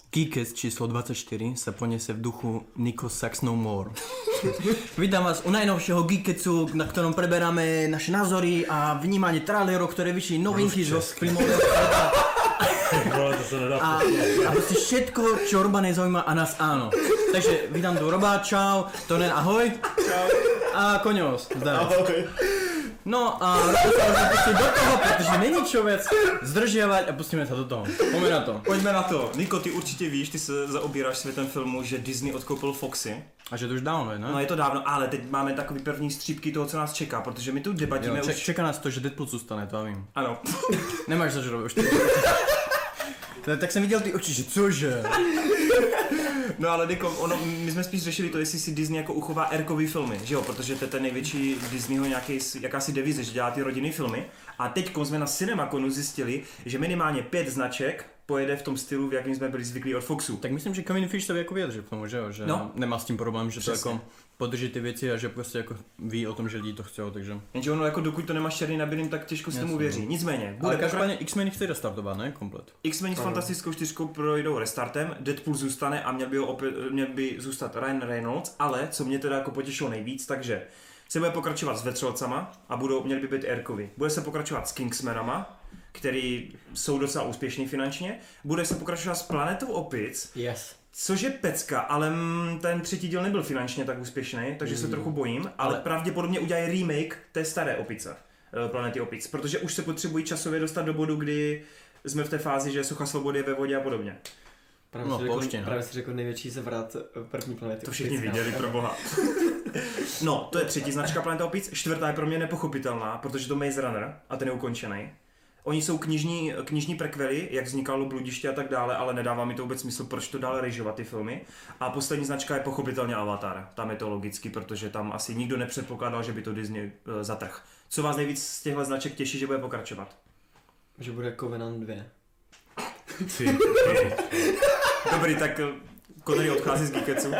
Geekest číslo 24 sa ponese v duchu Nico Sucks No More. Vítam vás u najnovšieho Geeketsu, na ktorom preberáme naše názory a vnímanie trailerov, ktoré vyšli novinky zo filmového sveta. A proste všetko, čo Roba nezaujíma a nás áno. Takže vítam tu Roba, čau, Tonen, ahoj. Čau. A Koňos, zdravím. Ahoj. No a Robo sa môže pustiť do toho, protože není čo viac zdržiavať a pustíme sa do toho. Poďme na to. Pojďme na to. Niko, ty určitě víš, ty se zaobíráš světem filmu, že Disney odkoupil Foxy. A že to už dávno je, ne? No je to dávno, ale teď máme takový první střípky toho, co nás čeká, protože my tu debatíme už... Čeká nás to, že Deadpool zůstane, to já vím. Ano. Nemáš za už to. Tak jsem viděl ty oči, že cože? No ale Niko, my jsme spíš řešili to, jestli si Disney jako uchová R-kový filmy, že jo, protože to je ten největší Disneyho jakási devize, že dělá ty rodinný filmy. A teď jsme na Cinemaconu zjistili, že minimálně 5 značek pojede v tom stylu, v jakým jsme byli zvyklí od Foxu. Tak myslím, že Kevin Fish to jako vyjadřil k tomu, že jo, že no. Nemá s tím problém, že přesně. To jako podrží ty věci a že prostě jako ví o tom, že lidi to chcou, takže. Jenže ono jako dokud to nemáš černý na bílým, tak těžko se tomu věří. Nicméně, ale každopádně X-Men chce restartovat, ne? Komplet. X-Men s Fantastickou 4 projdou restartem, Deadpool zůstane a měl by zůstat Ryan Reynolds, ale co mě teda jako potěšilo nejvíc, takže se bude pokračovat s vetřelcama a měli by být R-kovi. Bude se pokračovat s Kingsmanama, který jsou docela úspěšný finančně. Bude se pokračovat s Planetou opic, yes. Což je pecka, ale ten třetí díl nebyl finančně tak úspěšný, takže se trochu bojím, ale pravděpodobně udělají remake té staré opice, Planety opic, protože už se potřebují časově dostat do bodu, kdy jsme v té fázi, že Socha svobody je ve vodě a podobně. Právě si řekl největší zvrat první Planety. To všichni viděli, pro boha. No, to je třetí značka Planeta opic, čtvrtá je pro mě nepochopitelná, protože to Maze Runner a ten je ukončený. Oni jsou knižní prequely, jak vznikalo Bludiště a tak dále, ale nedává mi to vůbec smysl, proč to dále režovat ty filmy. A poslední značka je pochopitelně Avatar. Tam je to logicky, protože tam asi nikdo nepředpokládal, že by to Disney zatrhl. Co vás nejvíc z těchto značek těší, že bude pokračovat? Že bude Covenant 2. Dobrý, tak Connery odchází z Geeketsu.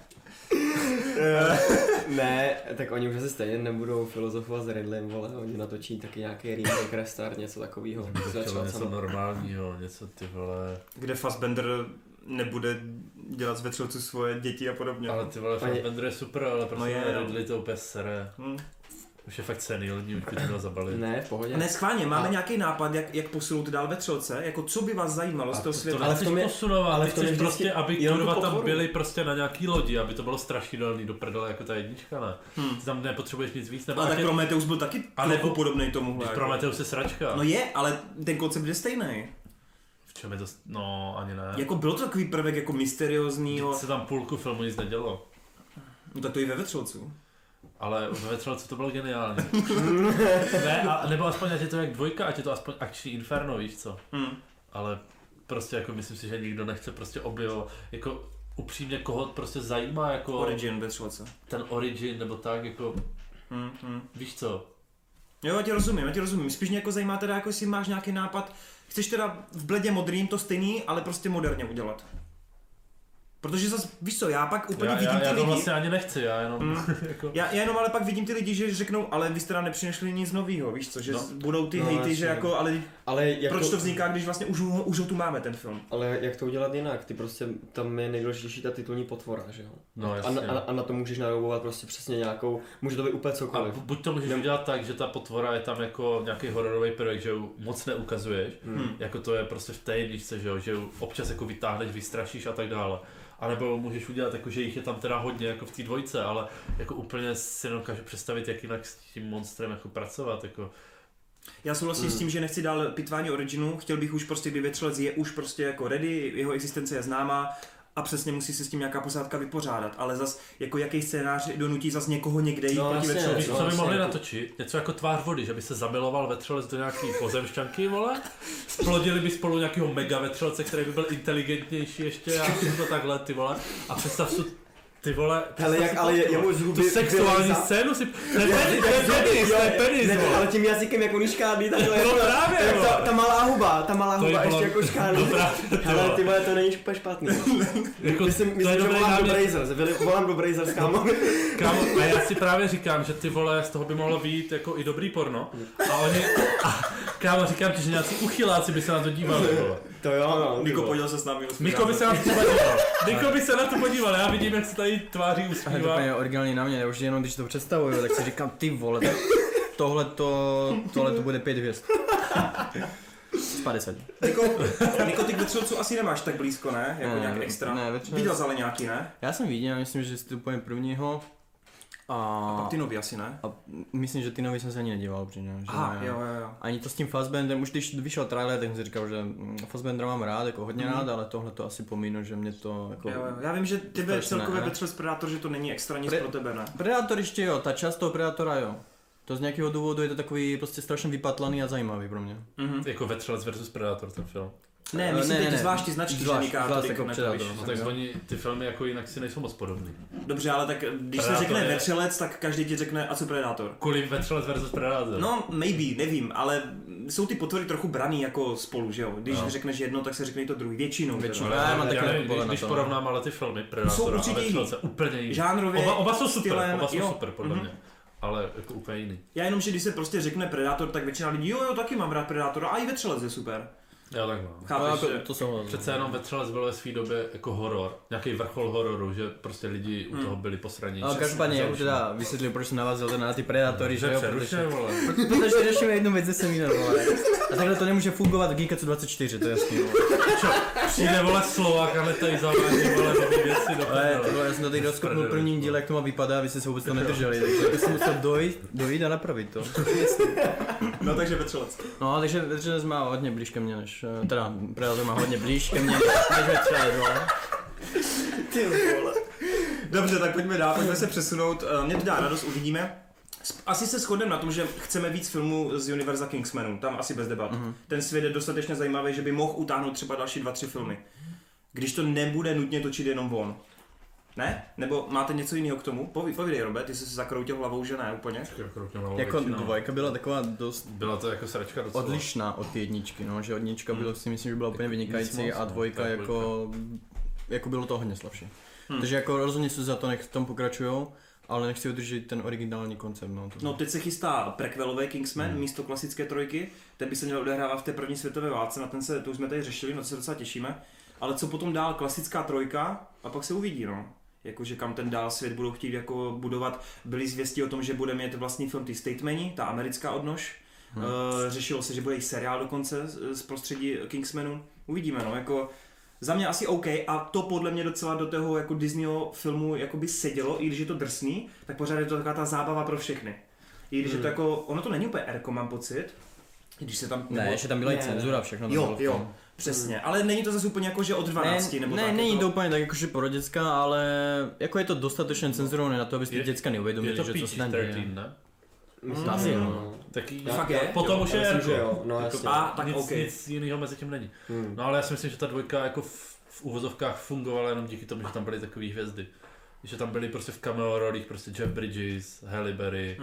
Ne, tak oni už asi stejně nebudou filozofovat s Ridleym, vole, oni natočí taky nějaký remake, restart, něco takového. Něco normálního, něco ty vole. Kde Fassbender nebude dělat z vetřelců svoje děti a podobně. Ale ty vole, Fassbender je super, ale prostě Ridley to úplně sere. Už je fakt senilní, už by to měl zabalit. Ne, v pohodě. Ne, schválně, máme nějaký nápad, jak posunout dál ve třelce, jako co by vás zajímalo z toho světa. Ale chceš posunovat, ale chceš prostě, aby kurva tam byli prostě na nějaký lodi, aby to bylo strašidelný do prdele jako ta jednička, ne? Ty tam nepotřebuješ nic víc, nebo... Ale tak Prometheus byl taky trochu podobnej tomuhle. Jako. Prometheus je sračka. No je, ale ten koncept je stejný. V čem je to, no ani ne. Jako byl to takový prvek jako mysteriózního. Se tam půlku filmu nic nedělo. No tak to i ve vetřelcu. Ale ve vetřelci to bylo geniální. Ne, nebo aspoň ať je to jak dvojka, ať je to aspoň akční Inferno, víš co. Ale prostě jako myslím si, že nikdo nechce prostě objevovat, jako upřímně koho prostě zajímá jako... Origin vetřelce. Ten origin nebo tak jako... Víš co. Jo, já ti rozumím. Spíš mě jako zajímá teda, jako jestli máš nějaký nápad, chceš teda v bledě modrým to stejný, ale prostě moderně udělat. Protože zase, víš co, já pak úplně vidím ty lidi... Já to vlastně ani nechci, já jenom... Jako... Já jenom ale pak vidím ty lidi, že řeknou, ale vy jste nám nepřinesli nic novýho, víš co, že budou ty hejty, jasný. Že jako, ale proč to vzniká, když vlastně už ho tu máme ten film. Ale jak to udělat jinak, ty prostě, tam je nejdůležitější ta titulní potvora, že jo? No, a na to můžeš naroubovat prostě přesně nějakou, může to být úplně cokoliv. A buď to můžeš udělat tak, že ta potvora je tam jako nějaký hororový prvek, že ju moc neukazuješ, jako to je prostě v té jedničce, že ju občas jako vytáhneš, vystrašíš a tak dále. A nebo můžeš udělat jako, že jich je tam teda hodně jako v té dvojce, ale jako úplně si nedokážu představit, jak jinak s tím monstrem jako pracovat, jako. Já souhlasím s tím, že nechci dál pitvání originu, chtěl bych už prostě, kdy vetřelec je už prostě jako ready, jeho existence je známá a přesně musí se s tím nějaká posádka vypořádat, ale zas jako jaký scénář donutí zas někoho někde jít proti vetřelci. Co by mohli natočit? Něco jako Tvář vody, že by se zamiloval vetřelec do nějaký pozemšťanky, vole? Splodili by spolu nějakého mega vetřelce, který by byl inteligentnější ještě a to takhle, ty vole. A představ si ty vole, ale jemu zhuby... Tu sexuální scénu si... To je penis, vole. Ale tím jazykem jako škádlí takhle. No právě, vole. Ta malá huba ještě jako škádlí. Hele, ty vole, to není úplně špatný. Myslím, že volám do Brazers, kámo. Kámo, a já si právě říkám, že ty vole, z toho by mohlo být jako i dobrý porno. A oni... Kámo, říkám ti, že nějací uchyláci by se na to dívali, vole. To jo, Niko, podíval se s námi. Niko by se na to podíval. Niko by se na to podíval, já vidím, jak se tady tváří A usmívá. to úplně originální na mě, už jenom když to představuju, tak si říkám, ty vole, tohle to bude 5 hvězd. Z 50. Niko, ty k Vetřelců asi nemáš tak blízko, ne? Jako nějak extra. Ne, Viděl jsi ale nějaký, ne? Já jsem viděl, myslím, že jsi úplně prvního. A pak ty nový asi, ne? A myslím, že ty nový jsem se ani nedíval upřímně. Aha, jo. Ani to s tím Fassbenderem, už když vyšel trailer, tak jsem si říkal, že Fassbendera mám rád, jako hodně rád, ale tohle to asi pomínu, že mě to jako... Jo. Já vím, že ty celkově Vetřelec Predator, že to není extra nic pro tebe, ne? Predator ještě jo, ta část toho Predatora jo. To z nějakého důvodu je to takový prostě strašně vypatlaný a zajímavý pro mě. Jako Vetřelec versus Predator ten film. Ne, myslím teď zvlášť ty značky, že říká to jako Predator. No tak oni, ty filmy jako jinak si nejsou moc podobný. Dobře, ale tak když se řekne Vetřelec, tak každý ti řekne a co Predator. Kvůli Vetřelec versus Predator. No, maybe, nevím, ale jsou ty potvory trochu braný jako spolu, že jo? Když řekneš jedno, tak se řekne i to druhý, většinou. Když porovnám ale ty filmy Predatora a Vetřelce úplně jiný. Žánrově, oba jsou super, stylem, oba jsou super podle mě. Ale jako úplně jiný. Já jenom, že když se prostě řekne Predator, tak většina lidí, jo, taky mám rád Predatora a i Vetřelec je super. Jo, takhle. Chápeš, to jsou přece jenom Vetřelec byl ve své době jako horor, nějaký vrchol hororu, že prostě lidi u toho byli posraní. Ale každopádně, jak teda vysvětlil, proč jsem navázal na ty Predatory, že jo, protože řešíme jednu věc ze semína, vole. A takhle to nemůže fungovat v Geeketsu 24, to je jasný, vole. Přijde, vole, Slovák a tady zavádí, vole, nový věci do prdele. Já jsem to tady rozkopnul prvním díle, jak to má vypadá, vy jste se vůbec to nedrželi, takže jsem musel dojít a napravit to. No takže Vetřelec. No, takže Vetřelec má hodně blíž ke mně než, teda Predator má hodně blíž ke mně než Vetřelec, vole. Ty vole. Dobře, tak pojďme dál, pojďme se přesunout, mě to dá radost, uvidíme. Asi se shodneme na tom, že chceme víc filmů z univerza Kingsmanů, tam asi bez debat. Ten svět je dostatečně zajímavý, že by mohl utáhnout třeba další 2-3 filmy. Když to nebude nutně točit jenom on. Ne? Nebo máte něco jiného k tomu? Povídej, Robert, ty jsi se zakroutil hlavou, že ne úplně? Jako dvojka byla taková dost... Byla to jako sračka docela. Odlišná od jedničky, no, že jednička bylo, si myslím, že byla úplně vynikající a dvojka jako bylo to hodně slabší. Takže jako rozhodně se za to nech v tom pokračujou, ale nechci udržet ten originální koncept. No teď se chystá prequelový Kingsman místo klasické trojky, ten by se měl odehrávat v té první světové válce, na ten to už jsme tady řešili, na to se docela těšíme. Ale co potom dál, klasická trojka a pak se uvidí, no. Jakože kam ten dál svět budou chtít jako budovat. Byly zvěsti o tom, že bude mít vlastní film ty Statemani, ta americká odnož. Řešilo se, že bude i seriál dokonce z prostředí Kingsmanu. Uvidíme, no, jako za mě asi OK a to podle mě docela do toho jako Disneyho filmu jakoby sedělo, i když je to drsný, tak pořád je to taková ta zábava pro všechny. I když je to jako, ono to není úplně erko, mám pocit. Když se tam... Ne, ještě tam byla i cenzura, všechno. Jo, přesně, ale není to zase úplně jako, že od 12 nebo tak. Ne, není to úplně tak jakože pro děcka, ale jako je to dostatečně cenzurované na to, aby si děcka neuvědomili, že co se tam děje. Asi jo. Fakt je? Potom už je jako, jo, no jasně. Tak nic jiného mezi tím není. No ale já si myslím, že ta dvojka jako v uvozovkách fungovala jenom díky tomu, že tam byly takové hvězdy. Že tam byli prostě v cameo rolích prostě Jeff Bridges, Halle Berry,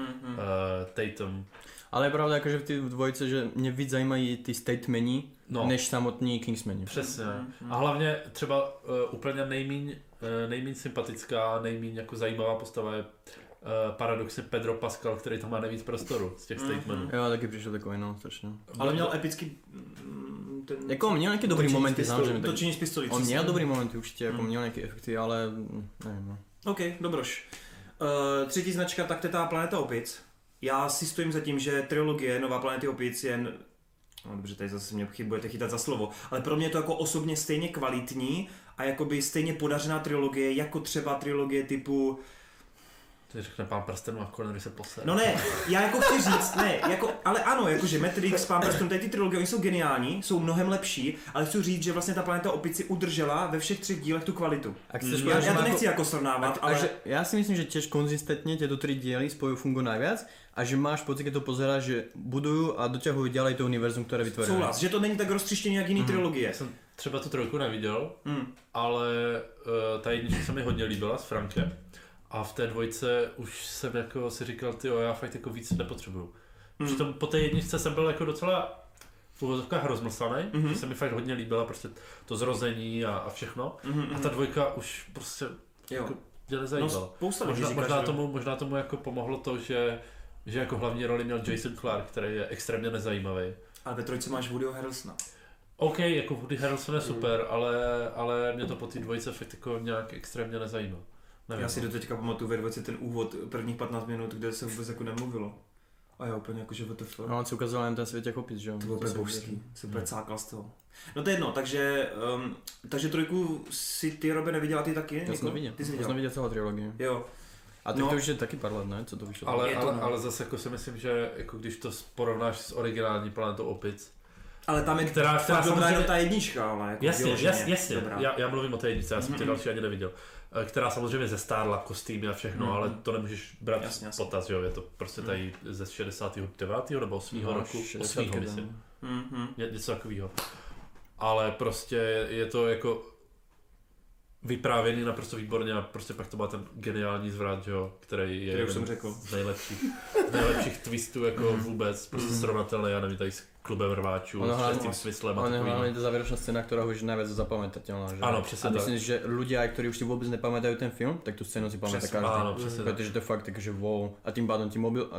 Tatum. Ale je pravda jakože v té dvojce, že mě víc zajímají ty statemeni, než samotní Kingsmeni. Přesně. A hlavně třeba úplně nejméně sympatická, nejméně jako zajímavá postava je paradoxně Pedro Pascal, který tam má nejvíc prostoru z těch statementů. Jo, taky přišel takový, no, strašně. Ale měl epický... Jako měl nějaké dobrý momenty, samozřejmě. Točení s pistolí. On měl dobrý momenty určitě, jako měl nějaké efekty, ale nevím, no. OK, dobroš. Třetí značka, tak to je ta Planeta opic. Já si stojím za tím, že trilogie Nová planety opic je... No dobře, tady zase mě budete chytat za slovo, ale pro mě je to jako osobně stejně kvalitní a jakoby stejně podařená trilogie, jako třeba trilogie typu... Ty řekne Pán prstenů a Connery se posere. No ne, já jako chci říct, ne, jako, ale ano, jakože Matrix, Pán prstenů, tady ty trilogie, oni jsou geniální, jsou mnohem lepší, ale chci říct, že vlastně ta Planeta opici udržela ve všech 3 dílech tu kvalitu. Já to nechci jako srovnávat, ale... Já si myslím, že těž konzistentně tieto 3 diely spolu fungujú najviac a že máš pocit, keď to pozeráš, že budujú a doťahujú ďalej to univerzum, ktoré vytvořili. Souhlas, že to není tak roztříštěné jak jiný trilogie. Jsem třeba tu trojku neviděl, ale ta jednička se mi hodně líbila s Frankem. A v té dvojce už jsem jako si říkal, tyjo, já fakt jako víc nepotřebuju. Přitom po té jedničce jsem byl jako docela v uvozovkách rozmlsanej, že se mi fakt hodně líbila prostě to zrození a všechno. A ta dvojka už prostě jako mě nezajímala. No, možná tomu jako pomohlo to, že jako hlavní roli měl Jason Clarke, který je extrémně nezajímavý. Ale ve trojce máš Woodyho Harrelsona. OK, jako Woody Harrelson je super, ale mě to po té dvojice fakt jako nějak extrémně nezajímá. Nevím. Já si do teďka pamatuju ve dvojici ten úvod prvních 15 minut, kde se vůbec jako nemluvilo. A já úplně jakože WTF. No, on si ukázal jen ten svět jako opic, že jo? To bylo úplně božský, se úplně cákal z toho. No to je jedno, takže trojku si ty, Robe, neviděl a ty taky? Já jsem to viděl, Ty jsi já jsem viděl celou trilogii. Jo. A tak to už je taky pár let, ne? Co to vyšlo? Ale zase jako si myslím, že jako když to porovnáš s originální Planetou opic, ale tam je která dobrá jenom ta jednička, ale jako jasně. Já mluvím o té jedničce, já jsem ty další ani neviděl. Která samozřejmě zestárla kostýmy a všechno, ale to nemůžeš brát v potaz, jo, je to prostě tady ze 69. nebo 8. roku, 8. myslím. Něco takového. Ale prostě je to jako vyprávěný naprosto výborně a prostě pak to má ten geniální zvrat, jo, který je jeden z nejlepších twistů jako vůbec, prostě srovnatelný, já nevím, tady s Klubem rváčů, s tím smyslem a takovým. Hlavně ta závěrečná scéna, která už je najviac zapamätateľná, že? Ano, přesně tak. A myslím, že ľudia, ktorí už si vôbec nepamätajú ten film, tak tu scénu si pamätá každý. Áno, přesně tak. Protože to je fakt tak, že wow. A tím pádem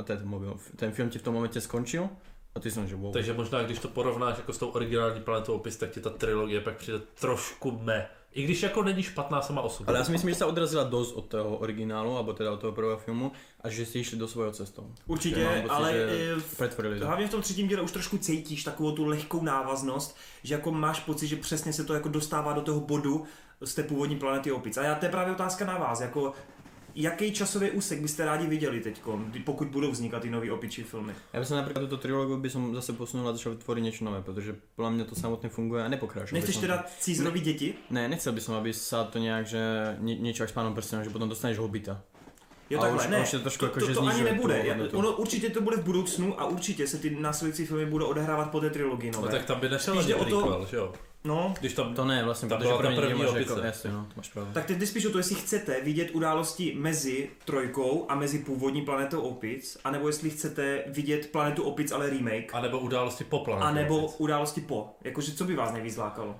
ten film ti v tom momente skončil a ty jsem, že wow. Takže možná, když to porovnáš jako s tou originální Planetou opis, tak ti ta trilogie pak přijde trošku I když jako není špatná sama o sobě. Ale já si myslím, že se odrazila dost od toho originálu, alebo teda od toho prvého filmu, a že si išli do svojho cestou. Určitě, ale hlavně v tom třetím díle už trošku cítíš takovou tu lehkou návaznost, že jako máš pocit, že přesně se to jako dostává do toho bodu z té původní Planety opic. A to je právě otázka na vás, jako jaký časový úsek byste rádi viděli teďko, pokud budou vznikat ty nový opičí filmy? Já bych například tuto trilogii by som zase posunul a začal vytvoriť niečo nové, protože podľa mňa to samotné funguje a nepokračuje. Nechceš teda cízt nový děti? Ne, nechcel by som, aby sa to nejak, že niečo jak s Pánom prstenom, že potom dostaneš Hobita. Jo, takhle, ne, to ani nebude. Ono určitě to bude v budoucnu a určitě se ty následující filmy budou odehrávat po té trilogii nové. No tak tam by nešel ani prequel, že jo? No, když tam to ne, vlastně, protože první opice. Jako, jasně, no, to máš pravdu. Tak teď spíš o to, jestli chcete vidět události mezi trojkou a mezi původní Planetou opic, anebo jestli chcete vidět Planetu opic, ale remake. A nebo události po Planetě a nebo události po. Jakože co by vás nejvíc lákalo?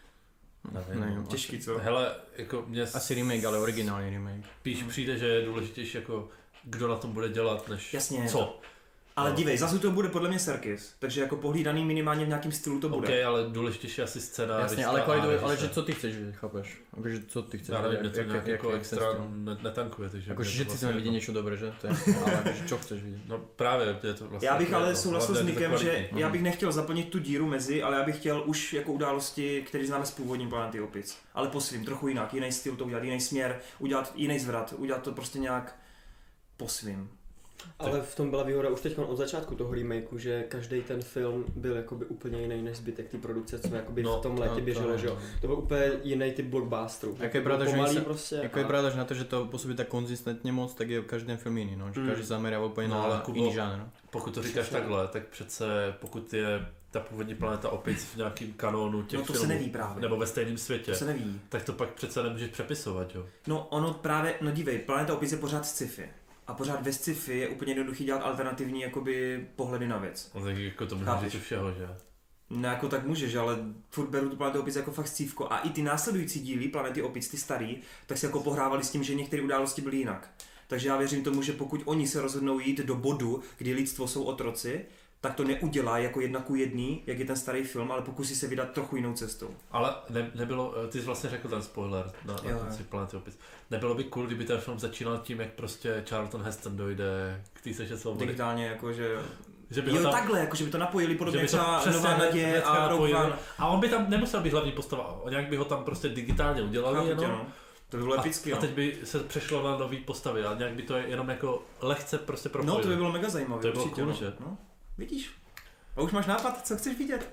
Nevím. Těžký, co? Hele, jako mě... Asi remake, ale originální remake. Spíš přijde, že je důležitější jako kdo na tom bude dělat, než jasně, co. Ale no. Dívej, zase to bude podle mě Serkis, takže jako pohlídaný minimálně v nějakém stylu to bude. OK, ale důležitější asi scéna. Jasně, ale že co ty chceš vidět, chápeš? Jakože co ty chceš vidět? Já nevím, mě to nějak jako extra netankuje, takže... Jakože že chceme vidět něco dobré, že? To je jasné, ale jakože čo chceš vidět? No právě, je to vlastně... Já bych ale souhlasil s Nikem, že já bych nechtěl zaplnit tu díru mezi, ale já bych chtěl už jako události, které známe z původní Planety opic. Ale po svým, trochu jinak, jiný styl to udělat, jiný směr, udělat jiný zvrat, udělat to prostě nějak po svým. Ale v tom byla výhoda už teď od začátku toho remakeu, že každý ten film byl jakoby úplně jiný než zbytek té produkce, co jakoby v tom létě běželo, že jo. To byl úplně jiný typ blockbusterů. Jako je pravda, že prostě, jako je pravda, že na to, že to působí tak konzistentně moc, tak je každý film jiný, no. Že každý zaměřuje úplně na jiný žánr. Pokud to říkáš takhle, tak přece pokud je ta původní Planeta opic v nějakým kanónu těch filmů, se neví právě. Nebo ve stejném světě, to se neví. Tak to pak přece nemůžeš přepisovat, jo. No ono právě, no dívej, Planeta opic je pořád sci-fi. A pořád ve sci-fi je úplně jednoduchý dělat alternativní jakoby pohledy na věc. No tak jako to můžeš říct všeho, že? No jako tak můžeš, ale furt beru tu Planetu opic jako fakt scívko. A i ty následující díly Planety opic, ty starý, tak si jako pohrávali s tím, že některé události byly jinak. Takže já věřím tomu, že pokud oni se rozhodnou jít do bodu, kdy lidstvo jsou otroci, tak to neudělá jako 1:1, jak je ten starý film, ale pokusí se vydat trochu jinou cestou. Ale nebylo, ty jsi vlastně řekl ten spoiler na konci Planety opic. Nebylo by cool, kdyby ten film začínal tím, jak prostě Charlton Heston dojde k té seše svobody. Digitálně jakože... Že by jo, tam, takhle, jako že by to napojili podobně třeba Nová naděje a Rogue One. A on by tam nemusel být hlavní postava, nějak by ho tam prostě digitálně udělali jenom. To by bylo epický, a teď by se přešlo na nový postavy a nějak by to jenom jako lehce prostě propojilo. No to by bylo mega zajímavé. To by bylo cool, že? No, vidíš. A už máš nápad, co chceš vidět.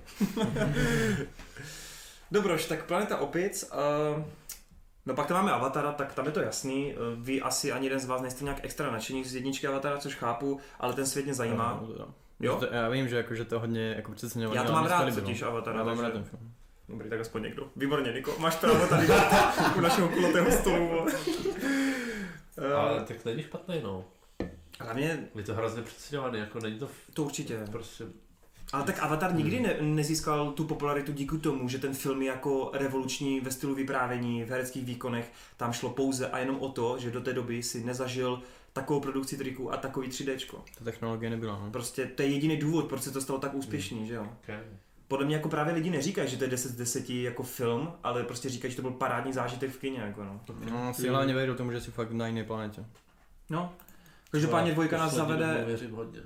Dobroš, tak Planeta opic. No pak tam máme Avatara, tak tam je to jasný. Vy asi ani jeden z vás nejste nějak extra nadšení z jedničky Avatara, což chápu, ale ten svět mě zajímá. Jo? Já vím, že jakože to hodně jako přeceňované. Já to mám rád, totiž Avatara. Já mám rád ten film. Dobrý, tak aspoň někdo. Výborně, Niko, máš právo tady u našeho kulatého stolu. Ale tak není špatný, no. Hlavně... Je to hrozně přeceňovaný, jako není to... To určitě. Prostě... Ale tak Avatar nikdy nezískal tu popularitu díky tomu, že ten film je jako revoluční ve stylu vyprávění, v hereckých výkonech. Tam šlo pouze a jenom o to, že do té doby si nezažil takovou produkci triků a takový 3Dčko. Ta technologie nebyla, no. Prostě to je jediný důvod, proč se to stalo tak úspěšný, že jo? Okay. podle mě jako právě lidi neříkají, že to je 10 z 10 jako film, ale prostě říkají, že to byl parádní zážitek v kině, jako no. No, si hlavně věřil tomu, že jsi fakt na jiné planetě. No. Každopádně dvojka nás zavede... Věřím hodně.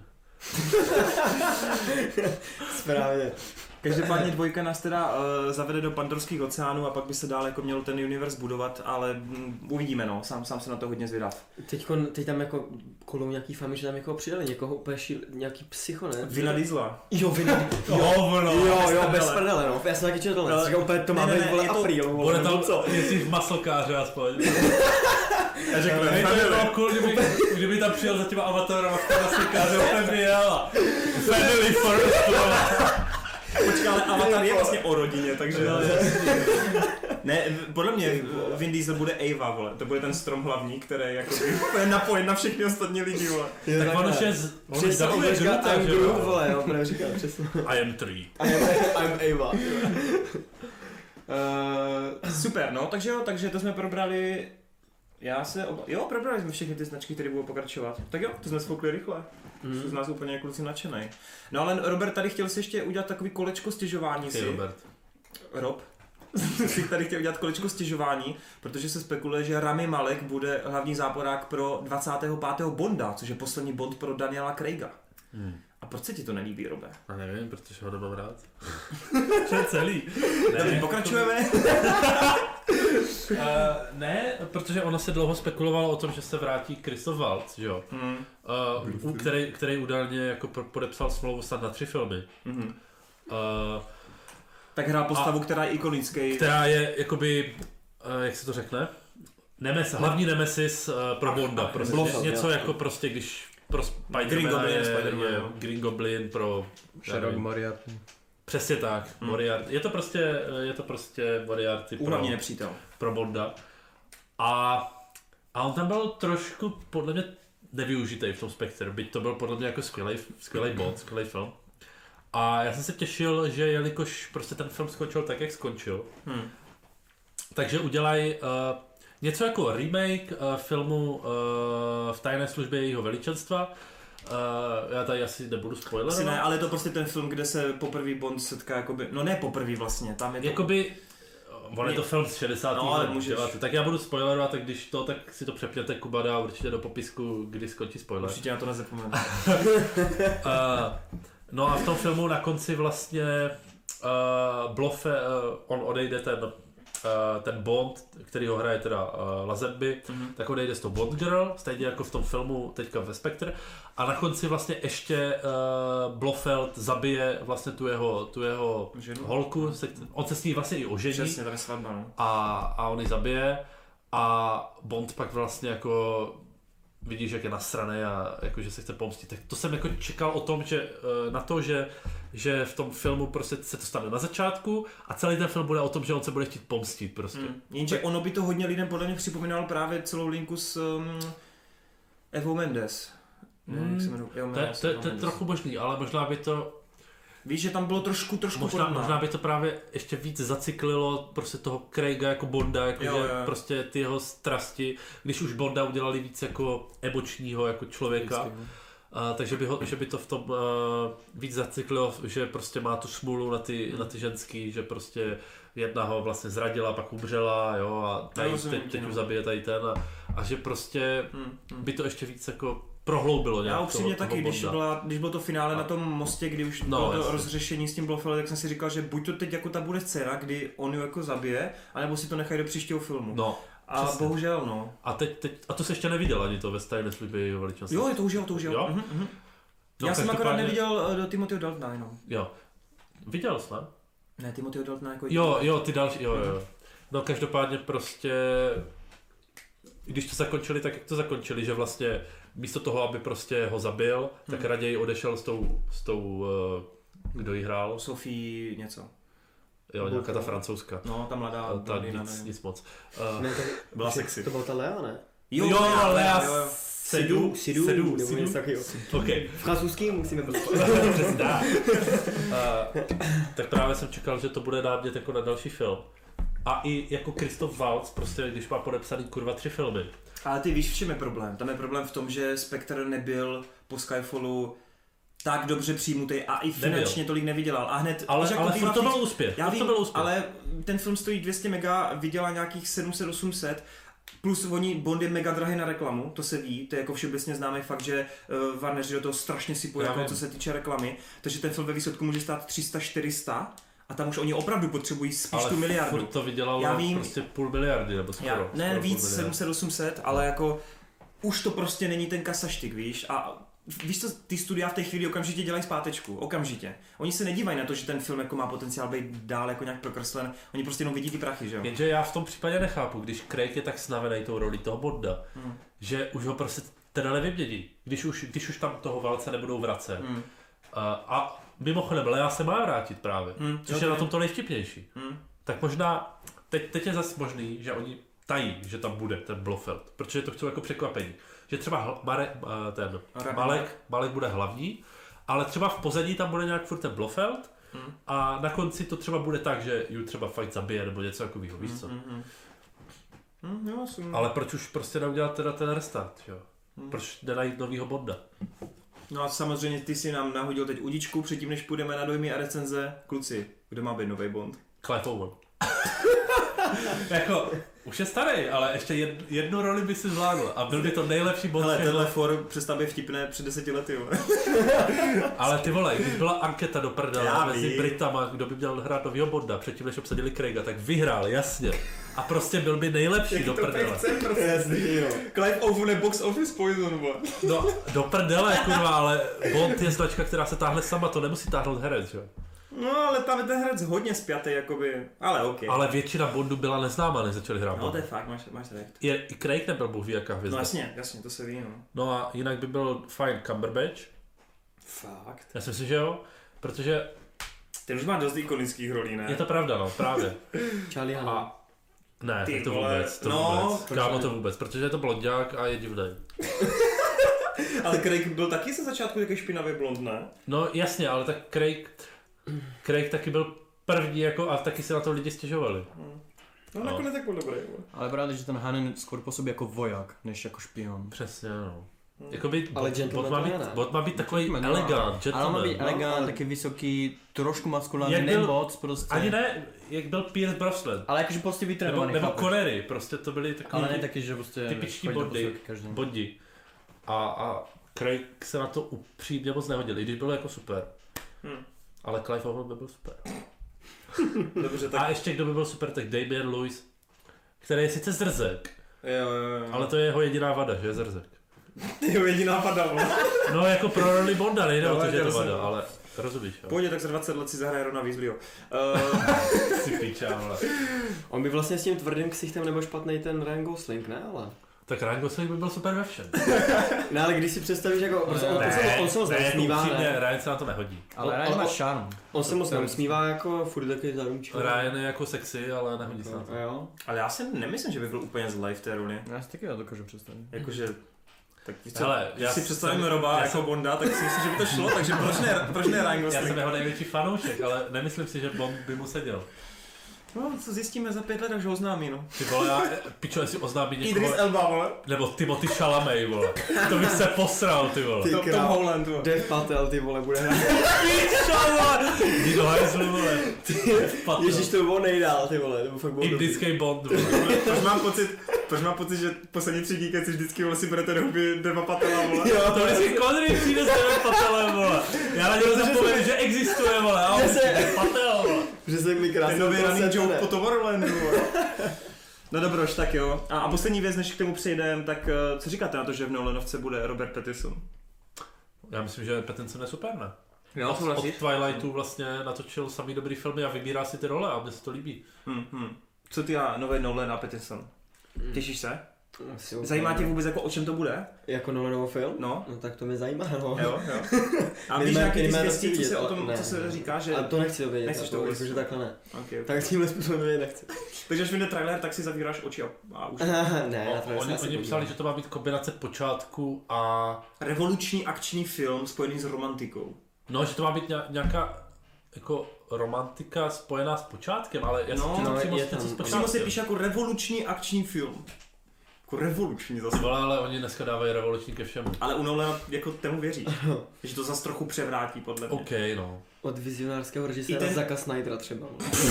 Správně. Každopádně dvojka nás teda zavede do pandorských oceánů a pak by se dál jako měl ten univerz budovat, ale uvidíme no, sám se na to hodně zvědav. Teď tam jako kolou nějaký famy, že tam jako přidali někoho úplně nějaký psycho, ne? Vina Diesla. Jo, bez prdele, no. Já jsem taky četl, ne? Úplně to máme vole apríl. Bude tam co? Jestli v maslkáře aspoň. Já řekl, to bylo cool, kdyby tam přijel za těma avatarama v tom maslkáře, úplně vyjela. Family first, Počkej, ale Avatar je vlastně o rodině, takže... Ne, podle mě Vin Diesel bude Ava, vole. To bude ten strom hlavní, který jako je napojen na všechny ostatní lidi, vole. Tak on už je přesně říká I'm Groot, vole, jo, právě říká, přesně. I am 3. I'm Ava. Super, no, takže to jsme probrali... probrali jsme všechny ty značky, které budou pokračovat. Tak jo, to jsme sfoukli rychle. Jsou z nás úplně kluci nadšenej. No ale Robert tady chtěl si ještě udělat takový kolečko stěžování si. Rob si tady chtěl udělat kolečko stěžování, protože se spekuluje, že Rami Malek bude hlavní záporák pro 25. Bonda, což je poslední Bond pro Daniela Craiga. A proč se ti to nelíbí, Robe? A nevím, protože ho nemám rád. To je celý. Dobrý, pokračujeme. Ne, protože ono se dlouho spekulovalo o tom, že se vrátí Christoph Waltz, že jo? Který údajně jako podepsal smlouvu snad na 3 filmy. Tak hrál postavu, která je ikonický. Která je jakoby, jak se to řekne? Hlavní nemesis pro Bonda. Prostě něco jako prostě, když pro Spider-Mana je Green Goblin, pro Sherlock Moriarty. Přesně tak, Moriarty. Je to prostě Moriarty nepřítel. Pro Bonda. A on tam byl trošku podle mě nevyužitý v tom Spectre, byť to byl podle mě jako skvělý Bond, skvělý film. A já jsem se těšil, že jelikož prostě ten film skončil tak, jak skončil, takže udělají něco jako remake filmu V tajné službě jejího veličenstva. Já tady asi nebudu spoilerovat. Ne, ale je to prostě ten film, kde se poprvý Bond setká jakoby, no ne poprvý vlastně, tam je to... Jakoby, on je to film z 60. let, můžeš... tak já budu spoilerovat, tak když to, tak si to přepněte, Kuba dá určitě do popisku, kdy skončí spoiler. Určitě na to nezapomenu. No a v tom filmu na konci vlastně on odejde ten Bond, který ho hraje teda Lazenby, tak odejde s tou Bond Girl, stejně jako v tom filmu teďka ve Spectre. A na konci vlastně ještě Blofeld zabije vlastně tu jeho holku, on se s ní vlastně i ožení. Přesně, tam je svatba, no. A on ji zabije a Bond pak vlastně jako vidíš, jak je nasraný a jako, že se chce pomstit. Tak to jsem jako čekal o tom, že na to, že v tom filmu prostě se to stane na začátku a celý ten film bude o tom, že on se bude chtít pomstit prostě. Jenže ono by to hodně lidem podle mě připomínalo právě celou linku s Evou Mendes. To je trochu možný, ale možná by to... Víš, že tam bylo trošku možná by to právě ještě víc zacyklilo prostě toho Craiga jako Bonda, jako že prostě ty jeho strasti, když už Bonda udělali víc jako emočního jako člověka, takže že by to v tom víc zacyklilo, že prostě má tu smůlu na ty ženský, že prostě jedna ho vlastně zradila, pak umřela, jo, a teď už zabije tady ten a že prostě by to ještě víc jako prohloubilo nějak. Já upřímně taky, když bylo to finále na tom mostě, kdy už bylo to rozřešení s tím Blofeldem, tak jsem si říkal, že buď to teď jako ta bude scéna, kdy on ji jako zabije, anebo si to nechají do příštího filmu. No, a přesně. Bohužel, no. A to se ještě neviděl ani to ve tajné službě jejího veličenstva. Jo, to už jo. No, já jsem akorát neviděl do Timothyho Daltona jenom. Jo. Viděl jsi, ne? Ne, Timothyho Daltona jako... Jo, ty další, jo. No každopádně prostě... Když to zakončili tak, jak to zakončili, že vlastně místo toho, aby prostě ho zabil, tak raději odešel s tou kdo jí hrál? Sophie něco. Jo, nějaká ta francouzská. No, ta mladá. Ta nic moc. Byla sexy. To byla ta Lea, ne? Jo, Lea Seydoux. Okay. Francouzský musíme být. Tak právě jsem čekal, že to bude námět jako na další film. A i jako Christoph Waltz, prostě když má podepsaný kurva 3 filmy. Ale ty víš, v čem je problém? Tam je problém v tom, že Spectre nebyl po Skyfallu tak dobře přijmutý a i finančně tolik nevydělal. A hned, ale to byl úspěch. Já vím, ale ten film stojí 200 mega, vydělá nějakých 700-800, plus Bond je mega drahý na reklamu, to se ví, to je jako všeobecně známý fakt, že Warneri do toho strašně sypuje, jako co se týče reklamy, takže ten film ve výsledku může stát 300-400 a tam už oni opravdu potřebují spíš tu miliardu. Ale to vydělalo prostě půl miliardy, nebo skoro. Ne, víc, 700-800, ale jako už to prostě není ten kasaštyk, víš, a víš co, ty studia v té chvíli okamžitě dělají zpátečku, okamžitě. Oni se nedívají na to, že ten film jako má potenciál být dál jako nějak prokreslen, oni prostě jenom vidí ty prachy, že jo. Jenže já v tom případě nechápu, když Craig je tak snavený tou roli toho Bonda, že už ho prostě teda nevymění, když už tam toho válce nebudou vracet. A mimochodem Lea se má vrátit právě, což je na tom to nejvtipnější. Tak možná, teď je zase možný, že oni tají, že tam bude ten Blofeld, protože to chcou jako překvapení. Že třeba Malek bude hlavní, ale třeba v pozadí tam bude nějak furt ten Blofeld a na konci to třeba bude tak, že ju třeba fakt zabije nebo něco takového, víš co? Ale proč už prostě neudělat teda ten restart, jo? Proč nenajít novýho Bonda? No a samozřejmě ty si nám nahodil teď udičku předtím, než půjdeme na dojmy a recenze. Kluci, kdo má být nový Bond? Clive Owen. Jako, už je starý, ale ještě jednu roli by si zvládl a byl by to nejlepší Bond. Hele, tenhle for přestal být vtipné před 10 lety, jo. Ale ty vole, když byla anketa do prdele mezi Britama, kdo by měl hrát novýho Bonda, předtím než obsadili Craiga, tak vyhrál, jasně. A prostě byl by nejlepší do prdele. Clive Owen je box office poison, bo. No, do prdele, kurva, ale Bond je značka, která se táhne sama, to nemusí táhnout herec, jo. No, ale tam je ten herec hodně spjatý, jakoby, ale okej. Ale většina Bondů byla neznámá, než začali hrát. No, to je fakt, máš recht. I Craig nebyl bůh ví jaká hvězda. No jasně, to se ví, no. No a jinak by byl fajn Cumberbatch. Fakt? Já si myslím, že jo, protože... Ten už má dost ikonických rolí, ne? Je to pravda, no, právě. Charlie Hunnam. Ne, ty tak to vole, vůbec, no, Kámo, to vůbec, protože je to blonďák a je divnej. Ale Craig byl taky ze začátku takový špinavý blond, ne? No jasně, ale tak Craig taky byl první jako a taky se na to lidi stěžovali. No nakonec tak byl dobrý. Ale pravda, že ten Hanen skoro působí jako voják, než jako špion. Přesně, no. Jakoby Ale Bond má být takový elegant, ale má být elegant, taky vysoký, trošku maskulární, nemoc prostě. Ani ne, jak byl Pierce Brosnan. Ale jakože prostě vytrénovaný. Nebo Connery, prostě to byly takový ale ne taky, že prostě typiční Bondi. A Craig se na to upřímně moc nehodil, i když bylo jako super. Ale Clive Owen by byl super. Dobře, tak... A ještě kdo by byl super, tak Damian Lewis, který je sice zrzek, Jo. ale to je jeho jediná vada, že je zrzek. Jeho jediná vada, No jako pro roli Bonda nejde o to, že je to vada, ale rozumíš, jo. Pojď, tak za 20 let si zahraje Rona Weasleyho. Si píča, ale. On by vlastně s tím tvrdým ksichtem nebo špatnej ten Ryan Gosling, ne ale? Tak Ryan Gosling by byl super ve všem. Ne, ale když si představíš, jako, on se moc neusmívá, ne? Ryan se na to nehodí. Ale Ryan má šarm. On se moc neusmívá, jako furt taky zarumčil. Ryan je jako sexy, ale nehodí se na to. Jo. Ale já si nemyslím, že by byl úplně zlej v té roli. Já si taky dokážu představit. Jakože... Tak když si představíme Roba jako Bonda, tak si myslím, že by to šlo, takže proč ne Ryan Gosling? Já jsem jeho největší fanoušek, ale nemyslím si, že Bond by mu seděl. No, co zjistíme za 5 let, až ho oznámí, no. Ty vole, pičo, jestli oznámí někoho... Idris Elba, vole. Nebo Timothy Chalamet, vole. To bych se posral, ty vole. Tom Holland, vole. Dev Patel, ty vole, bude hrát. Pičo, vole. Jdi do hajzlu, vole. Ježíš, to bylo nejdál, ty vole, to bylo fakt bylo indický Bond, vole. Proč mám pocit, že poslední 3 díky si vždycky vole si berete do huby Deva Patela, vole. Jo, to vždycky Connery přijde s Devem Patelem, vole. Já na něj zapomenu, že existuje, vole. A on Dev Patel, vole. Že se mi krásně. Ten nový running joke po Tomorrowlandu, vole. No dobroš, tak jo. A poslední věc, než k tomu přejdeme, tak co říkáte na to, že v Nolanovce bude Robert Pattinson? Já myslím, že Pattinson je super, ne? Jo, od Twilightu vlastně natočil samý dobrý filmy a vybírá si ty role a mně se to líbí. Co ty a nový Nolan a Pattinson? Těšíš se? Zajímá tě vůbec jako o čem to bude? Jako Nolanovo film? No. No tak to mě zajímá, no. Jo. A víš nějaký ty zvěstí, co se o tom, co se říká, že... A to nechci to vědět. Nechceš to vědět? Protože takhle ne. Okay. Tak tímhle způsobem to vědět nechci. Takže až vyjde trailer, tak si zavíráš oči a už... Ne, oni psali, že to má být kombinace počátku a... Revoluční akční film spojený s romantikou. No, že to má být nějaká jako romantika spojená s počátkem, ale já si je přímo tam. Přímo se píše jako revoluční akční film. Jako revoluční zase. Ale oni dneska dávají revoluční ke všemu. Ale u Nolana jako tému věří. Že to zase trochu převrátí podle mě. OK, no. Od vizionářského režiséra Zacka Snydera třeba.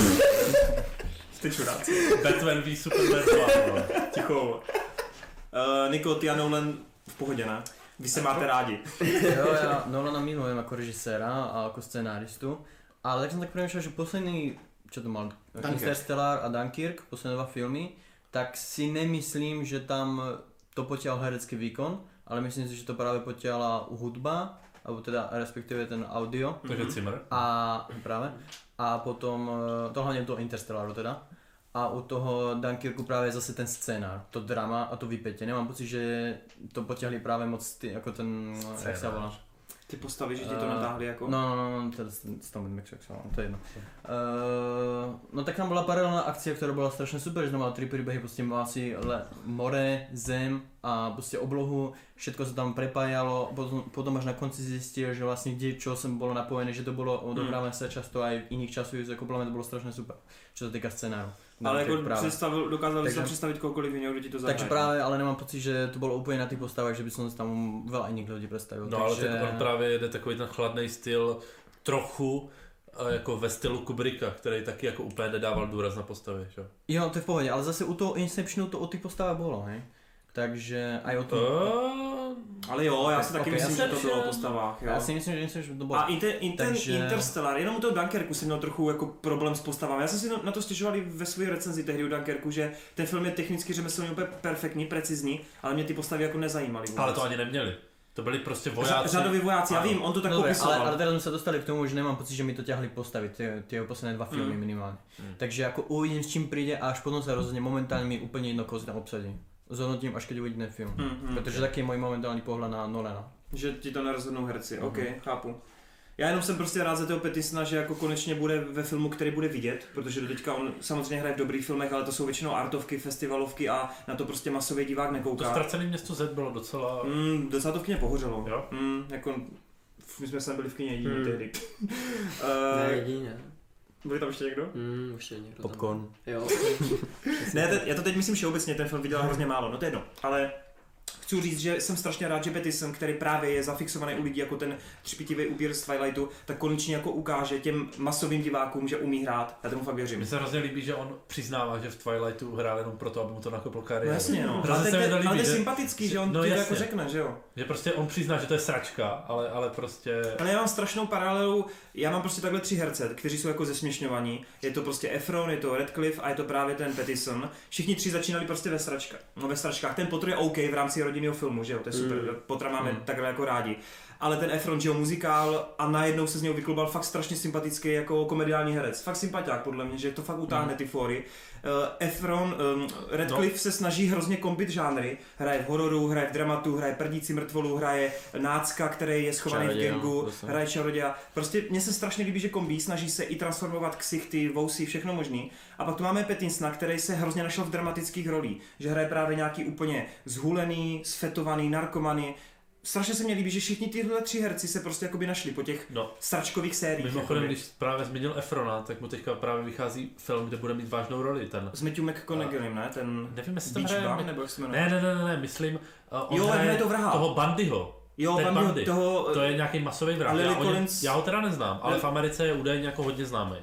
Ty čuráci. Batman v Superman 2. Ticho. Niko, ty a Nolan v pohodě, ne? Vy se máte rádi. Jo, já Nolana milujem jako režiséra a jako scénáristu, ale tak jsem tak přemýšlel, že poslední, čo to mal, Interstellar a Dunkirk, posledné 2 filmy, tak si nemyslím, že tam to potiaľ herecký výkon, ale myslím si, že to práve potiaľa hudba, alebo teda respektíve ten audio. Takže Zimmer. A práve. A potom, to hlavne toho Interstellaru teda. A u toho Dunkirku právě zase ten scénár, to drama a to vypětě. Nemám pocit, že to potěhli právě moc ty, jako ten, scénář. Jak se volá? Ty postavy, že ti to natáhli jako? No, teda s tom jak se volá, to je jedno. No tak tam byla paralelná akcia, která byla strašně super, že tam mala 3 príbehy, prostě má si more, zem a prostě oblohu, všetko se tam prepájalo, potom až na konci zjistil, že vlastně kde čo sem bolo napojené, že to bylo odohrávané se často aj v jiných časových, jako podle mě to bylo strašně super, čo se týká scénáru. Ale jako dokázali si představit kohokoliv jiného, kdo ti to zahraje. Takže právě, ale nemám pocit, že to bylo úplně na těch postavách, že by som tam veľa jiných lidí představil. No takže... ale on právě jede takový ten chladný styl, trochu jako ve stylu Kubricka, který taky jako úplně nedával důraz na postavy, že? Jo, to je v pohodě, ale zase u toho Inceptionu to o těch postavách bylo, hej? Takže aj o tom... Ale jo, já si taky myslím, že to bylo o postavách, jo. Já si myslím, že to bylo. A Interstellar, jenom u toho Dunkerku jsem měl trochu jako problém s postavami. Já jsem si na to stěžoval ve své recenzi tehdy u Dunkerku, že ten film je technicky řemeslně úplně perfektní, precizní, ale mě ty postavy jako nezajímaly vůbec. Ale to ani neměli. To byli prostě vojáci. Řadoví vojáci, já vím, on to tak popisoval. Ale teraz jsme se dostali k tomu, že nemám pocit, že mi to ťahli postavit, ty jeho posledné 2 filmy minimálně. Takže jako uvidím, s čím přijde a až potom se rozhodne, momentálně mi úplně jedno, koho si tam obsadí. Zhodnotím, až keď uvidím ten film. Protože taky je můj momentální pohled na Nolana. Že ti to nerozhodnou herci, OK, chápu. Já jenom jsem prostě rád za toho Pattinsona, že jako konečně bude ve filmu, který bude vidět, protože doteďka on samozřejmě hraje v dobrých filmech, ale to jsou většinou artovky, festivalovky a na to prostě masový divák nekouká. To Ztracené město Z bylo docela... Docela to v kině pohořelo. Jo? Jako, my jsme sem byli v kině jediní tehdy. Ne, jediní ne. Byli tam ještě někdo? Ještě někdo. Popcorn. Jo. Ne, já to teď myslím všeobecně, ten film vydělal hrozně málo, no to je jedno, ale chci říct, že jsem strašně rád, že Pattinson, který právě je zafixovaný u lidí jako ten třpitivý upír z Twilightu, tak konečně jako ukáže těm masovým divákům, že umí hrát. Já tomu fakt věřím. Mně se hrozně líbí, že on přiznává, že v Twilightu hrál jenom proto, aby mu to nakoplo kariéru. No jasně, no. Ale to je sympatický, že on to jako řekne, že jo. Že prostě on přizná, že to je sračka, ale prostě... Ale já mám strašnou paralelu, já mám prostě takhle 3 herce, kteří jsou jako zesměšňovaní. Je to prostě Efron, je to Radcliffe a je to právě ten Pattinson. Všichni 3 začínali prostě ve sračkách. No ve sračkách. Ten Potter je OK v rámci rodinného filmu, že jo, to je super. Pottera máme takhle jako rádi. Ale ten Efron, že jo, muzikál a najednou se z něho vyklubal fakt strašně sympatický jako komediální herec. Fakt sympatiák podle mě, že to fakt utáhne ty fóry. Efron, Radcliffe se snaží hrozně kombit žánry. Hraje v hororu, hraje v dramatu, hraje prdící mrtvolu, hraje nácka, který je schovaný v gangu, hraje čaroděja. Prostě mně se strašně líbí, že kombí, snaží se i transformovat ksichty, vousy, všechno možný. A pak tu máme Pattinsona, který se hrozně našel v dramatických rolích, že hraje právě nějaký úplně zhulený, sfetovaný, narkomaný. Strašně se mi líbí, že všichni tyhle 3 herci se prostě jakoby našli po těch sračkových sériích. Mimochodem, když právě zmínil Efrona, tak mu teďka právě vychází film, kde bude mít vážnou roli ten. S Matthew McConaugheyem, ne? Ten nevím, jestli Beach tam hraje... Bum, nebo jak se jmenuje? Ne, myslím, on hraje to vraha. toho Bundyho. Jo, Bundy, to je nějaký masový vrah. Já ho teda neznám, ale v Americe je údajně jako hodně známý.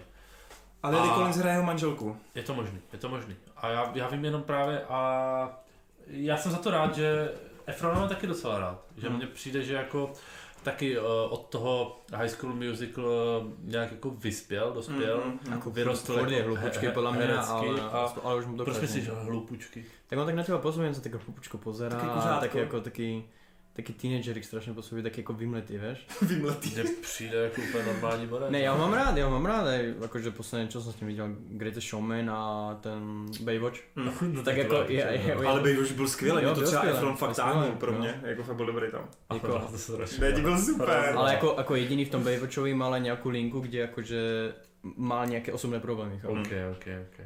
A Lily Collins hraje jeho manželku. Je to možný. A já vím jenom právě a já jsem za to rád, že Efrona mám taky docela rád, že mně přijde, že jako taky od toho High School Musical nějak jako dospěl, jako vyrostl jako hlupučky podle mě, ale už mu to proč myslíš, že hlupučky? Tak on tak na teba působí, se tak hlupučko pozerá a taky jako taky teenagerik strašně působí, tak jako vymletý, víš? Vymletý. Že přijde jako úplně normální borec. Ne, já ho mám rád, jakože posledně čas jsem s ním viděl Greatest Showman a ten Baywatch. No, tak jako ale Baywatch byl skvělý, jo, to třeba skvělý, Efron fakt táhnul pro mě, jako fakt byl dobrý tam. Jako, to byl super. Ale jako jediný v tom Baywatchovi mal nějakou linku, kde jakože mal nějaké osobné problémy. Ok.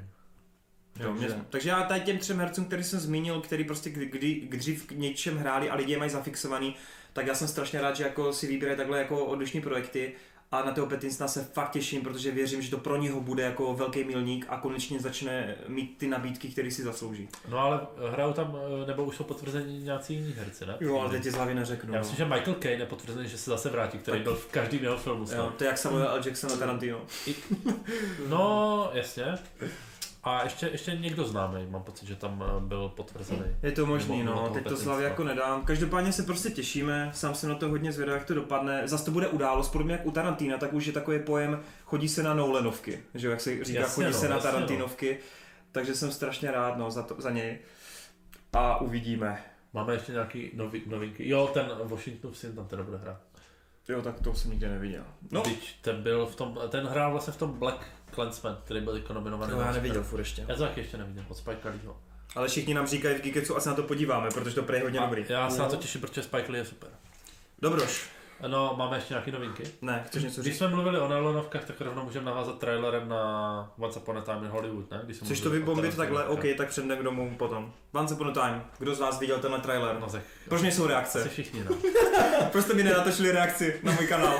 Jo, takže já tady těm 3 hercům, který jsem zmínil, který prostě dřív k něčem hráli a lidi je mají zafixovaný, tak já jsem strašně rád, že jako si vybírají takhle jako odlišní projekty A na toho Pattinsona se fakt těším, protože věřím, že to pro něho bude jako velký milník a konečně začne mít ty nabídky, které si zaslouží. No ale hrajou tam, nebo už jsou potvrzení nějací jiní herci, ne? Jo, ale teď z hlavy neřeknu. Já myslím, že Michael Caine je potvrzený, že se zase vrátí, který byl v každém jeho filmu. Jo, to je jak Samuel L. Jackson a Tarantino. No, jasně. A ještě někdo známý, mám pocit, že tam byl potvrzený. Je to možný, no, teď to z hlavy jako nedám. Každopádně se prostě těšíme, sám jsem na to hodně zvědavý, jak to dopadne. Zas to bude událost, podobně jak u Tarantina, tak už je takový pojem, chodí se na Nolanovky, že jak se říká, jasně, chodí se na jasně, Tarantinovky. Takže jsem strašně rád, no, za něj. A uvidíme. Máme ještě nějaký novinky. Jo, ten Washingtonův syn tam teda bude hrát. Jo, tak to jsem nikdy neviděl. No. Ten hrál vlastně v tom Black Klansman, který byl jako nominovaný. To já neviděl furt ještě. Já to taky ještě neviděl, od Spike Leeho. Ale všichni nám říkají v Geeketsu, a se na to podíváme, protože to prej hodně dobrý. Já se na to těším, protože Spike Lee je super. Dobroš. No, máme ještě nějaké novinky? Ne, chceš něco říct? Když jsme mluvili o Nolanovkách, tak rovnou můžeme navázat trailerem na Once Upon a Time in Hollywood, ne? Chceš to vybombit takhle? OK, tak předne k domů potom. Once Upon a Time. Kdo z vás viděl tenhle trailer? No, tak... Proč nejsou reakce? Asi všichni, no. Proč jste mi nenatočili reakci na můj kanál?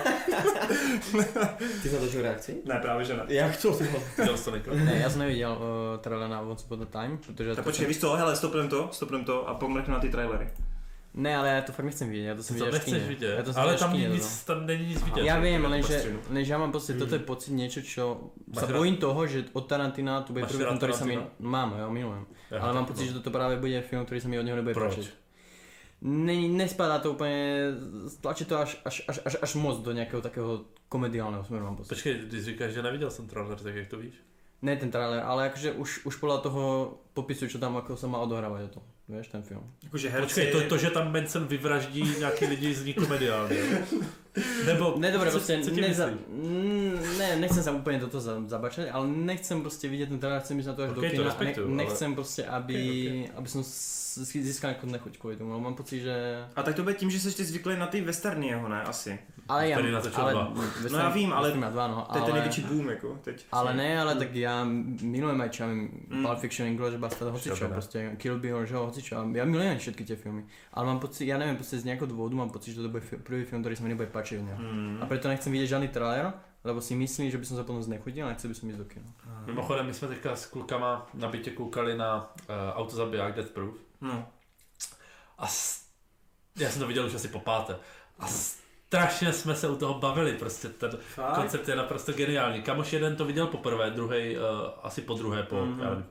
Ty jsi natočil reakci? Ne, právě že ne. Jak to? Viděl jsi to, Niko? Ne, já jsem neviděl trailer na Once Upon a Time, protože... Tak počkej, víš co, hele, stopnem to a pomrknu na ty trailery. Ne, ale já to fakt nechcem vidět, já to jsem viděl v kyně. vidět, ale tam není nic vidět. Já vím, lenže já mám pocit, toto je pocit niečo, čo sa bojím toho, že od Tarantina to bude prvý film, ktorý sa mi... Mám, jo, milujem. Ale mám pocit, že toto práve bude film, ktorý sa mi od neho nebude páčiť. Nespadá to úplně, tlačí to až moc do nějakého takového komediálneho směru, mám pocit. Počkej, když říkáš, že neviděl jsem trailer, tak jak to víš? Ne ten trailer, ale jakože už podle toho popisu, čo tam jako se má odohrávat, to, víš, ten film. Jakože herci... Počkej, to, že tam Manson vyvraždí nějaký lidi, zní komediálně, nebo... Ne, dobré, prostě nechcem sa úplne do toho zabačať, ale nechcem prostě vidět ten trailer, chcem ísť na to až do kina a nechcem prostě, aby som získal jako nechuť kvůli tomu, mám pocit, že... A tak to bude tím, že jsi zvyklý na ty westerny jeho, ne, asi. Ale já, no já vím, ale to je ten největší boom, jako teď. Ale ne, ale tak já milujem aj čo, Pulp Fiction, Inglourious Basterds, hocičo, prostě Kill Bill, že hocičo, já milujem všetky tie filmy, ale mám pocit, já nevím, prostě z nějakého důvodu mám pocit, že to bude prvý film, ktorý sa mi nebude páčiť v ňom. A preto nechcem vidieť žádný trailer, lebo si myslím, že by som sa potom znechutil a nechcel by som ísť do kina. Mimochodem, my jsme teďka s klukama na bytě koukali na Autozabiják Death Proof. A já jsem to viděl už asi po páté. A strašně jsme se u toho bavili, prostě ten koncept je naprosto geniální. Kamoš jeden to viděl poprvé, druhej asi po druhé, po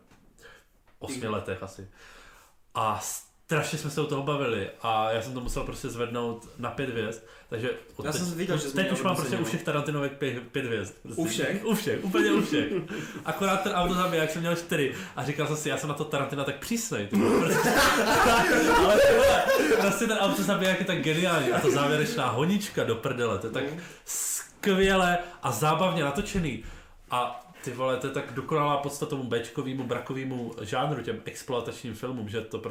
8 letech asi. A strašně jsme se u toho bavili a já jsem to musel prostě zvednout na 5 hvězd, takže teď už mám prostě u všech Tarantinovek 5 hvězd. Prostě. U všech? U všech, úplně u všech. Akorát ten Autozabiják jsem měl 4 a říkal jsem si, já jsem na to Tarantina tak přísnej. Ale prostě ten Autozabiják je tak geniální a ta závěrečná honička do prdele, to je tak skvěle a zábavně natočený. A ty vole, to je tak dokonalá podstata tomu béčkovýmu, brakovýmu žánru, těm exploatačním filmům, že to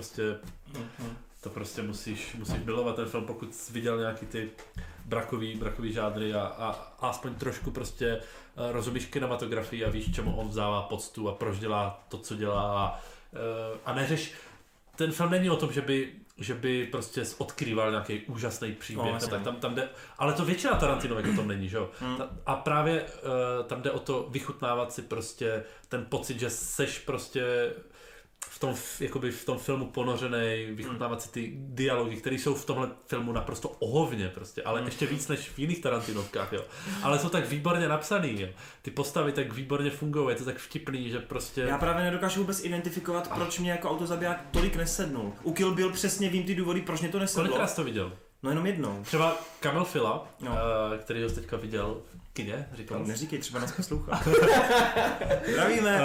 prostě musíš milovat ten film, pokud jsi viděl nějaký ty brakový žánry a aspoň trošku prostě rozumíš kinematografii a víš, čemu on vzdává poctu a proč dělá to, co dělá a neřeš, ten film není o tom, že by prostě odkrýval nějaký úžasný příběh, tak tam jde, ale to většina Tarantinovek o tom není, že jo? A právě tam jde o to vychutnávat si prostě ten pocit, že seš prostě v tom filmu ponořenej, vychutnávat si ty dialogy, které jsou v tomhle filmu naprosto ohovně prostě, ale ještě víc než v jiných Tarantinovkách, jo. Ale jsou tak výborně napsaný, jo. Ty postavy tak výborně fungují, je to tak vtipný, že prostě... Já právě nedokážu vůbec identifikovat, proč mě jako Autozabiják tolik nesednul. U Kill Bill přesně vím ty důvody, proč mě to nesedlo. Kolikrát jsi to viděl? No jenom jednou. Třeba Kamil Fila, který ho teďka viděl v kině, říkal. Neříkej, třeba nás poslouchá. Zdravíme.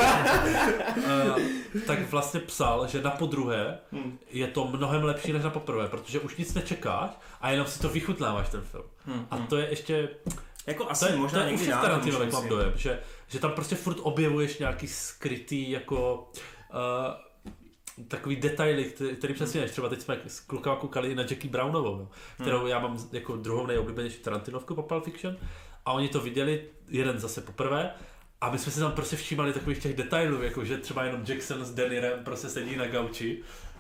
Tak vlastně psal, že na podruhé je to mnohem lepší než na poprvé, protože už nic nečekáš a jenom si to vychutnáváš ten film. A to je ještě... Jako asi možná někdy dál. Tarantinovek mám dojem, že tam prostě furt objevuješ nějaký skrytý jako... takový detaily, který přesně než třeba teď jsme s klukama koukali na Jackie Brownovou, kterou já mám jako druhou nejoblíbenější Tarantinovku po Pulp Fiction a oni to viděli jeden zase poprvé a my jsme si tam prostě všímali takových těch detailů, jako že třeba jenom Jackson s Denirem prostě sedí na gauči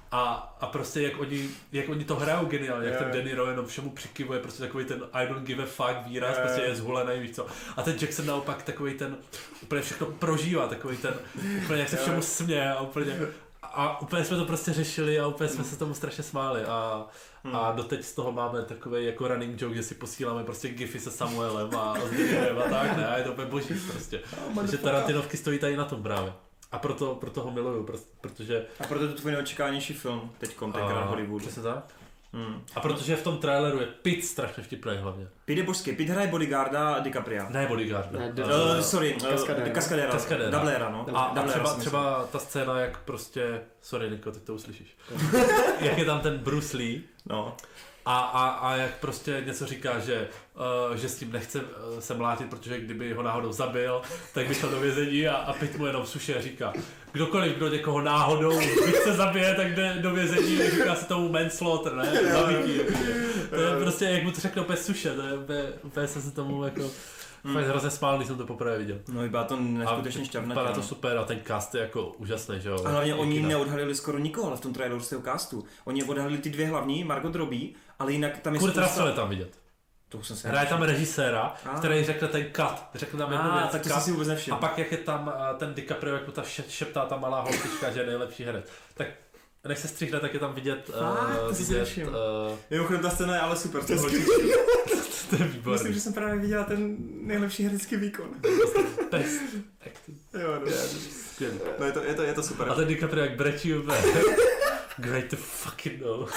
A prostě jak oni to hrajou geniálně, jak ten De Niro jenom všemu přikivuje, prostě takový ten I don't give a fuck výraz, prostě je zhulený, víš co. A ten Jackson naopak takový ten úplně všechno prožívá, takový ten úplně jak se všemu směje a úplně jsme to prostě řešili a úplně jsme se tomu strašně smáli a doteď z toho máme takový jako running joke, že si posíláme prostě gify se Samuelem a s Denirem a tak, ne, a je to úplně boží prostě. Takže Tarantinovky stojí tady na tom právě. A proto ho miluju, protože... A proto je to tvůj neočekávanější film teďkom, tenkrát Hollywoodu. Přesně tak. A protože v tom traileru je Pitt strašně vtipný hlavně. Pitt je božský, Pitt hraje bodyguarda DiCapria. Ne bodyguarda. Kaskadéra. Dublera, no. A třeba ta scéna, jak prostě... Sorry Niko, teď to uslyšíš. Jak je tam ten Bruce Lee. No. A jak prostě něco říká, že s tím nechce se mlátit, protože kdyby ho náhodou zabil, tak by šel do vězení a Pitt mu jenom suše a říká, kdokoliv, kdo někoho náhodou se zabije, tak jde do vězení, říká se tomu manslaughter, ne? Zabití. To je prostě, jak mu to řekne úplně suše, to je úplně jsem se tomu jako... Fakt hrozně smál, když jsem to poprvé viděl. No vypadá to neskutečně šťavné. Vypadá to super a ten cast je jako úžasný, že jo. A hlavně oni neodhalili skoro nikoho, ale v tom traileru z toho castu. Oni odhalili ty dvě hlavní, Margot Robbie, ale jinak tam je Kurt Russell je tam vidět. To jsem se hraje tam režiséra, který řekne ten cut, řekne tam jednu věc, tak to si vůbec nevšiml. A pak jak je tam ten DiCaprio, jak mu ta šeptá ta malá holčička, že je nejlepší herec. Tak než se střihne, tak je tam vidět... Mimochodem ta scéna je ale super. To je výborný. Myslím, že jsem právě viděla ten nejlepší herecký výkon. Best. Jo, no. Skvělý. No je to super. A ten DiCaprio jak brečí úplně. Great to fucking know.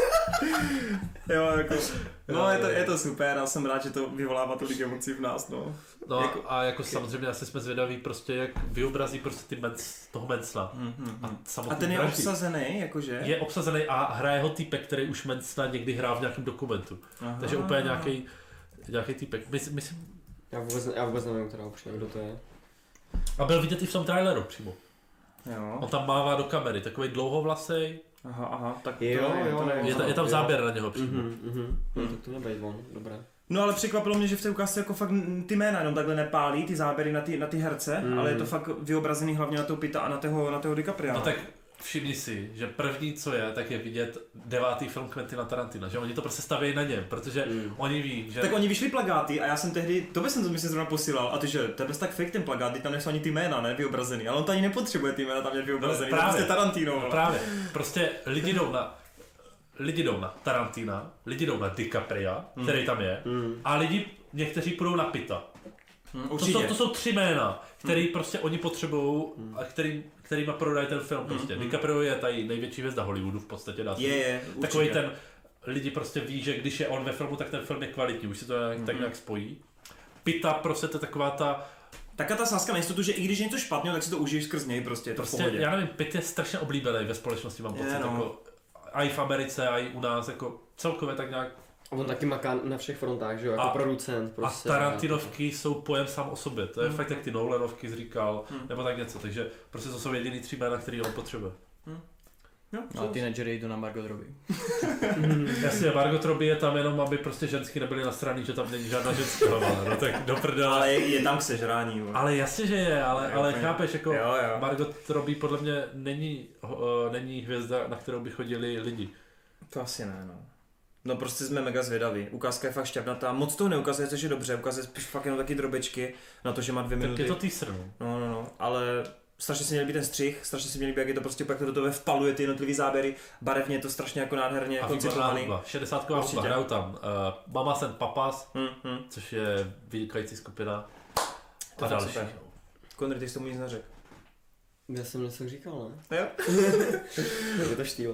Jo, jako, no je to super a jsem rád, že to vyvolává tolik emocí v nás, no. No jako, a jako samozřejmě asi jsme zvědaví prostě, jak vyobrazí prostě toho Mansona. A ten je obsazený, jakože? Je obsazený a hraje ho týpek, který už Mansona někdy hrál v nějakém dokumentu. Aha. Takže úplně nějaký týpek. Myslím... Já vůbec nevím, teda upřímně, kdo to je. A byl vidět i v tom traileru přímo. Jo. On tam mává do kamery, takový dlouhovlasej. Aha, tak je tam záběr na něho přímo. Tak to nebejt on, dobré. No ale překvapilo mě, že v té ukázce jako fakt ty jména jenom takhle nepálí, ty záběry na ty herce, ale je to fakt vyobrazený hlavně na toho Pitta a na toho DiCapria. No tak všimni si, že první co je, tak je vidět 9. film Quentina Tarantina, že oni to prostě stavějí na něm, protože oni ví, že... Tak oni vyšli plagáty a já jsem tehdy, to jsem to myslím zrovna posílal a ty, že to je bez tak fake ten plagát, tam nejsou ani ty jména, ne, vyobrazený, ale on to ani nepotřebuje ty jména tam je vyobrazený, no, to je prostě Tarantino. No, právě, prostě lidi jdou na Tarantina, lidi jdou na DiCapria, který tam je, a někteří půjdou na Pitta. To jsou 3 jména, který prostě oni potřebují a kterýma prodají ten film prostě. DiCaprio je tady největší hvězda Hollywoodu v podstatě. Takový ten, lidi prostě ví, že když je on ve filmu, tak ten film je kvalitní, už si to tak nějak spojí. Pitta prostě to je taková ta... Taká ta sázka na jistotu, že i když je něco špatného, tak si to užiješ skrz něj prostě, to v pohodě. Já nevím, Pitt je strašně oblíbený ve společnosti, mám pocit, jako, a i v Americe, a i u nás, jako celkově tak nějak. On taky maká na všech frontách, že jo, jako producent prostě. A Tarantinovky jsou pojem sám o sobě, to je fakt jak ty Nolanovky zříkal, nebo tak něco, takže prostě to jsou jediný 3 jména, který on potřebuje. No, teenagery jdu na Margot Robbie. Jasně, Margot Robbie je tam jenom, aby prostě ženský nebyly nasraný, že tam není žádná ženská hlava, no tak do prdele. Ale je tam k sežrání. Ale jasně, že je, ale chápeš, jako jo. Margot Robbie podle mě není hvězda, na kterou by chodili lidi. To asi ne, no. No prostě jsme mega zvědaví. Ukázka je fakt šťavnatá. Moc toho neukazuje, což je dobře. Ukazuje spíš fakt jenom taky drobečky na to, že má 2 minuty. Tak je to teaser, no. No. Ale strašně si mě líbí ten střih, strašně si mě líbí, jak je to prostě pak do toho vpaluje ty jednotlivý záběry. Barevně je to strašně jako nádherně koncipovaný. 60ková hudba, hrajou tam Mamas and Papas, což je vynikající skupina. A další. Konry, ty jsi tomu nic neřekl. Já jsem něco říkal, ne? Jo? Je to štýl.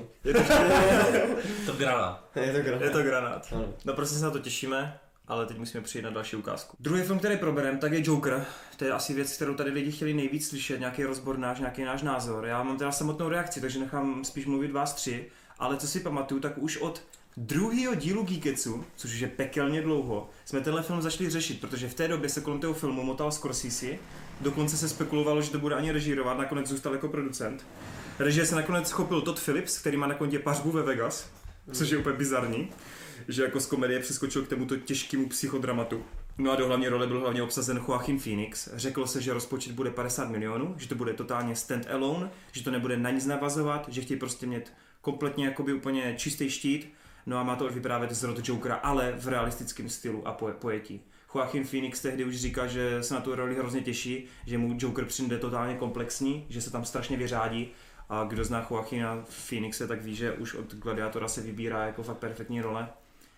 To granát. Je to granát. No prostě se na to těšíme, ale teď musíme přijít na další ukázku. Druhý film, který probereme, tak je Joker. To je asi věc, kterou tady lidi chtěli nejvíc slyšet, nějaký rozbor nějaký náš názor. Já mám teda samotnou reakci, takže nechám spíš mluvit vás 3, ale co si pamatuju, tak už od druhého dílu Geeketsu, což už je pekelně dlouho, jsme tenhle film začali řešit, protože v té době se kolem toho filmu motal Scorsese, dokonce se spekulovalo, že to bude ani režírovat, nakonec zůstal jako producent. Režie se nakonec chopil Todd Phillips, který má na kontě Pařbu ve Vegas, což je úplně bizarní, že jako z komedie přeskočil k tomuto těžkému psychodramatu. No a do hlavní role byl hlavně obsazen Joaquin Phoenix. Řeklo se, že rozpočet bude 50 milionů, že to bude totálně stand alone, že to nebude na nic navazovat, že chtějí prostě mít kompletně jakoby úplně čistý štít, no a má to vyprávět zrod Jokera, ale v realistickém stylu a pojetí. Joaquin Phoenix tehdy už říká, že se na tu roli hrozně těší, že mu Joker přijde totálně komplexní, že se tam strašně vyřádí a kdo zná Joaquina Phoenixe, tak ví, že už od Gladiátora se vybírá jako fakt perfektní role.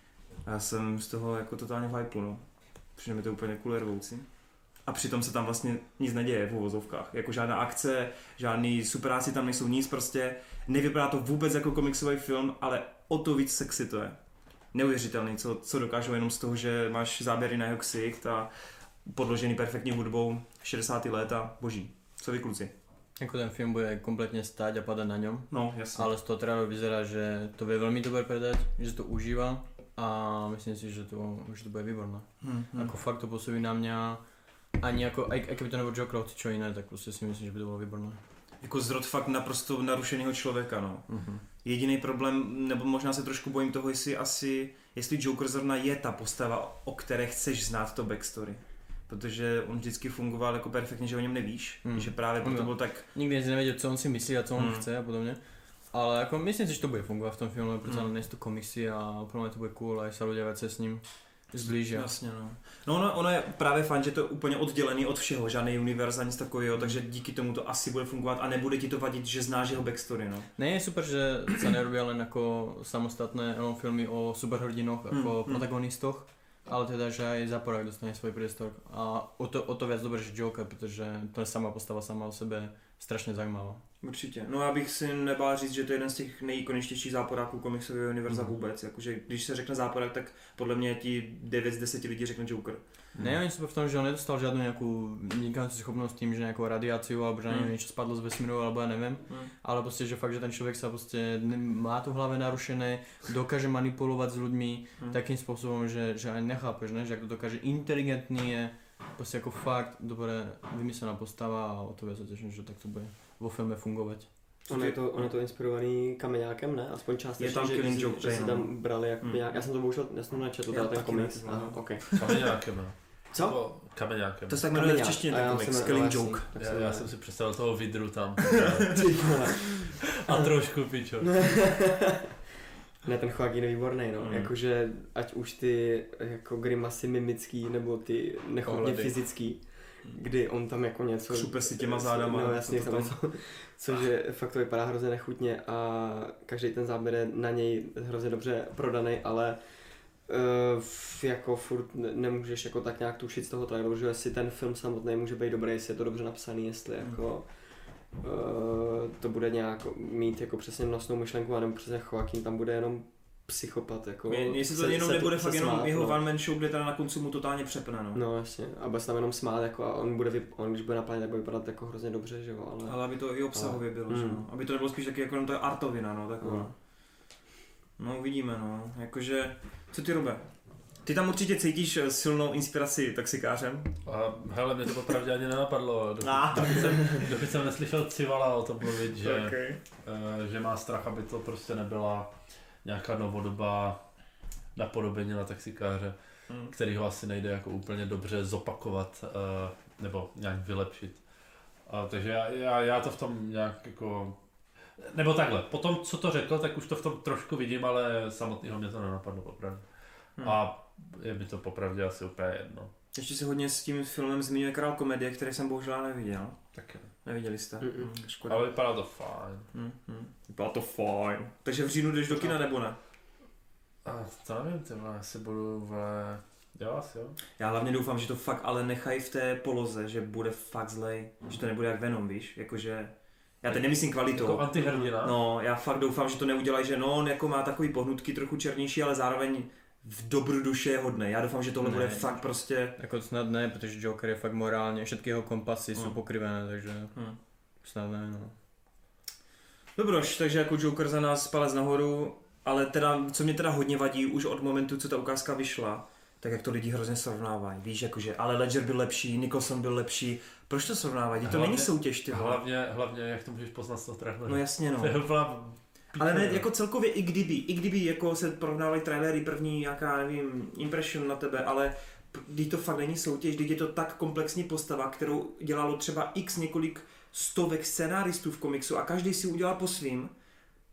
A já jsem z toho jako totálně v hypeu, no. Přijde mi to úplně kulervoucí. A přitom se tam vlastně nic neděje v uvozovkách. Jako žádná akce, žádný superáci tam nejsou, nic prostě. Nevypadá to vůbec jako komiksový film, ale o to víc sexy to je. Neuvěřitelný, co dokážou jenom z toho, že máš záběry na jeho ksicht a podložený perfektní hudbou 60. léta. Boží. Co vy kluci? Jako ten film bude kompletně stát a padat na něm. No, jasně. Ale z toho traileru vyzerá, že to bude velmi dobré predať, že to užívá a myslím si, že to bude výborné. Jako fakt to působí na mě ani jako, aj keby to nebyl Joker, čo jiné, tak prostě si myslím, že by to bylo výborné. Jako zrod fakt naprosto narušeného člověka, no. Jediný problém, nebo možná se trošku bojím toho, jestli Joker zrovna je ta postava, o které chceš znát to backstory. Protože on vždycky fungoval jako perfektně, že o něm nevíš, že právě proto byl tak... Nikdy si nevěděl, co on si myslí a co on chce a podobně. Ale jako myslím si, že to bude fungovat v tom filmu, protože nejsou to komiksy a úplně to bude cool a se lidé se s ním zblíží. Jasně, no. No ono je právě fajn, že to je úplně oddělený od všeho, žádný univerz ani nic takového, takže díky tomu to asi bude fungovat a nebude ti to vadit, že znáš jeho backstory, no. Ne, je super, že se nerobí len jako samostatné filmy o superhrdinoch, jako protagonistoch, ale teda, že aj Záporák dostane svůj priestor a o to viac dobré, že Joker, protože to je sama postava sama o sebe strašně zajímavá. Určitě. No já bych si nebál říct, že to je jeden z těch nejikoničtějších záporáků komiksového univerza vůbec. Jakože když se řekne záporák, tak podle mě ti 9 z 10 lidí řekne Joker. Ne, oni jsou v tom, že on nedostal žádnou nějakou vynikající schopnost tím, že nějakou radiáciu alebo že něco spadlo z vesmíru, alebo já nevím. Ale prostě, že fakt, že ten člověk se prostě má to v hlavě narušené, dokáže manipulovat s lidmi takým způsobem, že ani nechápeš, ne? Že jak to dokáže inteligentní je, prostě jako fakt dobré vymyslená postava a o to víc se těším, že tak to bude vo filme fungovat. On je to inspirovaný Kameňákem, ne? Aspoň částečně, je tam že si tam brali jak nějak. Já jsem to bohužel nečetl, ten komiks. Okay. Kameňákem, no. Co? Kameňákem. To se tak jmenuje v češtině ten komiks, Killing Joke. Já jsem si představil toho vidru tam. A trošku pičo. Ne, ten Joaquin je výborný, no. Jakože ať už ty jako grimasy mimický, nebo ty nechutně fyzický, kdy on tam jako něco... Křupe si těma zádama. No jasně, tam cože fakt to vypadá hrozně nechutně a každý ten záběr je na něj hrozně dobře prodaný, ale jako furt nemůžeš jako tak nějak tušit z toho traileru, že jestli ten film samotný může být dobrý, jestli je to dobře napsaný, jestli jako to bude nějak mít jako přesně nosnou myšlenku, anebo přesně Joaquin tam bude jenom psychopat, jako... Jestli to jenom nebude fakt jenom jeho one man show, kde teda na konci mu totálně přepne, no. No jasně, a bude se tam jenom smát, jako a on když bude na pláně, tak bude vypadat jako hrozně dobře, že jo, ale... Ale aby to i obsahově bylo, že no. Aby to nebylo spíš taky jako jenom to je artovina, no, taková. No uvidíme, no, jakože... Co ty, Robe? Ty tam určitě cítíš silnou inspiraci taxikářem? A hele, mě to popravdě ani nenapadlo, dokud jsem neslyšel Civala o tom mluvit, že má strach, aby to prostě nebyla nějaká novodobá napodobení na taxikáře, který ho asi nejde jako úplně dobře zopakovat nebo nějak vylepšit. Takže já to v tom nějak jako... Nebo takhle, potom co to řekl, tak už to v tom trošku vidím, ale samotného mě to nenapadlo popravdě. A je mi to popravdě asi úplně jedno. Ještě se hodně s tím filmem zmiňuje Král komedie, který jsem bohužel neviděl. Taky ne. Neviděli jste? Škoda. Ale vypadá to fajn. Vypadá to fajn. Takže v říjnu jdeš do kina nebo ne? To nevím, asi budu Jo, asi jo. Já hlavně doufám, že to fakt ale nechají v té poloze, že bude fakt zlej. Že to nebude jak Venom, víš? Jakože... Já teď nemyslím kvalitou. Jako antihrdina? No, já fakt doufám, že to neudělají, že no, on jako má takový pohnutky trochu černější, ale zároveň v dobru duše je hodný. Já doufám, že tohle bude fakt prostě... Jako snad ne, protože Joker je fakt morálně, všetky jeho kompasy jsou pokryvené, takže snad ne, no. Dobroš, takže jako Joker za nás palec nahoru, ale teda, co mě teda hodně vadí už od momentu, co ta ukázka vyšla, tak jak to lidi hrozně srovnávají, víš, jakože, ale Ledger byl lepší, Nicholson byl lepší, proč to srovnávají? To není soutěž, ty hlavně, jak to můžeš poznat z toho traileru. No jasně, no. To je ale ne, jako celkově i kdyby jako se porovnávaly trailery první, jaká, nevím, impression na tebe, ale když to fakt není soutěž, když je to tak komplexní postava, kterou dělalo třeba několik stovek scénáristů v komiksu a každý si udělal po svým,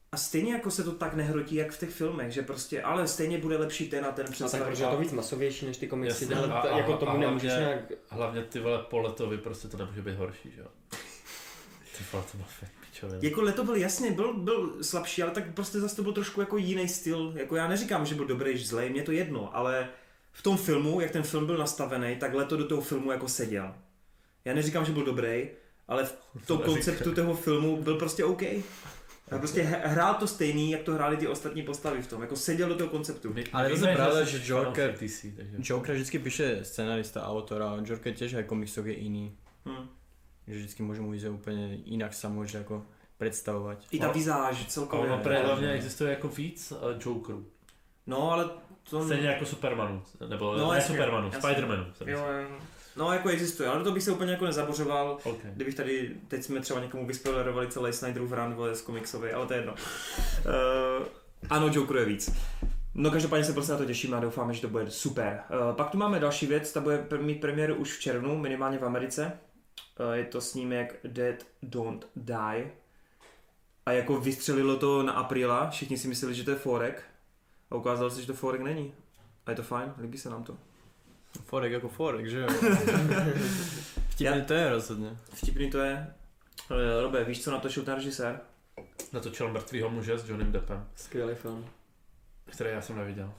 A stejně jako se to tak nehrotí, jak v těch filmech, že prostě, ale stejně bude lepší ten a ten No tak představit. protože je to víc masovější než ty komiksy, Jasně, ale jako tomu nemůžeš nějak... Hlavně ty vole po Letovi prostě to nemůže být horší, že jo? Ty vole, to bylo fakt pičovina. Jako Leto byl jasně, byl slabší, ale tak prostě zase to byl trošku jako jiný styl. Jako já neříkám, že byl dobrý, že zlej, mě to jedno, ale v tom filmu, jak ten film byl nastavený, tak Leto do toho filmu jako seděl. Já neříkám, že byl dobrý, ale v tom konceptu toho filmu byl prostě OK. A prostě hrál to stejný, jak to hráli ty ostatní postavy v tom, jako seděl do toho konceptu. Ale to je pravda, že Joker, fantasy, takže... Joker vždycky píše scenarista, autor a Joker těž aj komiksok je iný. Že vždycky môže mu ísť úplně jinak sa môže jako predstavovať. I ta vizáž celkově. Ono hlavně existuje jako víc Jokerů. No ale to... Stejně jako Supermanu, nebo no, ne jasně, Supermanu, jasně. Spidermanu. Jo. No jako existuje, ale to bych se úplně jako nezabořoval, Okay. kdybych tady, teď jsme třeba někomu vyspoilerovali celý Snyderův run z komiksový, ale to je jedno. Ano, Joker je víc. No každopádně se prostě na to těšíme a doufáme, že to bude super. Pak tu máme další věc, ta bude mít premiéru už v červnu, minimálně v Americe. Je to snímek Dead Don't Die. A jako vystřelilo to na apríla, všichni si mysleli, že to je forek. A ukázalo se, že to forek není. A je to fajn, líbí se nám to. Forek jako forek, že jo? Vtipný to je rozhodně. Vtipný to je. Robe, víš, co natočil ten režisér? Natočil Mrtvýho muže s Johnnym Deppem. Skvělý film. Který já jsem neviděl.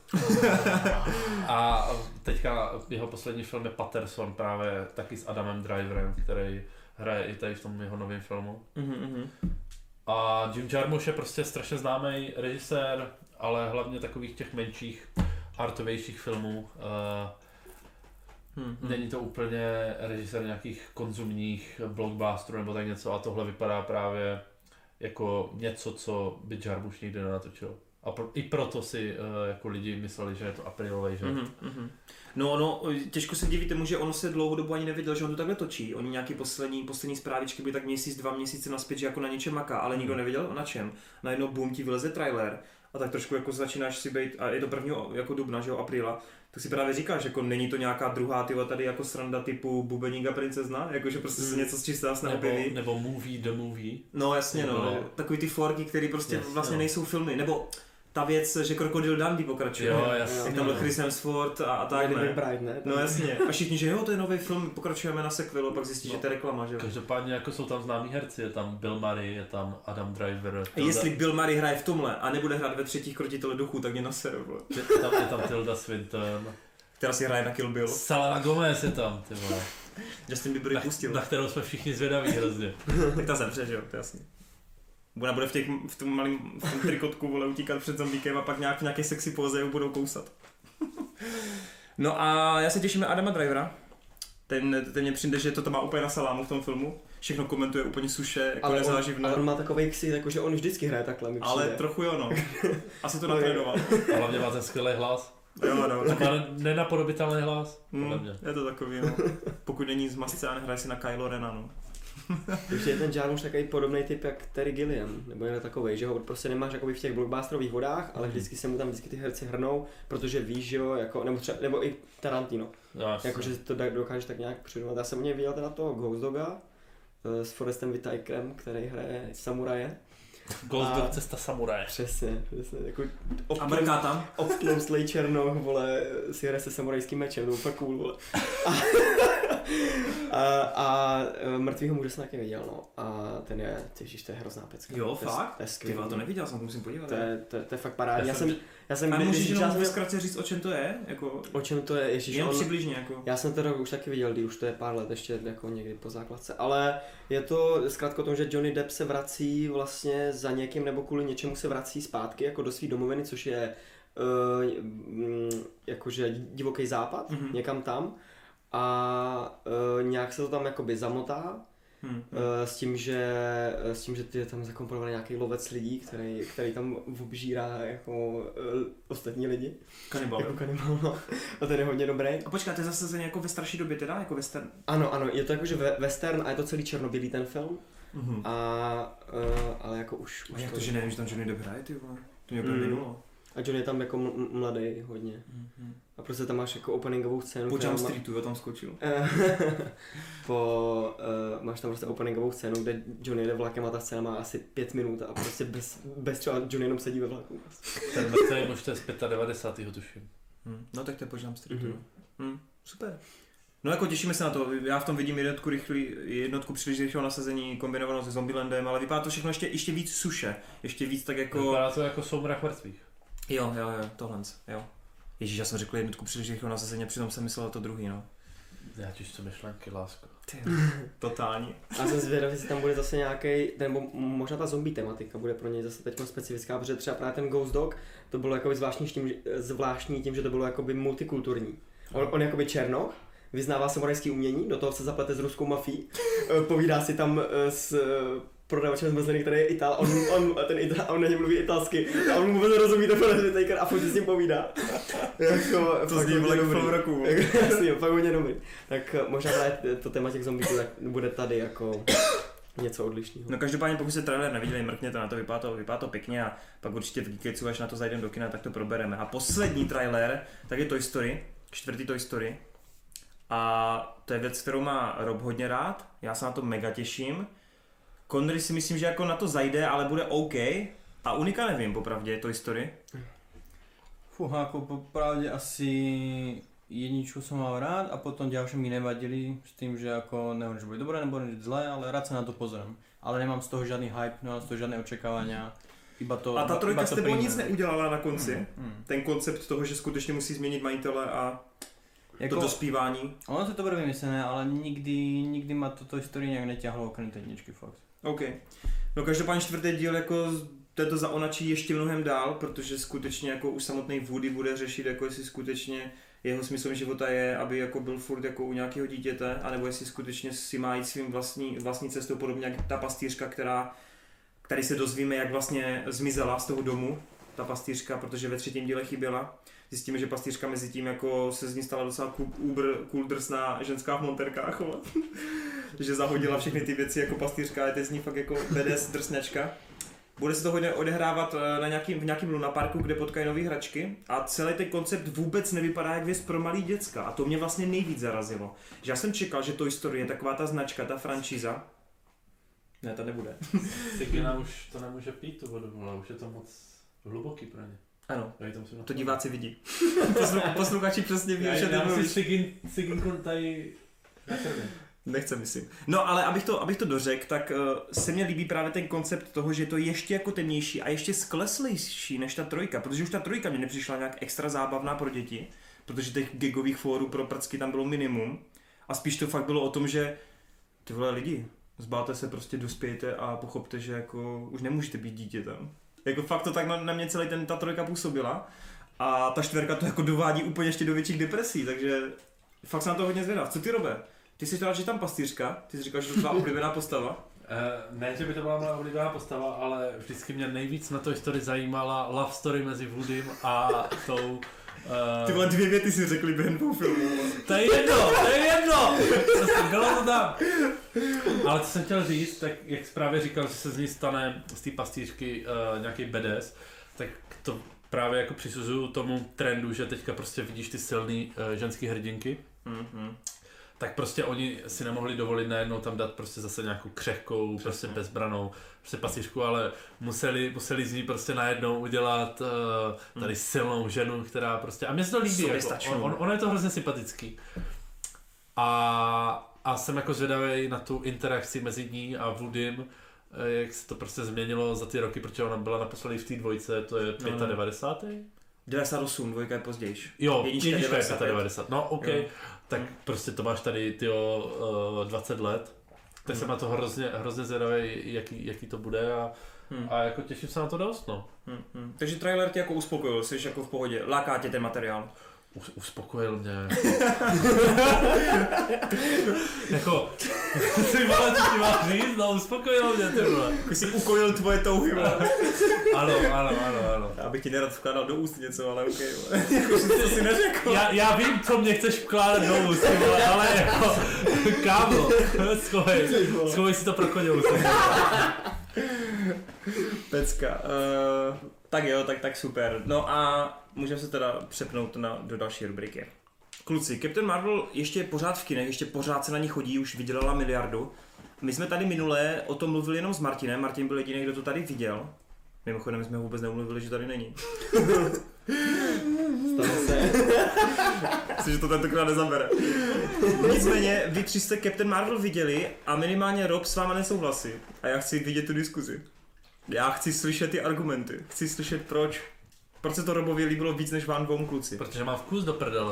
A teďka jeho poslední film je Patterson, právě taky s Adamem Driverem, který hraje i tady v tom jeho novém filmu. A Jim Jarmusch je prostě strašně známý režisér, ale hlavně takových těch menších, artovějších filmů. Není to úplně režisér nějakých konzumních blockbusterů nebo tak něco a tohle vypadá právě jako něco, co by Jarmusch nikdy nenatočil. A i proto si jako lidi mysleli, že je to aprílovej, že? No, těžko se diví tomu, že ono se dlouhou dobu ani nevěděl, že on to takhle točí. Oni nějaký poslední zprávičky byly tak měsíc, 2 měsíce naspět, že jako na něčem maká, ale nikdo nevěděl na čem. Najednou boom ti vyleze trailer a tak trošku jako začínáš si být, a je to 1. jako dubna, že jo, apríla, tak si právě říkáš, jako není to nějaká druhá tyhle tady jako sranda typu Bubeník a princezna, jakože prostě se něco z čistého neobjeví. Nebo Movie the Movie. No jasně, no. Takový ty forky, které prostě jasně, vlastně nejsou filmy, nebo ta věc, že Krokodil Dundee pokračuje. Jo, jasně. Jak tam byl Chris Hemsworth a tak, ne? Bride, ne? No jasně. A všichni, že jo, to je nový film, pokračujeme na sequelu, pak zjistí, že to je reklama, že jo. Každopádně jako jsou tam známí herci, je tam Bill Murray, je tam Adam Driver. A jestli Bill Murray hraje v tomhle a nebude hrát ve třetích Krotitele duchů, tak mě naseru, vole. Je tam Tilda Swinton. Která si hraje na Kill Bill. Selena Gomez je tam, ty vole. Justin Bieber ji pustil. Na kterou jsme všichni zvědaví hrozně. Tak ta zemře, že jo, to je jasný. Ona bude v tom malém trikotku, vole, utíkat před zombíkem a pak v nějaké sexy póze ho budou kousat. No a já se těším na Adama Drivera. Ten mě přijde, že to má úplně na salámu v tom filmu. Všechno komentuje úplně suše, jako nezáživné. Ale on má takovej ksít, jakože on vždycky hraje takhle, mi přijde. Ale trochu jo, no. Asi to natrénoval. A hlavně má ten skvělý hlas. Jo, no. Má nenapodobitelný hlas, podle mě. Je to takový, no. Pokud není z masce a nehraje si na Kylo Rena, no. Ještě je ten Jarmusch takový podobný typ jak Terry Gilliam, nebo jen takovej, že ho prostě nemáš jakoby v těch blockbusterových vodách, ale vždycky se mu tam ty herci hrnou, protože víš, že jo, jako, nebo i Tarantino, jakože to dokážeš tak nějak přirovnat. Já jsem u něj viděl teda toho Ghost Doga s Forestem Whitakerem, který hraje samuraje. Ghost Dog cesta samuraje. Přesně, jako Amerika tam. obtlouslej černoch, vole, si hraje se samurajským mečem, to fakt cool, vole. A Mrtvýho muže jsem taky viděl, no. A ten je, těžíš, to je hrozná pecka. Jo, fakt? To je skvělý. Ty to neviděl, jsem to musím podívat. To je fakt parádní. Já jsem a můžeš jenom ve zkratce říct, o čem to je? Jako... O čem to je? Ježíš, jen přibližně, jako. Já jsem to už taky viděl, už to je pár let, ještě jako někdy po základce. Ale je to zkrátka o tom, že Johnny Depp se vrací vlastně za někým nebo kvůli něčemu se vrací zpátky jako do svý domoviny, což je jakože divoký západ, někam tam. A nějak se to tam jakoby zamotá s tím, že ty tam zakomponovali nějaký lovec lidí, který tam obžírá jako ostatní lidi. Kanibal. Jako kanibal, no. A ten je hodně dobrý. A počkat, to je zase jako ve starší době teda, jako western? Ano, je to jakože western a je to celý černobílý ten film. Ale jako už a jak to, že nevím, že tam Johnny Depp hraje, ty vole? To mě úplně minulo. A John je tam jako mladý hodně. A prostě tam máš jako openingovou scénu. Po Jump Streetu, jo, tam skočil. Máš tam prostě openingovou scénu, kde John jede vlakem a ta scéna má asi 5 minut a prostě bez třeba John jenom sedí ve vlaku. Ten mrtvý muž to je z 95. tuším. No tak to je po Jump Streetu. Super. No jako těšíme se na to, já v tom vidím jednotku příliš rychlého nasazení kombinovanou se Zombielandem, ale vypadá to všechno ještě víc suše, ještě víc tak jako... Vypadá to jako Soumrak mrtvých. Jo, tohle, jo. Ježíš, já jsem řekl jednotku příliš rychlého nasazení, přitom jsem myslel to druhý, no. Já těž to myšlenky, lásko. Totálně. A jsem zvědavý, jestli tam bude zase nějaký, nebo možná ta zombie tematika bude pro něj zase teď specifická, protože třeba právě ten Ghost Dog, to bylo jakoby zvláštní tím, že to bylo jakoby multikulturní. On jakoby černoch, vyznává samurajské umění, do toho se zaplete s ruskou mafií, povídá si tam s prodavačem zmrzlený, který je Ital, on na něm mluví italsky a on mu vůbec nerozumí ten Taker a furt si s ním povídá. Jako, to zní bylo jako v tom roku. Jasně, fakt hodně dobrý. Tak možná to téma těch zombíků bude tady jako něco odlišného. No každopádně pokud se trailer neviděli, mrkněte na to, vypadá to pěkně a pak určitě v Geeketsu, až na to zajdeme do kina, tak to probereme. A poslední trailer, tak je Toy Story, 4. Toy Story. A to je věc, kterou má Rob hodně rád, já se na to mega těším. Connery si myslím, že jako na to zajde, ale bude OK. A Unika nevím, popravdě, Toy Story. Jako popravdě asi jedničku jsem mal rád a potom ďalšie mi nevadili s tým, že jako neviem, že bude dobré nebo zlé, ale rád sa na to pozriem. Ale nemám z toho žádný hype, nemám z toho žádné očekávania. Iba to, a ta trojka s tebou nic príjme. neudělala na konci. Ten koncept toho, že skutečně musí změnit majitele a jako, to dospívání. Ono to je dobré vymyslené, ale nikdy ma to Toy Story nějak neťahlo okrem té jedničky fakt. OK. No každopádně 4. díl jako to zaonačí ještě mnohem dál, protože skutečně jako už samotný Woody bude řešit, jako jestli skutečně jeho smyslem života je, aby jako byl furt jako u nějakého dítěte, anebo jestli skutečně si má jít svým vlastní cestou, podobně jak ta pastýřka, který se dozvíme, jak vlastně zmizela z toho domu, ta pastýřka, protože ve 3. díle chyběla. Zjistíme, že pastýřka mezi tím jako se z ní stala docela cool drsná ženská v monterkách, že zahodila všechny ty věci jako pastýřka, je to z ní fakt jako badass drsňačka. Bude se to hodně odehrávat v nějakém lunaparku, kde potkají nové hračky a celý ten koncept vůbec nevypadá jak věc pro malý děcka a to mě vlastně nejvíc zarazilo. Že já jsem čekal, že Toy Story je taková ta značka, ta franšíza. Ne, to nebude. Sigina už to nemůže pít tu vodu, ale už je to moc hluboký pro ně. Ano, to diváci vidí. Posluchači přesně ví, že to mluvíš. Siginku tady nechce, myslím. No ale abych to dořekl, tak se mně líbí právě ten koncept toho, že je to ještě jako temnější a ještě skleslejší než ta trojka, protože už ta trojka mě nepřišla nějak extra zábavná pro děti, protože těch gigových fórů pro prcky tam bylo minimum a spíš to fakt bylo o tom, že ty vole lidi, zbáte se, prostě dospějte a pochopte, že jako už nemůžete být dítětem. Jako fakt to tak na mě celý ta trojka působila a ta 4 to jako dovádí úplně ještě do větších depresí, takže fakt jsem na to hodně zvědav. Co ty, Robe? Ty jsi říkal, že tam pastýřka, ty jsi říkal, že to je tvá oblíbená postava. Ne, že by to byla moje oblíbená postava, ale vždycky mě nejvíc na Toy Story zajímala love story mezi Woodym a tou... Ty vole 2 věty si řekli během 2 filmů. To je jedno! Bylo to tam. Ale co jsem chtěl říct, tak jak právě říkal, že se z ní stane z té pastýřky nějaký badass, tak to právě jako přisuzuju tomu trendu, že teďka prostě vidíš ty silný ženský hrdinky. Tak prostě oni si nemohli dovolit najednou tam dát prostě zase nějakou křehkou, prostě bezbranou prostě pastýřku, ale museli z ní prostě najednou udělat tady silnou ženu, která prostě, a mě se to líbí, jako, ono je to hrozně sympatický. A jsem jako zvědavý na tu interakci mezi ní a Woodym, jak se to prostě změnilo za ty roky, protože ona byla naposledy v té dvojce, to je 95. 98, 2 je pozdější. Jo, jednička je 95. No ok, tak prostě to máš tady 20 let. Tak jsem na to hrozně zvědavý, jaký to bude a jako těším se na to dost, no. Takže trailer tě jako uspokojil, jsi jako v pohodě, láká tě ten materiál? Uspokojil mě. Jako, ty vole, co ti máš říct, no uspokojil mě, ty vole. Jako jsi ukojil tvoje touhy, vole. Ano. Já bych ti nerad vkládal do úst něco, ale okej, vole. Jako, co jsi neřekl. Já vím, co mě chceš vkládat do úst, ty vole, ale jako, kámo, schovej si to pro koně úst. Pecka. Tak jo, tak super. No a můžeme se teda přepnout do další rubriky. Kluci, Captain Marvel ještě pořád v kinech, ještě pořád se na ní chodí, už vydělala miliardu. My jsme tady minule o tom mluvili jenom s Martinem, Martin byl jediný, kdo to tady viděl. Mimochodem jsme vůbec neumluvili, že tady není. Stane se. Myslím, že to tentokrát nezabere. Nicméně, vy 3 jste Captain Marvel viděli a minimálně Rob s váma nesouhlasí. A já chci vidět tu diskuzi. Já chci slyšet ty argumenty. Chci slyšet proč. Proč se to Robovi líbilo víc než vám dvou kluci. Protože mám vkus do prdele.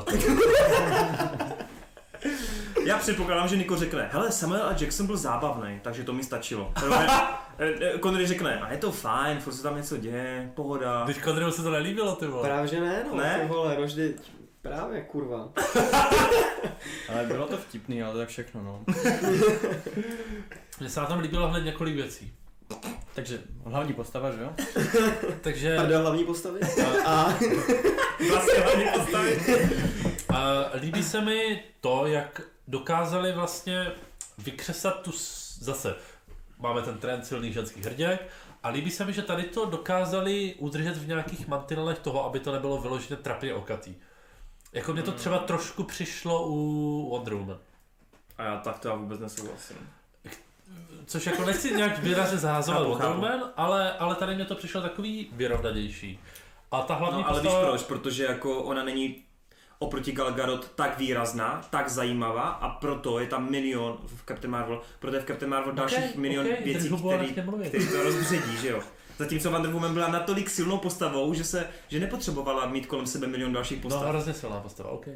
Já předpokládám, že Niko řekne, hele, Samuel L. Jackson byl zábavný, takže to mi stačilo. Connery řekne, a je to fajn, furt se tam něco děje, pohoda. Když Connerymu se to nelíbilo, ty vole. Právě že ne, no, Ne? ty vole, no vždyť, právě, kurva. Ale bylo to vtipný, ale tak všechno, no. Mně se na tom líbilo hned několik věcí. Takže hlavní postava, že jo? Takže... Pardon, hlavní postavy? Vlastně hlavní postavy. Líbí se mi to, jak dokázali vlastně vykřesat tu zase. Máme ten trend silných ženských hrděk a líbí se mi, že tady to dokázali udržet v nějakých mantinelech toho, aby to nebylo vyloženě trapně okatý. Jako mě to třeba trošku přišlo u Wonder Woman. A já takto já vůbec nesouhlasím. Což jako nechci nějak výrazně zahazovat Chápu, Wonder chápu. Woman, ale tady mě to přišlo takový vyrovnanější. A ta hlavní No ale víš postava... proč, protože jako ona není oproti Gal Gadot tak výrazná, tak zajímavá a proto je tam milion v Captain Marvel, proto je v Captain Marvel dalších milion věcí, který to rozbředí, že jo. Zatímco Wonder Woman byla natolik silnou postavou, že nepotřebovala mít kolem sebe milion dalších postav. No, hrozně silná postava, OK.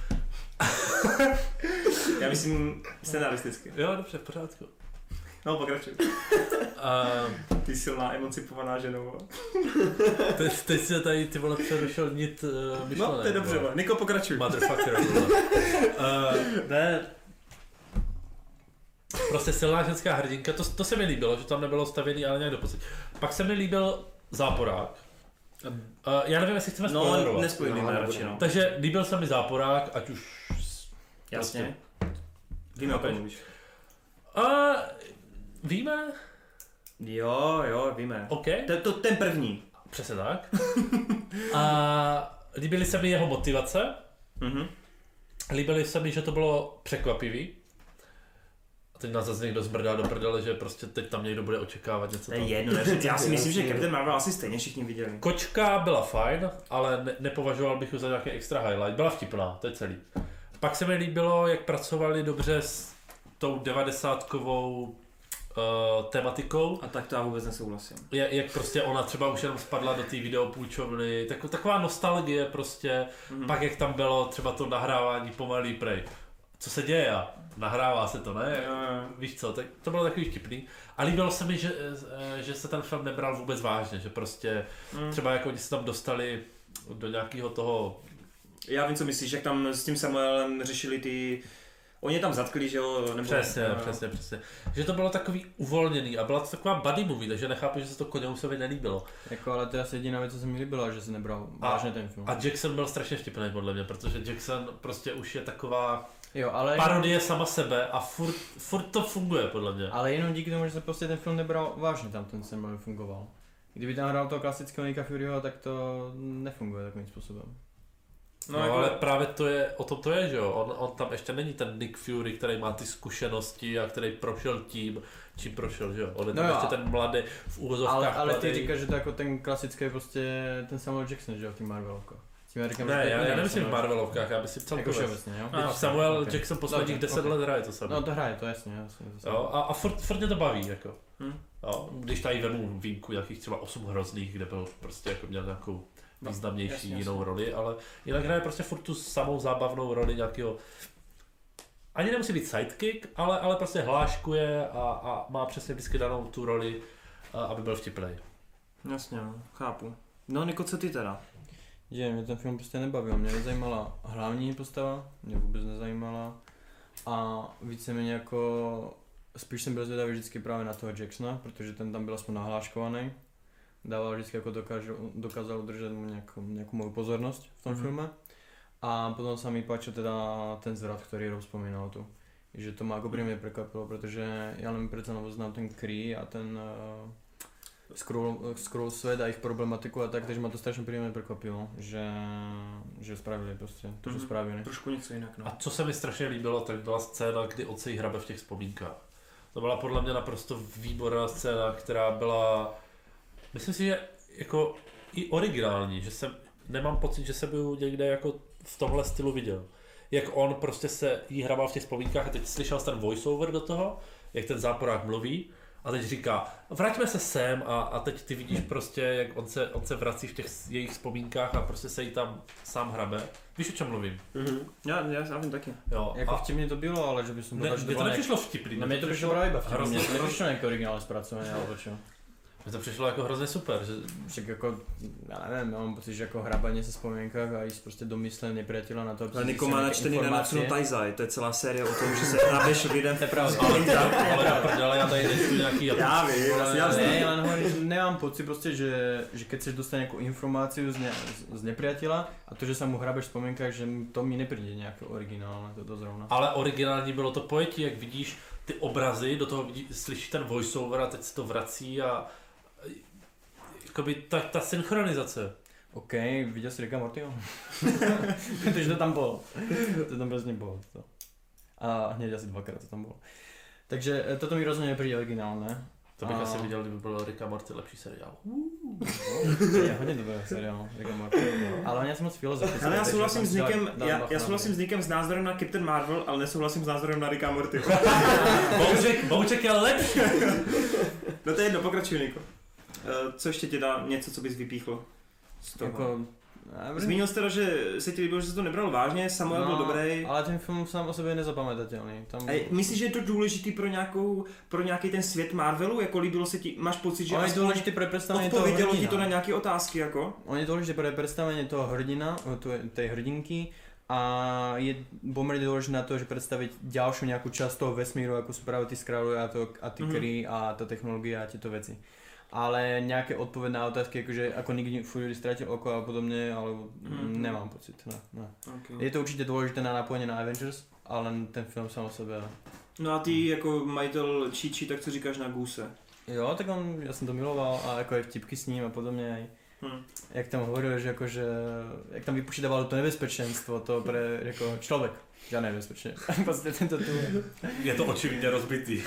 Já myslím scenaristicky. Jo, dobře, v pořádku. No, pokračuj. Ty silná, emancipovaná ženou. Teď si tady ty vole přerušil nit myšlenek. No, to je dobře, vole. Niko, pokračuj. Motherfucker. Ne. Prostě silná ženská hrdinka, to se mi líbilo, že tam nebylo stavěný, ale nějak doposud. Pak se mi líbil Záporák. Já nevím, jestli chceme spoilerovat. No, nespoilujeme radši, no. Takže líbil se mi Záporák, ať už... Jasně. Víme, o kom mluvíš. Víme? Jo, víme. OK. Ten první. Přesně tak. A líbily se mi jeho motivace. Mhm. Líbily se mi, že to bylo překvapivý. A teď nás zase někdo zbrdá do prdele, že prostě teď tam někdo bude očekávat něco To je tam. jedno, neříct. Já si myslím, že Captain Marvel asi stejně všichni viděli. Kočka byla fajn, ale nepovažoval bych ji za nějaký extra highlight. Byla vtipná, to je celý. Pak se mi líbilo, jak pracovali dobře s tou 90kovou tematikou. A tak to já vůbec nesouhlasím. Jak prostě ona třeba už jenom spadla do té videopůjčovny, taková nostalgie prostě, pak jak tam bylo třeba to nahrávání pomalý prej. Co se děje? Nahrává se to, ne? Víš co, tak to bylo takový vtipný. A líbilo se mi, že se ten film nebral vůbec vážně, že prostě třeba jako oni se tam dostali do nějakého toho... Já vím, co myslíš, jak tam s tím Samuelem řešili ty... Oni je tam zatkli, že jo? Nebo... Přesně. Že to bylo takový uvolněný a byla to taková buddy movie, takže nechápu, že se to Koňousovi nelíbilo. Jako, ale to je asi jediná věc, co se mi líbilo, že se nebral vážně ten film. A Jackson byl strašně vtipný podle mě, protože Jackson prostě už je taková jo, ale parodie sama sebe a furt to funguje podle mě. Ale jenom díky tomu, že se prostě ten film nebral vážně, tam ten Samuel fungoval. Kdyby tam hrál toho klasického Nicka Furyho, tak to nefunguje takovým způsobem. No jako... ale právě to je, o tom to je, že jo, on tam ještě není ten Nick Fury, který má ty zkušenosti a který prošel tím, čím prošel, že jo, on je tam ještě ten mladý v úvozovkách ale ty říkáš, že to jako ten klasický prostě ten Samuel Jackson, že jo, v tím Marvelovku. Ne, já nemyslím v Marvelovkách, já myslím celkově. Jako všeobecně, jo? Samuel Jackson posledních 10 let hraje to samé. No to hraje, to jasně. Jo, a furt mě to baví, jako. Jo, když tady vemu výjimku nějakých třeba 8 hrozných, kde byl prostě jako měl nějakou významnější jinou roli, ale jinak hraje prostě furt tu samou zábavnou roli nějakého, ani nemusí být sidekick, ale prostě hláškuje a má přesně vždycky danou tu roli, aby byl vtipnej. Jasně, chápu. No Niko, co ty teda? Že mě ten film prostě nebavil, mě nezajímala hlavní postava, mě vůbec nezajímala a víceméně jako spíš jsem byl zvědavý vždycky právě na toho Jacksona, protože ten tam byl aspoň nahláškovaný. Dával vždycky jako dokázal udržet mu nějakou moju pozornost v tom filme. A potom se mi páčil teda ten zvrat, který Rob vzpomínal tu. že to má jako přímě překvapilo, protože já nevím, proč znám ten Kree a ten Skrull svět a jejich problematiku a tak, takže mě to strašně přímě překvapilo, že spravili prostě to, že spravili. Trošku něco jinak, no. A co se mi strašně líbilo, tak byla scéna, kdy otce jí hrabe v těch vzpomínkách. To byla podle mě naprosto výborná scéna, která byla, myslím si, že jako i originální, že nemám pocit, že jsem byl někde jako v tomhle stylu viděl. Jak on prostě se jí hrabal v těch vzpomínkách a teď slyšel ten voiceover do toho, jak ten záporák mluví a teď říká, vraťme se sem a teď ty vidíš prostě, jak on se vrací v těch jejich vzpomínkách a prostě se jí tam sám hrabe. Víš, o čem mluvím? Já vím taky. Jo, jako vtipně to bylo, ale že by som povedal, že to nepřišlo vtipný. Na mě to přišlo právě iba vtipný, to nepřišlo nějaké originálne spracovanie, alebo čo. Mně to přišlo jako hrozně super, že... Však jako, já nevím, já mám pocit, že jako hrabanie se vzpomínkách a jíst prostě domyslet nepriateľa na to, aby ale Niko má načtený na Natsuno Taizai, to je celá série o tom, že se hrabeš lidem to je pravda. Ale já tady nečtu nějaký... Já vím, jasný. Ne, ale hovorím, že nemám pocit prostě, že keď chceš dostať nejakú informáciu z nepriateľa a to, že sa mu hrabeš v spomienkach, že to mi nepríde nejaké originálne, toto zrovna. Ale originální bylo to pojetí, jak vidíš ty obrazy, do toho slyšíš ten voiceover a teď se to vrací a jakoby ta synchronizace. OK, viděl jsi Ricka Mortyho? Protože to tam bylo. To tam prostě bylo. To. A hned asi dvakrát to tam bylo. Takže toto mi rozhodně nepríde originálne. To bych asi viděl, kdyby byl Rick a Morty lepší seriál. Je hodně dobrý seriál, Rick a Morty. Ale já jsem moc filozofický. Ale já souhlasím s Nikem s názorem na Captain Marvel, ale nesouhlasím s názorem na Ricka a Morty. Bouček je lepší. No to je jedno, pokračuj, Niko. Co ještě ti dá něco, co bys vypíchl z toho? Jako, zmínil jste to, že se ti líbilo, že se to nebral vážně, Samuel byl dobrý. Ale ten film sám o sobě je nezapamatatelný. Myslíš, že je to důležitý pro nějaký ten svět Marvelu? Jako líbilo se ti, máš pocit, že je důležitý pro představení toho odpovědělo hrdina. ti to na nějaké otázky, jako? On je důležitý pro představení toho hrdina, tej hrdinky a je pomerne dôležité na to, že predstaviť ďalšiu nejakú časť toho vesmíru, ako sú práve tí Skrulli a tí Kree a tá technológia a tieto veci. Ale nejaké odpoveď na otázky, akože ako Nick Fury stratil oko a podobne, alebo nemám pocit. Ne. Okay. Je to určite dôležité na napojenie na Avengers, ale ten film sám o sebe. No a ty jako majitel Číči, tak co říkáš na Goose? Jo, tak ja som to miloval a ako aj vtipky s ním a podobne aj. Jak tam hovoril, že akože, jak tam vypočítavalo to nebezpečenstvo, to pre jako člověk, žádné nebezpečné. Vlastně tento tu. Je to očividně rozbitý.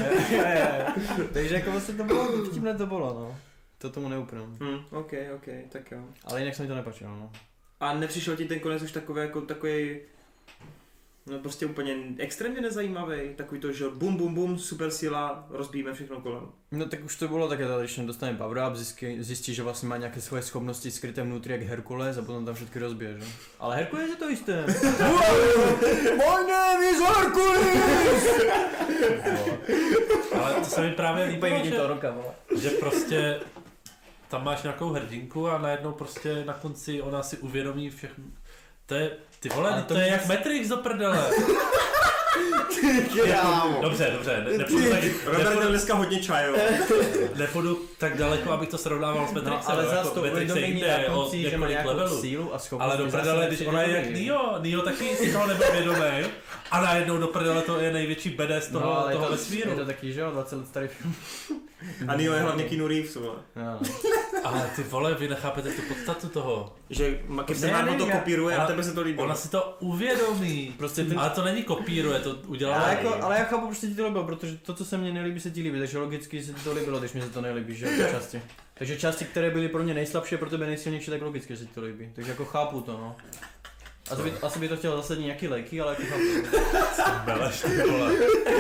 Takže jako vlastně to bylo, vtipné to bylo, no. To tomu neupnem. OK, tak jo. Ale jinak se mi to nepáčilo, no. A nepřišel ti ten konec už takový jako takový, no prostě úplně extrémně nezajímavý, takový to, že bum bum bum, super síla, rozbijeme všechno kolem. No tak už to bylo také, když dostane power up, zjistí, že vlastně má nějaké svoje schopnosti skryté vnútri jak Herkules a potom tam všetky rozbije, že? Ale Herkules je to isté. My name is Herkules! Ale to se mi právě líbilo, že prostě tam máš nějakou hrdinku a najednou prostě na konci ona si uvědomí všechno. To je, ty vole, to je jak Matrix do prdele. Dobře, nepůjdu tak... Robert dneska hodně čajů. Nepůjdu tak daleko, abych to srovnával s Matrixem. No, ale zase to uvědomění na konci, že má nějakou sílu a schopnost. Ale do prdele, když ona je jak Neo taky si toho nebyl vědomý. A najednou do prdele to je největší badass toho vesmíru. Je to taky, že jo, 20 let starý film. A Neo je hlavně Keanu Reeves, vole. Ale ty vole, vy nechápete tu podstatu toho. Že Captain Marvel to kopíruje a tebe se to líbí. Ona si to uvědomí. Prostě ale to není kopíruje, to udělala. Ale já chápu, proč se ti to líbilo, protože to, co se mně nelíbí, se ti líbí, takže logicky se ti to líbilo, když mi se to nelíbí, že jo, části. Takže části, které byly pro mě nejslabší, pro tebe nejsilnější, tak logicky se ti to líbí. Takže jako chápu to, no. Asi by to chtěl zasadit nějaký léky, ale jako chápu. Beleš, ty vole.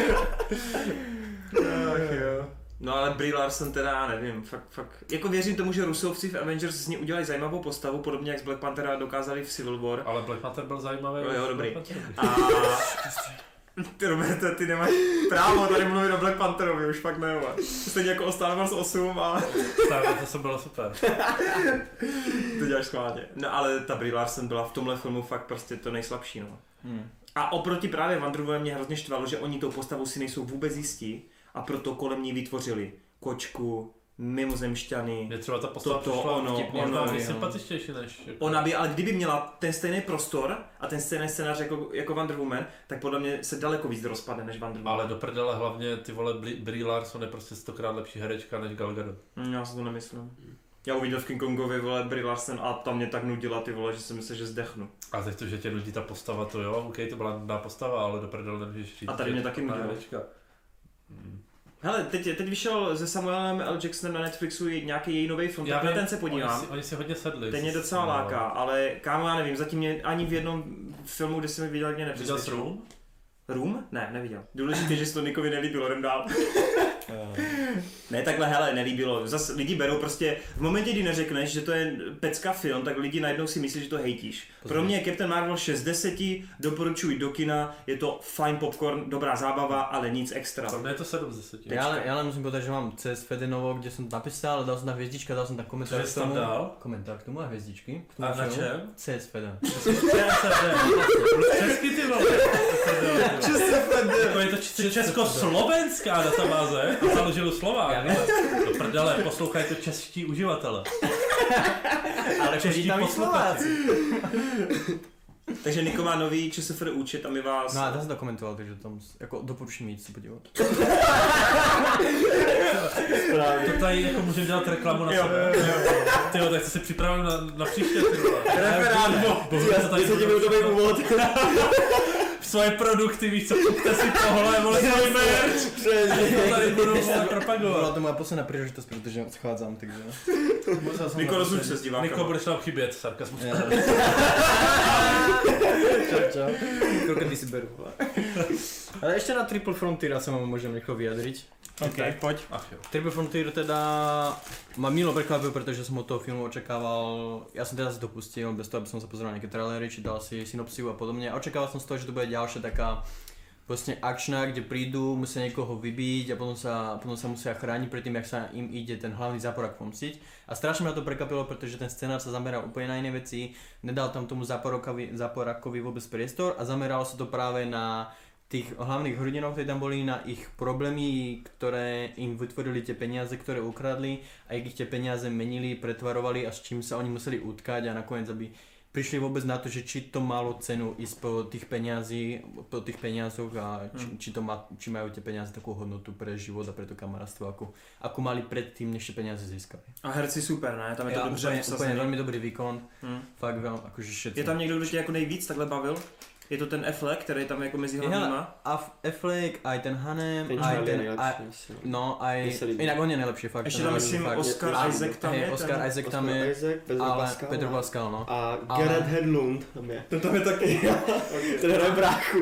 No ale Brie Larson teda, já nevím, fakt, jako věřím tomu, že Rusovci v Avengers z ní udělali zajímavou postavu, podobně jak z Black Panthera dokázali v Civil War. Ale Black Panther byl zajímavý. No jo, dobrý. A... Ty Roberte, ty nemáš právo tady mluvit o Black Pantherovi, už fakt ne, stejně jako o Star Wars 8 a... Star Wars 8 bylo super. To děláš schválně. No ale ta Brie Larson byla v tomhle filmu fakt prostě to nejslabší, no. A oproti právě Wonderwoman mě hrozně štvalo, že oni tou postavou si nejsou vůbec jistí a proto kolem ní vytvořili kočku, mimozemšťany. Je třeba ta postava Toto, přišla ono, možná ono, nejsympatičtější než... Jako... Ona by, ale kdyby měla ten stejný prostor a ten stejný scénář jako Wonder Woman, tak podle mě se daleko víc rozpadne než Wonder Woman. Ale do prdele hlavně ty vole Brie Larson je prostě 100krát lepší herečka než Gal Gadot. Já si to nemyslím. Já uviděl v King Kongovi, vole, Brie Larson a tam mě tak nudila, ty vole, že jsem myslel, že zdechnu. A teď to, že tě nudí ta postava, to jo, OK, to byla nudná postava, ale do prdele nemůžeš říct. A tady mě taky nudila. herečka. Hele, teď vyšel se Samuelem L. Jacksonem na Netflixu nějaký její nový film, tak na ten se podívám. Oni si hodně sedli. Ten mě docela láká, ale kámo, já nevím, zatím mě ani v jednom filmu, kde jsem viděl, mě Viděl jsi nepřesvědčil. Room? Room? Ne, neviděl. Důležité, že se to Nikovi nelíbilo, jdem dál. Ne, takhle, hele, nelíbilo. Zase lidi berou prostě, v momentě, kdy neřekneš, že to je pecka film, tak lidi najednou si myslí, že to hejtíš. Pro mě je Captain Marvel 6 z 10, doporučuji do kina, je to fajn popcorn, dobrá zábava, ale nic extra. Pro mě je to 7 z 10. Já len musím povedať, že mám CS Fedenovo, kde som to napísal, dal som tam hviezdička, dal som tam komentár Cože jsi tam dal? Komentár k tomu a hviezdičky. K tomu A na filmu. čem? CS Feden. Česky ty vole. Jako je to československá databáze, to založil Slovák. Já vím. Do prdele, poslouchají to čeští uživatele. Ale čeští tam i posluchači. Takže Niko má nový ČSFR účet a my vás... No a já jsem to komentoval, takže tam jako doporučím jít se podívat. To tady jako můžeme dělat reklamu na sebe. Tyjo, tak si připravím na příště. Referát, Bohužel to tady budu úvod. svoje produkty, víš co, kupte si tohle, vole, svůj merch. To tady budu Byla propagovat. to moja posledná príležitosť, protože odchádzam, takže... Niko, rozluč se s divákama. Niko, budeš nám chybět, sarkasmus. Čau. Koľko ty si berú. Ale ešte na Triple Frontier sa vám môžem rýchlo vyjadriť. OK, pojď. Ach jo. Triple Frontier teda ma milo prekvapil, pretože som od toho filmu očakával, ja som teda si to pustil, bez toho, aby som sa pozeral nejaké trailery, čítal si synopsiu a podobne. Očakával som z toho, že to bude ďalšia taká vlastne akčná, kde prídu, musia niekoho vybiť a potom sa musia chrániť pred tým, jak sa im ide ten hlavný záporak pomstiť. A strašne ma to prekvapilo, pretože ten scenár sa zameral úplne na iné veci, nedal tam tomu záporakovi vôbec priestor a zameralo sa to práve na tých hlavných hrdinov, ktorí tam boli, na ich problémy, ktoré im vytvorili tie peniaze, ktoré ukradli a ich tie peniaze menili, pretvarovali a s čím sa oni museli utkať a nakoniec aby prišli vôbec na to, že či to malo cenu ísť po tých peniazoch a či majú tie peniaze takú hodnotu pre život a pre to kamarátstvo, ako mali predtým, než tie peniaze získali. A herci super, ne? Tam je to dobře Úplně vsazený. veľmi dobrý výkon, fakt veľmi, akože všetci. Je tam někdo, kdo tě jako nejvíc takhle bavil? Je to ten Affleck, který je tam jako mezi hlavníma? Affleck, aj ten Hanem, Ten aj Charlie je ten... nejlepší asi. No, aj... Mně se líbí. Inak on je najlepší, fakt. Ještě ten tam je myslím fakt- Oscar je- Isaac tam Hej, je. Oscar ten... Isaac tam je, Isaac, Pedro ale Pascal, Pedro no. Pascal, no. A Ale- Gareth Hedlund tam je. Ten tam je taky. Ten hraje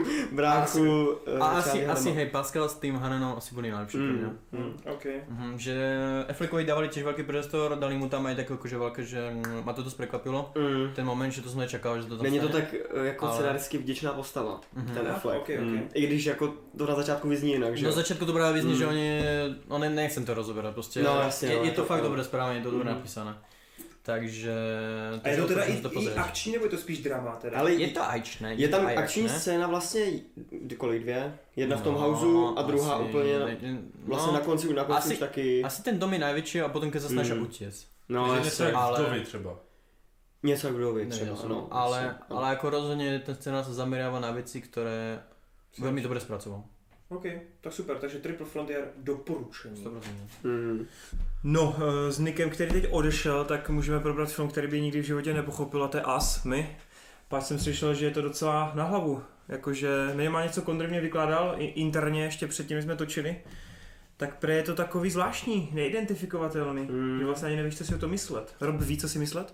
bráchu. A asi, Charlie Hunnama. hej, Pascal s tým Hanenom asi boli najlepší pre mňa. OK. Že Affleckovi dávali tiež veľký priestor, dali mu tam aj také akože veľké, že ma to dosť prekvapilo. Ten moment, že to som nečakal, že to tam Není to stane. tak jako Ale- scenáricky vděčná postava, ten Affleck. ok. I když jako to na začátku vyzní jinak, že Na jo? začiatku to práve vyzní, že oni nechcem to rozoberať, proste No, jasne, no, je to to- fakt dobre správne, je to dobre napísané. Takže... A je to teda odporúčam si to i pozrieť. akční, nebo je to spíš drama teda? Ale Je to ajčné. je tam aj akční akčné. scéna vlastně, kolik dvě? Jedna v tom houseu a druhá asi- úplně, vlastně na konci asi- už taky, Asi ten dom je najväčší a potom keď sa snažia utiec. no Takže jasně, něco jak ale- vdovy třeba. něco jak kdo ví Nevidel třeba, som. no. ale, jasně, no. ale ako rozhodne ten scenár sa zameriava na veci, ktoré veľmi dobre spracoval. OK, tak super, takže Triple Frontier doporučení. 100%. No, s Nikem, který teď odešel, tak můžeme probrat film, který by nikdy v životě nepochopil, a to je Us, my. Pak jsem slyšel, že je to docela na hlavu. Jakože minimálně něco Kondry mě vykládal, interně ještě předtím, než jsme točili. Tak prý je to takový zvláštní, neidentifikovatelný. Že vlastně ani nevíš, co si o to myslet. Rob ví, co si myslet?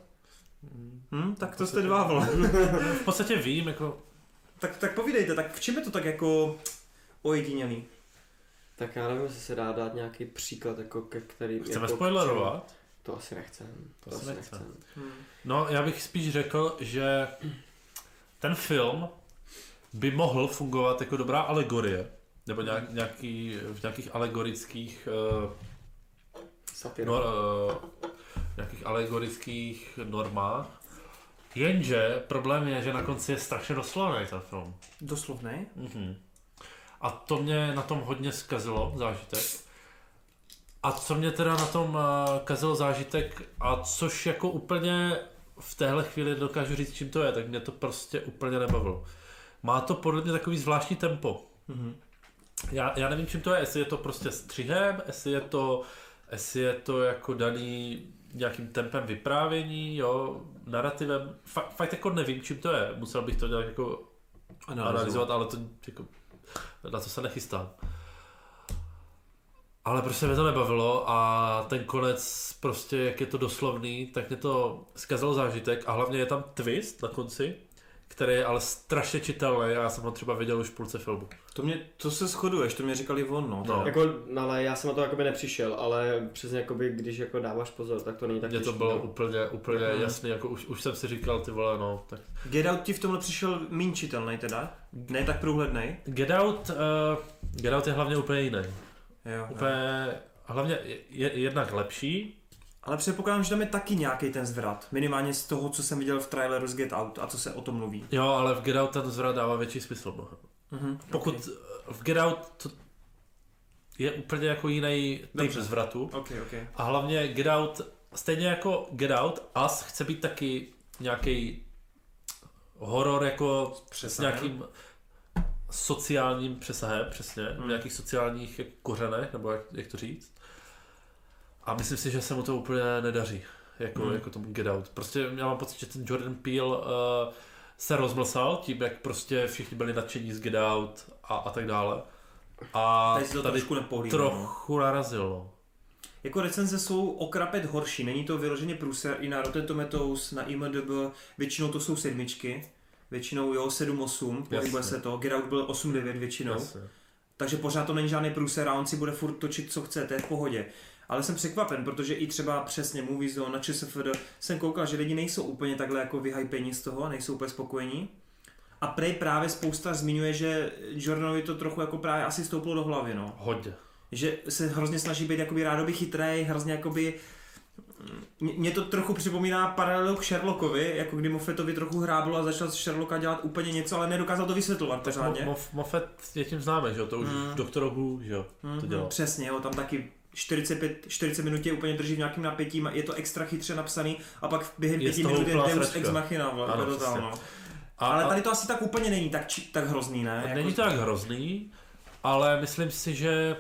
Tak to jste dva, vole. V podstatě vím, jako... tak povídejte, tak v čem je to tak jako ojedinělý? Tak já nevím, jestli se dá dát nějaký příklad, jako ke kterým... Chceme jako spoilerovat? To asi nechcem. To asi nechcem. No, já bych spíš řekl, že ten film by mohl fungovat jako dobrá alegorie, nebo v nějakých alegorických Satira. nějakých alegorických normách. Jenže problém je, že na konci je strašně doslovný ten film. Doslovnej? A to mě na tom hodně zkazilo, zážitek. A co mě teda na tom kazilo zážitek a což jako úplně v téhle chvíli dokážu říct, čím to je, tak mě to prostě úplně nebavilo. Má to podle mě takový zvláštní tempo. Já nevím, čím to je, jestli je to prostě střihem, jestli je to jako daný nějakým tempem vyprávění, jo, narrativem. Fakt jako nevím, čím to je. Musel bych to nějak jako analyzovat, ale to jako, na to se nechystám. Ale prostě mě to nebavilo a ten konec prostě, jak je to doslovný, tak mě to zkazilo zážitek a hlavně je tam twist na konci, který je ale strašně čitelný a já jsem ho třeba viděl už v půlce filmu. To se shoduješ, to mě říkali on, no. Jako, ale já jsem na to jakoby nepřišel, ale přesně jakoby, když jako dáváš pozor, tak to není tak těžký. Mně to bylo úplně jasný, jako už jsem si říkal, ty vole, no. Tak. Get Out ti v tomhle přišel méně čitelný teda? Ne tak průhlednej? Get Out je hlavně úplně jiný. Jo. Hlavně jednak lepší. Ale předpokládám, že tam je taky nějaký ten zvrat. Minimálně z toho, co jsem viděl v traileru z Get Out a co se o tom mluví. Jo, ale v Get Out ten zvrat dává větší smysl. Pokud v Get Out to je úplně jako jiný typ zvratu. Okay. A hlavně Get Out, stejně jako Get Out, Us chce být taky nějaký horor jako s nějakým sociálním přesahem, přesně, v nějakých sociálních kořenech, nebo jak to říct. A myslím si, že se mu to úplně nedaří, jako tomu Get Out. Prostě já mám pocit, že ten Jordan Peele se rozmlsal tím, jak prostě všichni byli nadšení z Get Out a tak dále. A tady trochu narazil. No. Jako recenze jsou okrapet horší, není to vyloženě průser, i na Rotten Tomatoes, na IMDb, většinou to jsou 7, většinou 7-8, pohybuje se to, Get Out byl 8-9 většinou, jasně. Takže pořád to není žádný průser a on si bude furt točit, co chce, to je v pohodě. Ale jsem překvapen, protože i třeba přesně Movie Zone na ČSFD jsem koukal, že lidi nejsou úplně takhle jako vyhypení z toho, nejsou úplně spokojení. A právě spousta zmiňuje, že Jordanovi to trochu jako právě asi stouplo do hlavy, no. Hodně. Že se hrozně snaží být jakoby rádoby chytrej, hrozně jakoby... Mě to trochu připomíná paralelu k Sherlockovi, jako kdy Moffatovi trochu hráblo a začal z Sherlocka dělat úplně něco, ale nedokázal to vysvětlovat pořádně. Moffat je tím známe, že jo, to už Doktor Who, že jo, to dělal. Přesně, jo, tam taky 40 minut je úplně drží v nějakým napětím, je to extra chytře napsaný a pak během 5 minut je Deus Ex Machina, ale tady to asi tak úplně není tak hrozný, ne? Není to tak hrozný, ale myslím si, že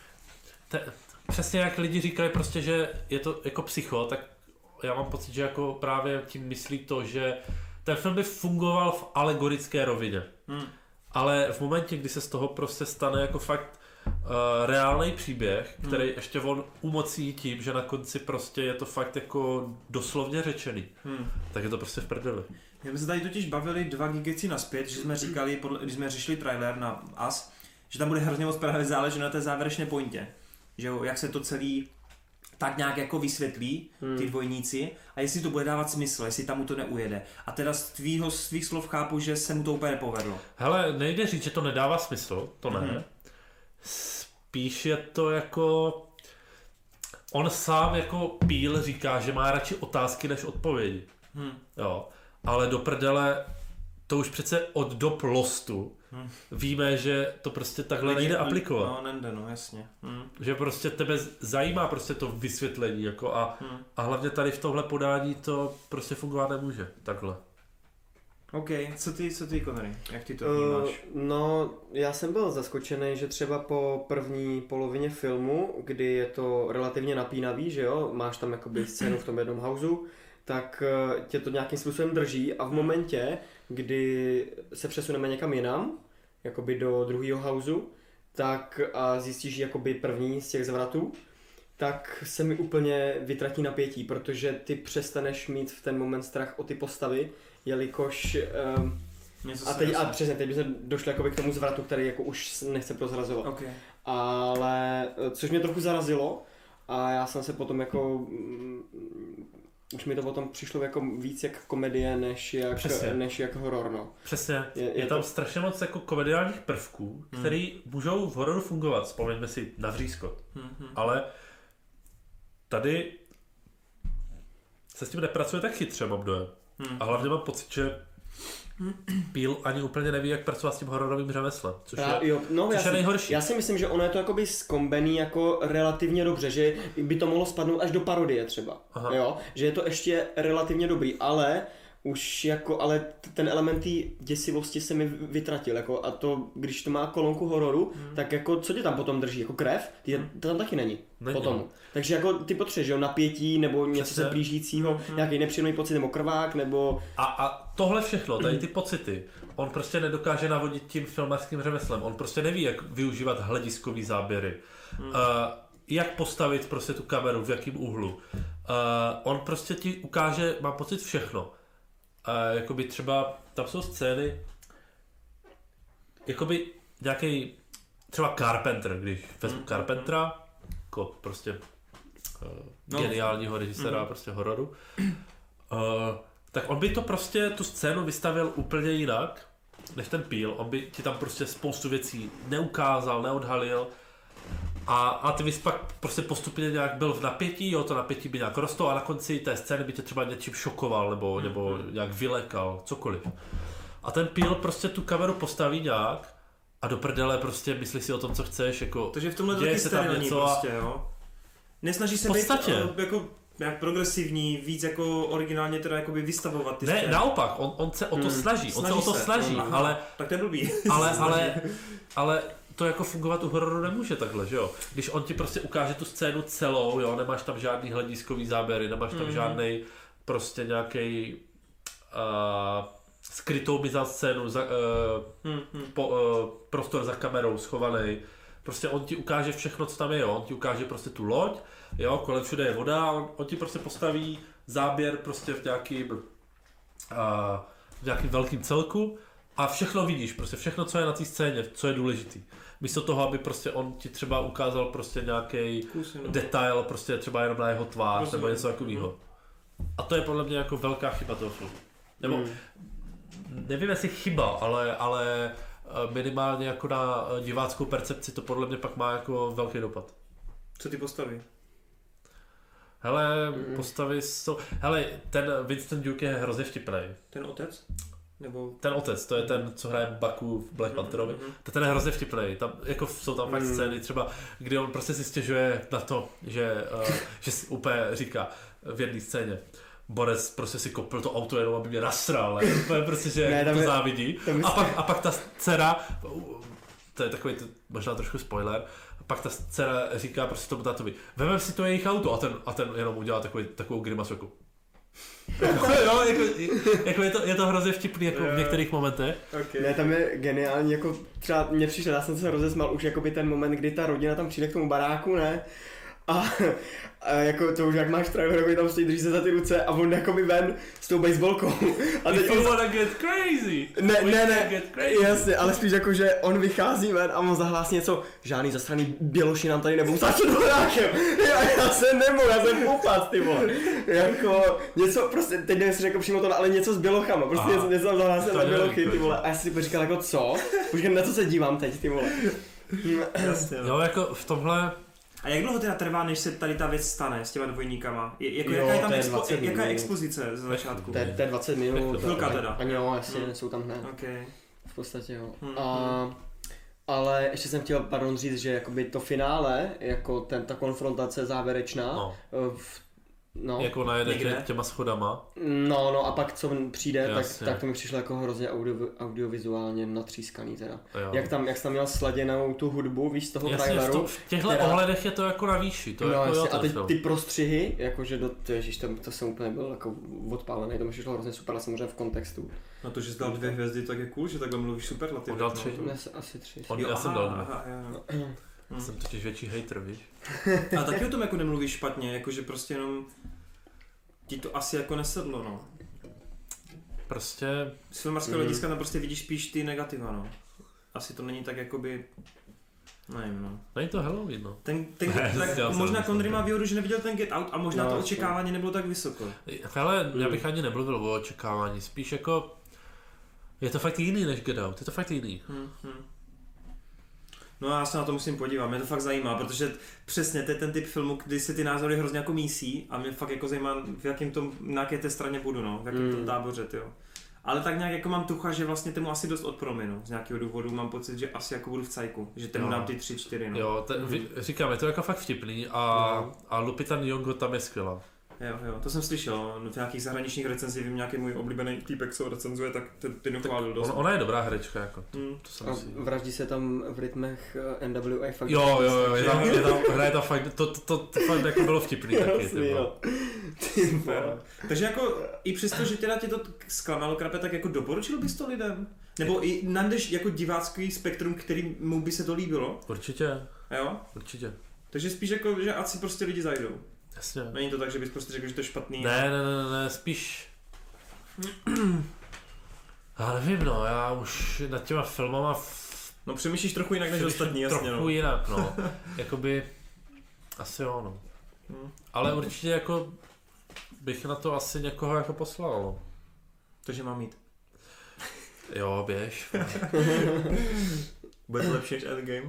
přesně jak lidi říkají prostě, že je to jako psycho, tak já mám pocit, že jako právě tím myslí to, že ten film by fungoval v alegorické rovině. Ale v momentě, kdy se z toho prostě stane jako fakt reálný příběh, který ještě on umocní tím, že na konci prostě je to fakt jako doslovně řečený, tak je to prostě v prdeli. My jsme se tady totiž bavili 2 gigeci naspět, že jsme říkali, když jsme řešili trailer na Us, že tam bude hrozně moc právě záležet na té závěrečné pointě. Že jo, jak se to celý tak nějak jako vysvětlí, ty dvojníci, a jestli to bude dávat smysl, jestli tam mu to neujede. A teda z tvých slov chápu, že se mu to úplně nepovedlo. Hele, nejde říct, že to nedává smysl, to ne. Spíš je to jako... On sám jako Peele říká, že má radši otázky než odpovědi. Jo. Ale do prdele, to už přece od dob Lostu víme, že to prostě takhle nejde aplikovat. No, nejde, no, jasně. Že prostě tebe zajímá prostě to vysvětlení, jako a hlavně tady v tohle podání to prostě fungovat nemůže, takhle. OK, co ty Connery? Jak ty to vnímáš? No, já jsem byl zaskočený, že třeba po první polovině filmu, kdy je to relativně napínavý, že jo, máš tam jakoby scénu v tom jednom houseu, tak tě to nějakým způsobem drží a v momentě, kdy se přesuneme někam jinam, jakoby do druhého houseu, tak a zjistíš jakoby první z těch zvratů, tak se mi úplně vytratí napětí, protože ty přestaneš mít v ten moment strach o ty postavy, jelikož teď bychom došli jakoby k tomu zvratu, který jako už nechce prozrazovat. Okay. Ale což mě trochu zarazilo a já jsem se potom jako už mi to potom přišlo jako víc jak komedie, než jak horor, no. Přesně, je tam strašně moc jako komediálních prvků, které můžou v hororu fungovat, vzpomeňme si na Vřízkot, ale tady se s tím nepracuje tak chytře, mám dojem. A hlavně mám pocit, že Peele ani úplně neví, jak pracovat s tím hororovým řemeslem, což je je nejhorší. Já si myslím, že ono je to jakoby zkombený jako relativně dobře, že by to mohlo spadnout až do parodie třeba, jo? Že je to ještě relativně dobrý, ale už jako, ale ten element té děsivosti se mi vytratil, jako, a to, když to má kolonku hororu, tak jako, co tě tam potom drží, jako krev, to tam taky není potom. No. Takže jako ty potřebuješ, jo, napětí, nebo něco se blížícího, nějaký nepříjemný pocit, nebo krvák, nebo... A tohle všechno, tady ty pocity, on prostě nedokáže navodit tím filmařským řemeslem, on prostě neví, jak využívat hlediskový záběry, jak postavit prostě tu kameru, v jakém úhlu. On prostě ti ukáže, mám pocit, všechno. Jakoby třeba, tam jsou scény, jakoby nějaký, třeba Carpenter, když vezmu Carpentera, jako prostě geniálního režiséra prostě hororu, tak on by to prostě, tu scénu vystavil úplně jinak, než ten Peele, on by ti tam prostě spoustu věcí neukázal, neodhalil, a ty bys pak prostě postupně nějak byl v napětí, jo, to napětí by nějak rostlo a na konci té scény by tě třeba něčím šokoval nebo nějak vylekal, cokoliv. A ten Peele prostě tu kameru postaví nějak a do prdele prostě myslí si o tom, co chceš, jako takže v tomhle taky sterilní prostě, jo. Nesnaží se být jako nějak progresivní, víc jako originálně teda jakoby vystavovat ty scény. Ne, naopak, on se o to snaží, on se o to snaží, ale... Tak to je blbý. ale to jako fungovat u hororu nemůže takhle, že jo? Když on ti prostě ukáže tu scénu celou, jo, nemáš tam žádný hlediskový záběry, nemáš tam žádnej prostě nějaký skrytou mizanscénu, prostor za kamerou schovaný. Prostě on ti ukáže všechno, co tam je, jo? On ti ukáže prostě tu loď, jo, kolem všude je voda, on ti prostě postaví záběr prostě v nějakým velkým celku a všechno vidíš, prostě všechno, co je na té scéně, co je důležitý. Místo toho, aby prostě on ti třeba ukázal prostě nějaký detail, prostě třeba jenom na jeho tvář nebo něco takového. A to je podle mě jako velká chyba toho filmu. Nebo nevím, jestli chyba, ale minimálně jako na diváckou percepci to podle mě pak má jako velký dopad. Co ty postavy? Hele, postavy jsou... Hele, ten Winston Duke je hrozně vtipnej. Ten otec? Nebo... Ten otec, to je ten, co hraje Bucku v Black Pantherovi. Ten je hrozně vtipnej. Tam, jako jsou tam fakt scény třeba, kdy on prostě si stěžuje na to, že si úplně říká v jedné scéně. Borec prostě si koupil to auto jenom, aby mě nasral, to je prostě, že to závidí. A pak ta dcera, to je takový možná trošku spoiler, pak ta dcera říká prostě tomu tátovi, vemem si to jejich auto a ten jenom udělá takovou grimasu jako. Je to hrozně vtipný jako v některých momentech. Okay. Ne, tam je geniální, jako třeba mně přišel, já jsem se rozesmál už jakoby ten moment, kdy ta rodina tam přijde k tomu baráku, ne? A jako to už jak máš trailer, jako tam stojí, drží se za ty ruce a on jakoby ven s tou baseballkou. A teď you wanna get crazy. Ne, jasně, ale spíš jako, že on vychází ven a on zahlásí něco, žádný zastraný běloši nám tady nebudou stáčet vodákem. Já se nemohu, já jsem upadl, ty vole. Jako něco, prostě, teď nevím, jestli řekl přímo to, ale něco s bělochama, prostě něco tam zahlásil na bělochy, ty vole. A já si říkal jako co? Počkej, na co se dívám teď, ty vole. Jasně, jo, jako v tomhle... A jak dlouho teda trvá, než se tady ta věc stane s těma dvojníkama? Jaká je tam jaká je expozice ze začátku? To je 20 minut. Chvilka teda. Ani jo, jasně, jsou tam hned. Okay. V podstatě jo. Ale ještě jsem chtěl, říct, že jakoby to finále, jako ta konfrontace závěrečná, jako najede těma schodama. No a pak co přijde, tak to mi přišlo jako hrozně audiovizuálně natřískaný teda. Jak tam měl sladěnou tu hudbu, víš, z toho traileru. V těchto ohledech je to jako na výši. To jako a teď ty prostřihy, jakože to jsem úplně byl jako odpálený, to mi přišlo hrozně super, ale samozřejmě v kontextu. Na to, že jsi dal 2 hvězdy, tak je cool, že takhle mluvíš superlativně. On dal 3. Asi 3. Já jsem dal 2. Jsem totiž větší hater, víš? A taky o tom jako nemluvíš špatně, jakože prostě jenom ti to asi jako nesedlo, no. Prostě... Z filmarského hlediska tam prostě vidíš spíš ty negativa, no. Asi to není tak jakoby... Nevím, no. Není to Halloween, no. Možná Connery má výhodu, že neviděl ten Get Out a možná to očekávání nebylo tak vysoko. Hele, já bych ani nemluvil o očekávání, spíš jako... Je to fakt jiný než Get Out, je to fakt jiný. No já se na to musím podívat, mě to fakt zajímá, protože přesně to je ten typ filmu, kdy se ty názory hrozně jako mísí a mě fakt jako zajímá, na jaké té straně budu, no, v jakém tom táboře, tyjo. Ale tak nějak jako mám tucha, že vlastně tomu asi dost odprominu. Z nějakého důvodu mám pocit, že asi jako budu v cajku. Že tomu dám ty 3-4, no. Jo, říkám, je to jako fakt vtipný a Lupita Nyong'o tam je skvělá. Jo, to jsem slyšel, no, v nějakých zahraničních recenzích vím, nějaký můj oblíbený týpek, co recenzuje, tak ten chválil dost. Ona je dobrá herečka, jako. To jsem A si... vraždí se tam v rytmech NWA fakt. Jo, hraje tam fakt, to fakt jako bylo vtipný taky, Takže jako i přesto, že teda tě to zklamalo, Krape, tak jako doporučil bys to lidem? Nebo i najdeš jako divácký spektrum, kterému by se to líbilo? Určitě. Jo? Určitě. Takže spíš jako, že ať si prostě lidi zajdou. Jasně. Není to tak, že bys prostě řekl, že to je špatný. Ne, spíš... Já nevím, no, já už nad těma filmama... No přemýšlíš trochu jinak než ostatní, jasně, trochu no. jinak, no. Jakoby... Asi jo, no. Ale určitě jako... Bych na to asi někoho jako poslal, no. Takže mám jít. Jo, běž. Bude to lepší než Endgame.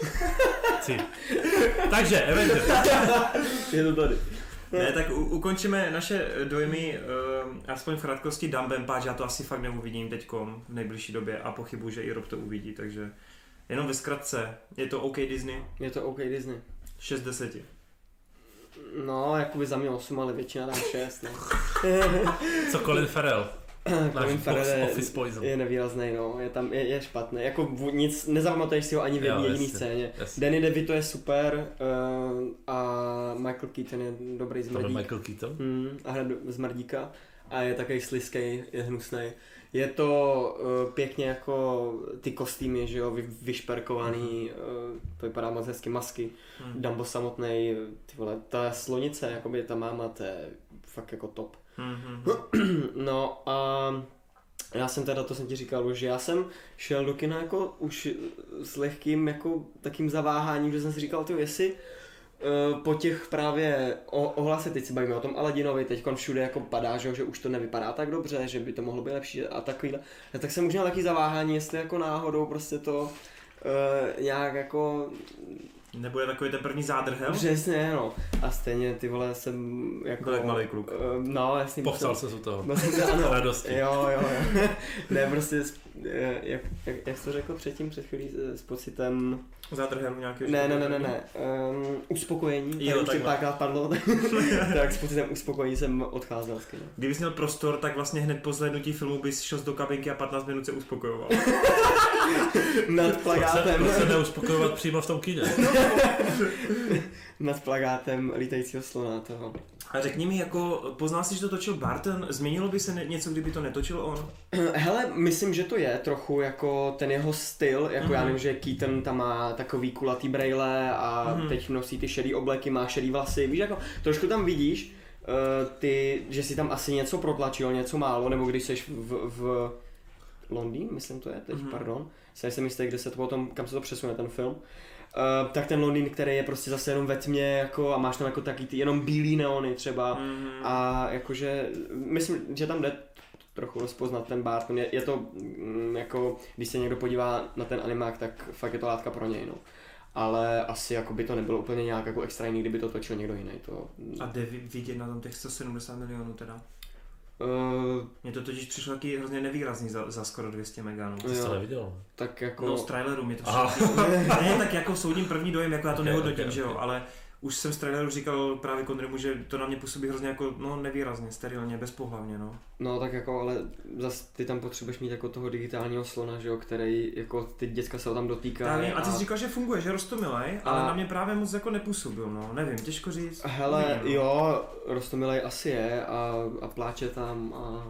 Takže, Avengers. Je to tady. Ne, tak ukončíme naše dojmy aspoň v krátkosti Dumbem, páč já to asi fakt neuvidím teďkom v nejbližší době a pochybuji, že i Rob to uvidí, takže jenom ve zkratce, je to OK Disney? Je to OK Disney. 6 z 10. No, jakoby za mě 8, ale většina dá 6, no. Co Colin Farrell? Colin Farrell Office Poison. je nevýrazný, no, je špatný, jako nic, nezapamatuješ si ho ani v jedné jediné scéně. Jasně. Danny DeVito je super a Michael Keaton je dobrý To byl zmrdík. Michael Keaton? A hraje zmrdíka a je takový slizkej, je hnusnej. Je to pěkně jako ty kostýmy, že jo, vyšperkovaný, to vypadá moc hezky, masky. Dumbo samotnej, ty vole, ta slonice, jakoby ta máma, to je fakt jako top. No a já jsem teda, to jsem ti říkal, že já jsem šel do kina jako už s lehkým jako takým zaváháním, že jsem si říkal, jestli po těch právě ohlasech, teď si bavíme o tom Aladinovi, teďkon všude jako padá, že už to nevypadá tak dobře, že by to mohlo být lepší a takovýhle. Tak jsem už měl taky zaváhání, jestli jako náhodou prostě to nějak jako... Nebude takový ten první zádrhel? Přesně, no. A stejně ty vole jsem jako... Byl jak malý kluk. No, jasně. Povstal se u toho. Ano. Radosti. Jo. Ne, prostě, jak jsi to řekl předtím, před chvílí s pocitem... Zádrhel nějakého? Ne. Uspokojení. Jo, už ti párkrát padlo. Tak s pocitem uspokojení jsem odcházel z kina. Kdybys měl prostor, tak vlastně hned po zhlédnutí filmu bys šel do kabinky a 15 minut se uspokojoval. Nad plakátem. Proč se neuspokojovat přímo v tom kině? Nad plakátem lítajícího slona toho. A řekni mi, jako poznal jsi, že to točil Barton? Změnilo by se něco, kdyby to netočil on? Hele, myslím, že to je trochu jako ten jeho styl, jako já nevím, že Keaton tam má takový kulatý brejle a teď nosí ty šedý obleky, má šedý vlasy, víš, jako trošku tam vidíš, že si tam asi něco protlačil, něco málo, nebo když seš v Londýn, myslím to je teď, pardon, jsem jistý, kde se to potom, kam se to přesune ten film. Tak ten Londýn, který je prostě zase jenom ve tmě jako, a máš tam jako taky ty jenom bílý neony třeba a jakože myslím, že tam jde trochu rozpoznat ten Barton, je to jako, když se někdo podívá na ten animák, tak fakt je to látka pro něj, no. Ale asi jako by to nebylo úplně nějak jako extra jiný, kdyby to točil někdo jiný. A jde vidět na tom těch 170 milionů teda? Mně to totiž přišlo taky hrozně nevýrazný za skoro 200 megánů. Ty jsi to neviděl? Tak jako... No z traileru mi to přišlo. Ne, tak jako soudím první dojem, jako já to nehodnotím, že jo, ale už jsem z traileru říkal právě Konrymu, že to na mě působí hrozně jako, no nevýrazně, sterilně, bezpohlavně, no. No tak jako, ale zase ty tam potřebuješ mít jako toho digitálního slona, že jo, který jako ty děcka se ho tam dotýká. A ty jsi říkal, že funguje, že roztomilej, ale na mě právě moc jako nepůsobil, no, nevím, těžko říct. Hele, nevím, no. jo, roztomilej asi je a pláče tam a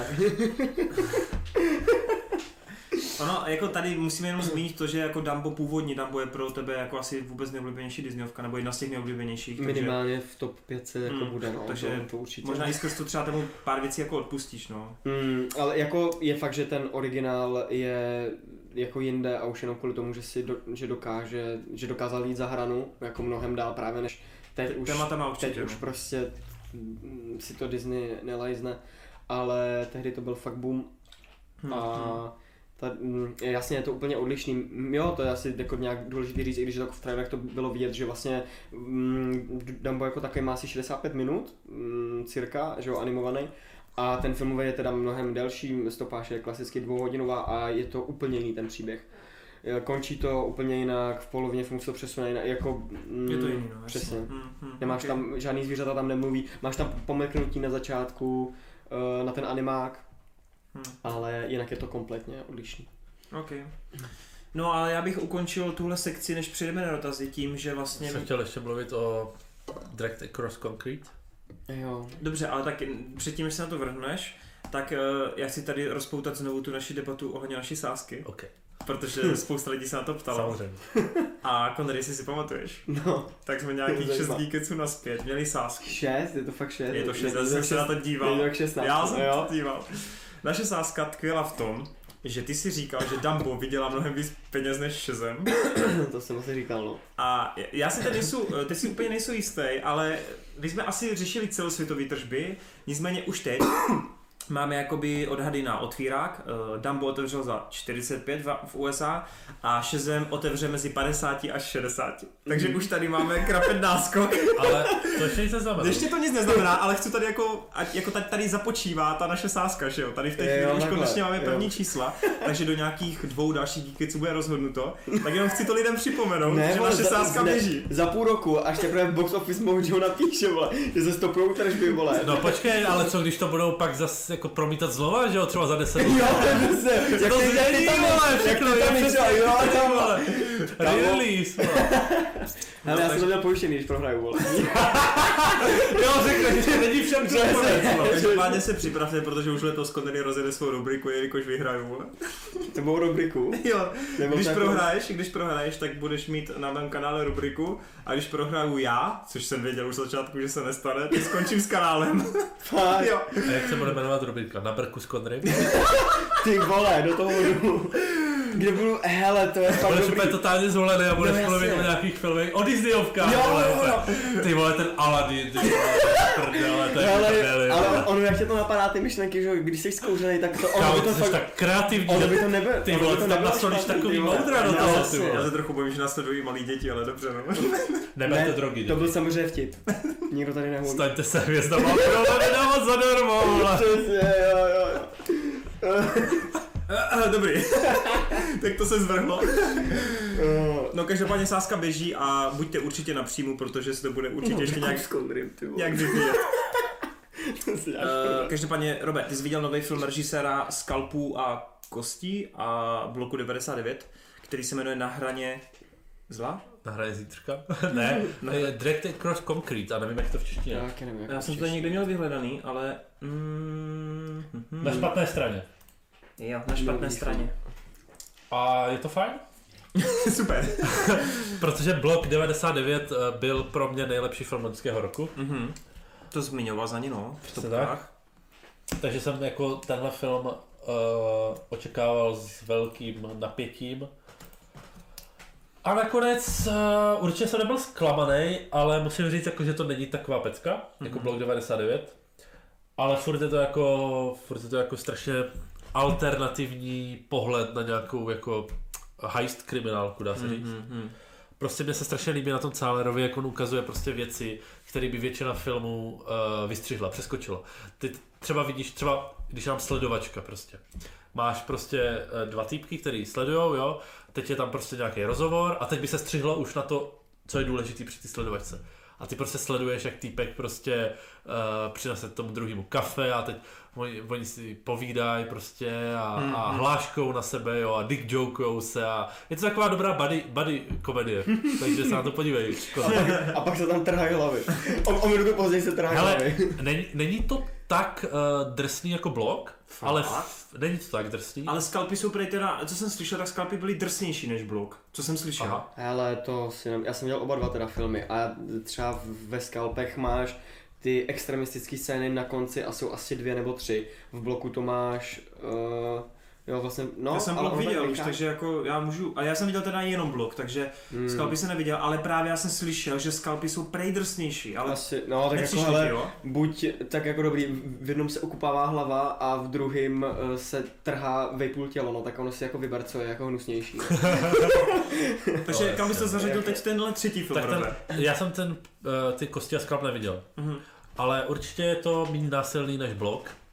Ono, jako tady musíme jenom zmínit to, že jako Dumbo, původní Dumbo je pro tebe jako asi vůbec nejoblíbenější Disneyovka, nebo jedna z těch nejoblíbenějších. minimálně v top 5 jako bude, no, takže to určitě. Možná i skrz to třeba tomu pár věcí jako odpustíš, no. Ale jako je fakt, že ten originál je jako jinde a už jenom kvůli tomu, že dokázal jít za hranu, jako mnohem dál právě než teď už prostě si to Disney nelajzne, ale tehdy to byl fakt boom a jasně je to úplně odlišný, jo, to je asi jako nějak důležitý říct, i když v trailerech to bylo vidět, že vlastně Dumbo jako takový má asi 65 minut, cirka, že jo, animovaný, A ten filmový je teda mnohem delší, stopáž je klasicky 2hodinová a je to úplně jiný ten příběh. Končí to úplně jinak, v polovině filmu se to přesune jinak, jako... Je to jiný, no, přesně. okay. Nemáš tam, žádný zvířata tam nemluví, máš tam pomrknutí na začátku, na ten animák, ale jinak je to kompletně odlišný. OK. No ale já bych ukončil tuhle sekci, než přijdeme na dotazy tím, že vlastně... Jsem chtěl ještě mluvit o Dragged Across Concrete. Jo. Dobře, ale tak předtím, než se na to vrhneš, tak já chci tady rozpoutat znovu tu naši debatu ohledně naší sázky. OK. Protože spousta lidí se na to ptalo. Samozřejmě. A Connery, jestli si pamatuješ, No. tak jsme nějakých 6 díkeců naspět, měli sázky. 6? Je to fakt 6? Je to 6, já jsem se na to díval. Je to 16. Já jsem to díval. Naše sázka tkvěla v tom, že ty si říkal, že Dumbo vydělá mnohem víc peněz než Shazam. To jsem asi říkal, no. A já si teď si úplně nejsou jistý, ale když jsme asi řešili celosvětové tržby, nicméně už teď máme jakoby odhady na otvírák. Dumbo otevřel za 45 v USA a Shazam otevře mezi 50 až 60. Takže už tady máme krapet náskok. Ale to ještě nic neznamená. Ještě to nic neznamená, ale chci tady jako tady započívá ta naše sázka, že jo? Tady v té chvíli už konečně máme první čísla, takže do nějakých 2 dalších díky, co bude rozhodnuto. Tak jenom chci to lidem připomenout, že naše sázka běží. Za půl roku, až teprve v Box Office Mojo napíše, vole, že se stopujou tržby, vole. No počkej, ale co když to budou pak zase jako promítat znova, že jo, třeba za 10 let. Jo, přesně. Jak To ty změní, tam, vole, všechno, jak ty tam je něco, jo, tam, vole. Release, vole. Hele, já jsem to měl pojištěný, když prohraju, vole. Jo, řekne, že není všem přesně. Každopádně se připravte, protože už letos Connery rozjede svou rubriku, jelikož vyhraju, vole. To bylo rubriku. Jo, Nebo když prohraješ, tak budeš mít na mém kanále rubriku a když prohraju já, což jsem věděl už z začátku, že se nestane, tak skončím s kanálem. Fakt. Jo. A jak se bude jmenovat rubrika? Na brku s Connerym? Ty vole, do toho jdu. Kde budu, hele, to je fakt Budeš dobrý. úplně totálně zvolený a budeš No, mluvit jasně. o nějakých filmech, o Disneyovkách, Jo, vole, jo, jo. Ty vole, ten Aladdin, ty vole, prdele, to je prdeli. Ale ono, jak tě to napadá, ty myšlenky, že když jsi zkouřený, tak to ono by Kámo, to ty jsi fakt... tak kreativní, Ono by to nebylo. ty vole, tam nasolíš takový moudra do toho, ty Já vole. se trochu bojím, že následují malí děti, ale dobře, no. Neberte drogy, To byl samozřejmě vtip. Nikdo tady nehodí. staňte se hvězdama, vole, nedávat zadarmo, vole. Přesně, jo. Dobrý. Tak to se zvrhlo. No každopádně sázka běží a buďte určitě na příjmu, protože se to bude určitě ještě nějak vyvíjet. Každopádně, Robert, ty jsi viděl nový film režiséra Skalpů a kostí a bloku 99, který se jmenuje Na hraně zla? Na hraně zítřka? Ne, Dragged Across Concrete, a nevím, jak to v češtině. Já jsem to tady někde měl vyhledaný, ale... Na špatné straně. Jo, na špatné straně. A je to fajn? Super. Protože Blok 99 byl pro mě nejlepší film loňského roku. To zmiňoval za ní, no. Přesně tak. Takže jsem jako tenhle film očekával s velkým napětím. A nakonec určitě jsem nebyl zklamaný, ale musím říct, jako, že to není taková pecka, jako Blok 99. Ale furt je to jako strašně alternativní pohled na nějakou jako heist kriminálku, dá se říct. Prostě mě se strašně líbí na tom Cálerovi, jak on ukazuje prostě věci, které by většina filmů vystřihla, přeskočila. Ty třeba vidíš, když mám sledovačka prostě. Máš prostě 2 týpky, který sledujou, jo, teď je tam prostě nějaký rozhovor a teď by se střihlo už na to, co je důležitý při té sledovačce. A ty prostě sleduješ, jak týpek prostě přinese tomu druhému kafe a teď oni si povídají prostě a hláškou na sebe, jo, a dick jokujou se a je to taková dobrá buddy komedie, takže se na to podívej. A pak se tam trhají hlavy. O minutu později se trhají hlavy. Není to tak drsný jako Blok, ale není to tak drsný. Ale Skalpy jsou prej teda, co jsem slyšel, tak Skalpy byly drsnější než Blok. Co jsem slyšel. Aha. Hele, já jsem viděl oba 2 teda filmy a třeba ve Skalpech máš ty extremistické scény na konci a jsou asi 2 nebo 3. V Bloku to máš, jo vlastně, no. Já jsem Blok viděl už, takže jako já můžu, a já jsem viděl teda jenom Blok, takže Skalpy jsem neviděl, ale právě já jsem slyšel, že Skalpy jsou prej drsnější, ale asi, no tak jako hele, buď tak jako dobrý, v jednom se okupává hlava a v druhém se trhá vejpůl tělo, no tak ono si jako vyber, co je jako hnusnější. Takže kam bys to zařadil teď tenhle třetí film? Já jsem ty Kosti a Skalp neviděl, ale určitě je to méně násilný než Blok.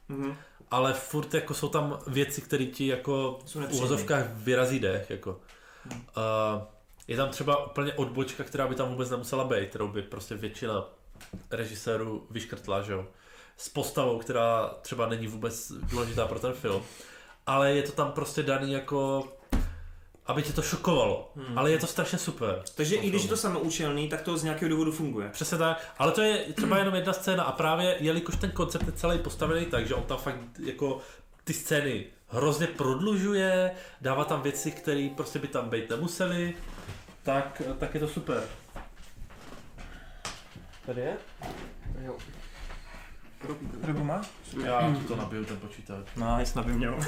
ale furt jako jsou tam věci, které ti jako Jsou v uvozovkách vyrazí dech, jako. Je tam třeba úplně odbočka, která by tam vůbec nemusela být, kterou by prostě většina režisérů vyškrtla, že jo. S postavou, která třeba není vůbec důležitá pro ten film, ale je to tam prostě daný jako, aby tě to šokovalo, ale je to strašně super. Takže i když je to samoučelný, tak to z nějakého důvodu funguje. Přesně tak, ale to je třeba jenom jedna scéna a právě jelikož ten koncept je celý postavený tak, že on tam fakt jako ty scény hrozně prodlužuje, dává tam věci, které prostě by tam být nemusely, tak je to super. Tady je? Jo. Rybu máš? Já to nabiju ten počítač. Nice, nabij měl.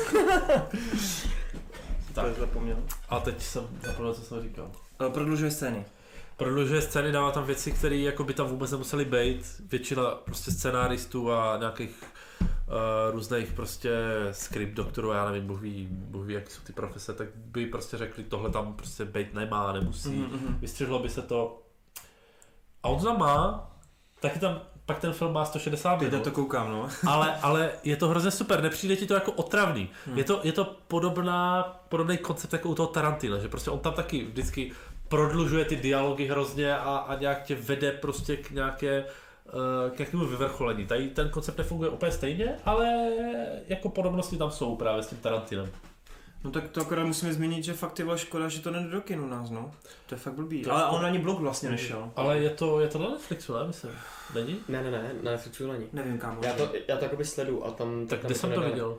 Tak. To zapomněl. A teď jsem zapomněl, co jsem říkal. Prodlužuje scény. Prodlužuje scény, dává tam věci, které jako by tam vůbec nemusely být. Většina prostě scenáristů a nějakých různých prostě script doktorů, já nevím, Bůh ví, jaký jsou ty profese, tak by prostě řekli, tohle tam prostě být nemá, nemusí. Vystřihlo by se to. A on to tam má, taky tam, pak ten film má 160 minut. Teď to koukám, no. ale je to hrozně super, nepřijde ti to jako otravný. Je to podobný koncept jako u toho Tarantina, že prostě on tam taky vždycky prodlužuje ty dialogy hrozně a nějak tě vede prostě k nějakému vyvrcholení. Tady ten koncept nefunguje úplně stejně, ale jako podobnosti tam jsou právě s tím Tarantinem. No tak to akorát musíme zmínit, že fakt je škoda, že to nejde do kinu nás, no. To je fakt blbý. To ale on ani blog vlastně nešel. Ale je to na Netflixu, ne, myslím? Není? Ne, na Netflixu není. Nevím, kámo. Já to jakoby sledu a tam... Tak tam kde jsem to viděl?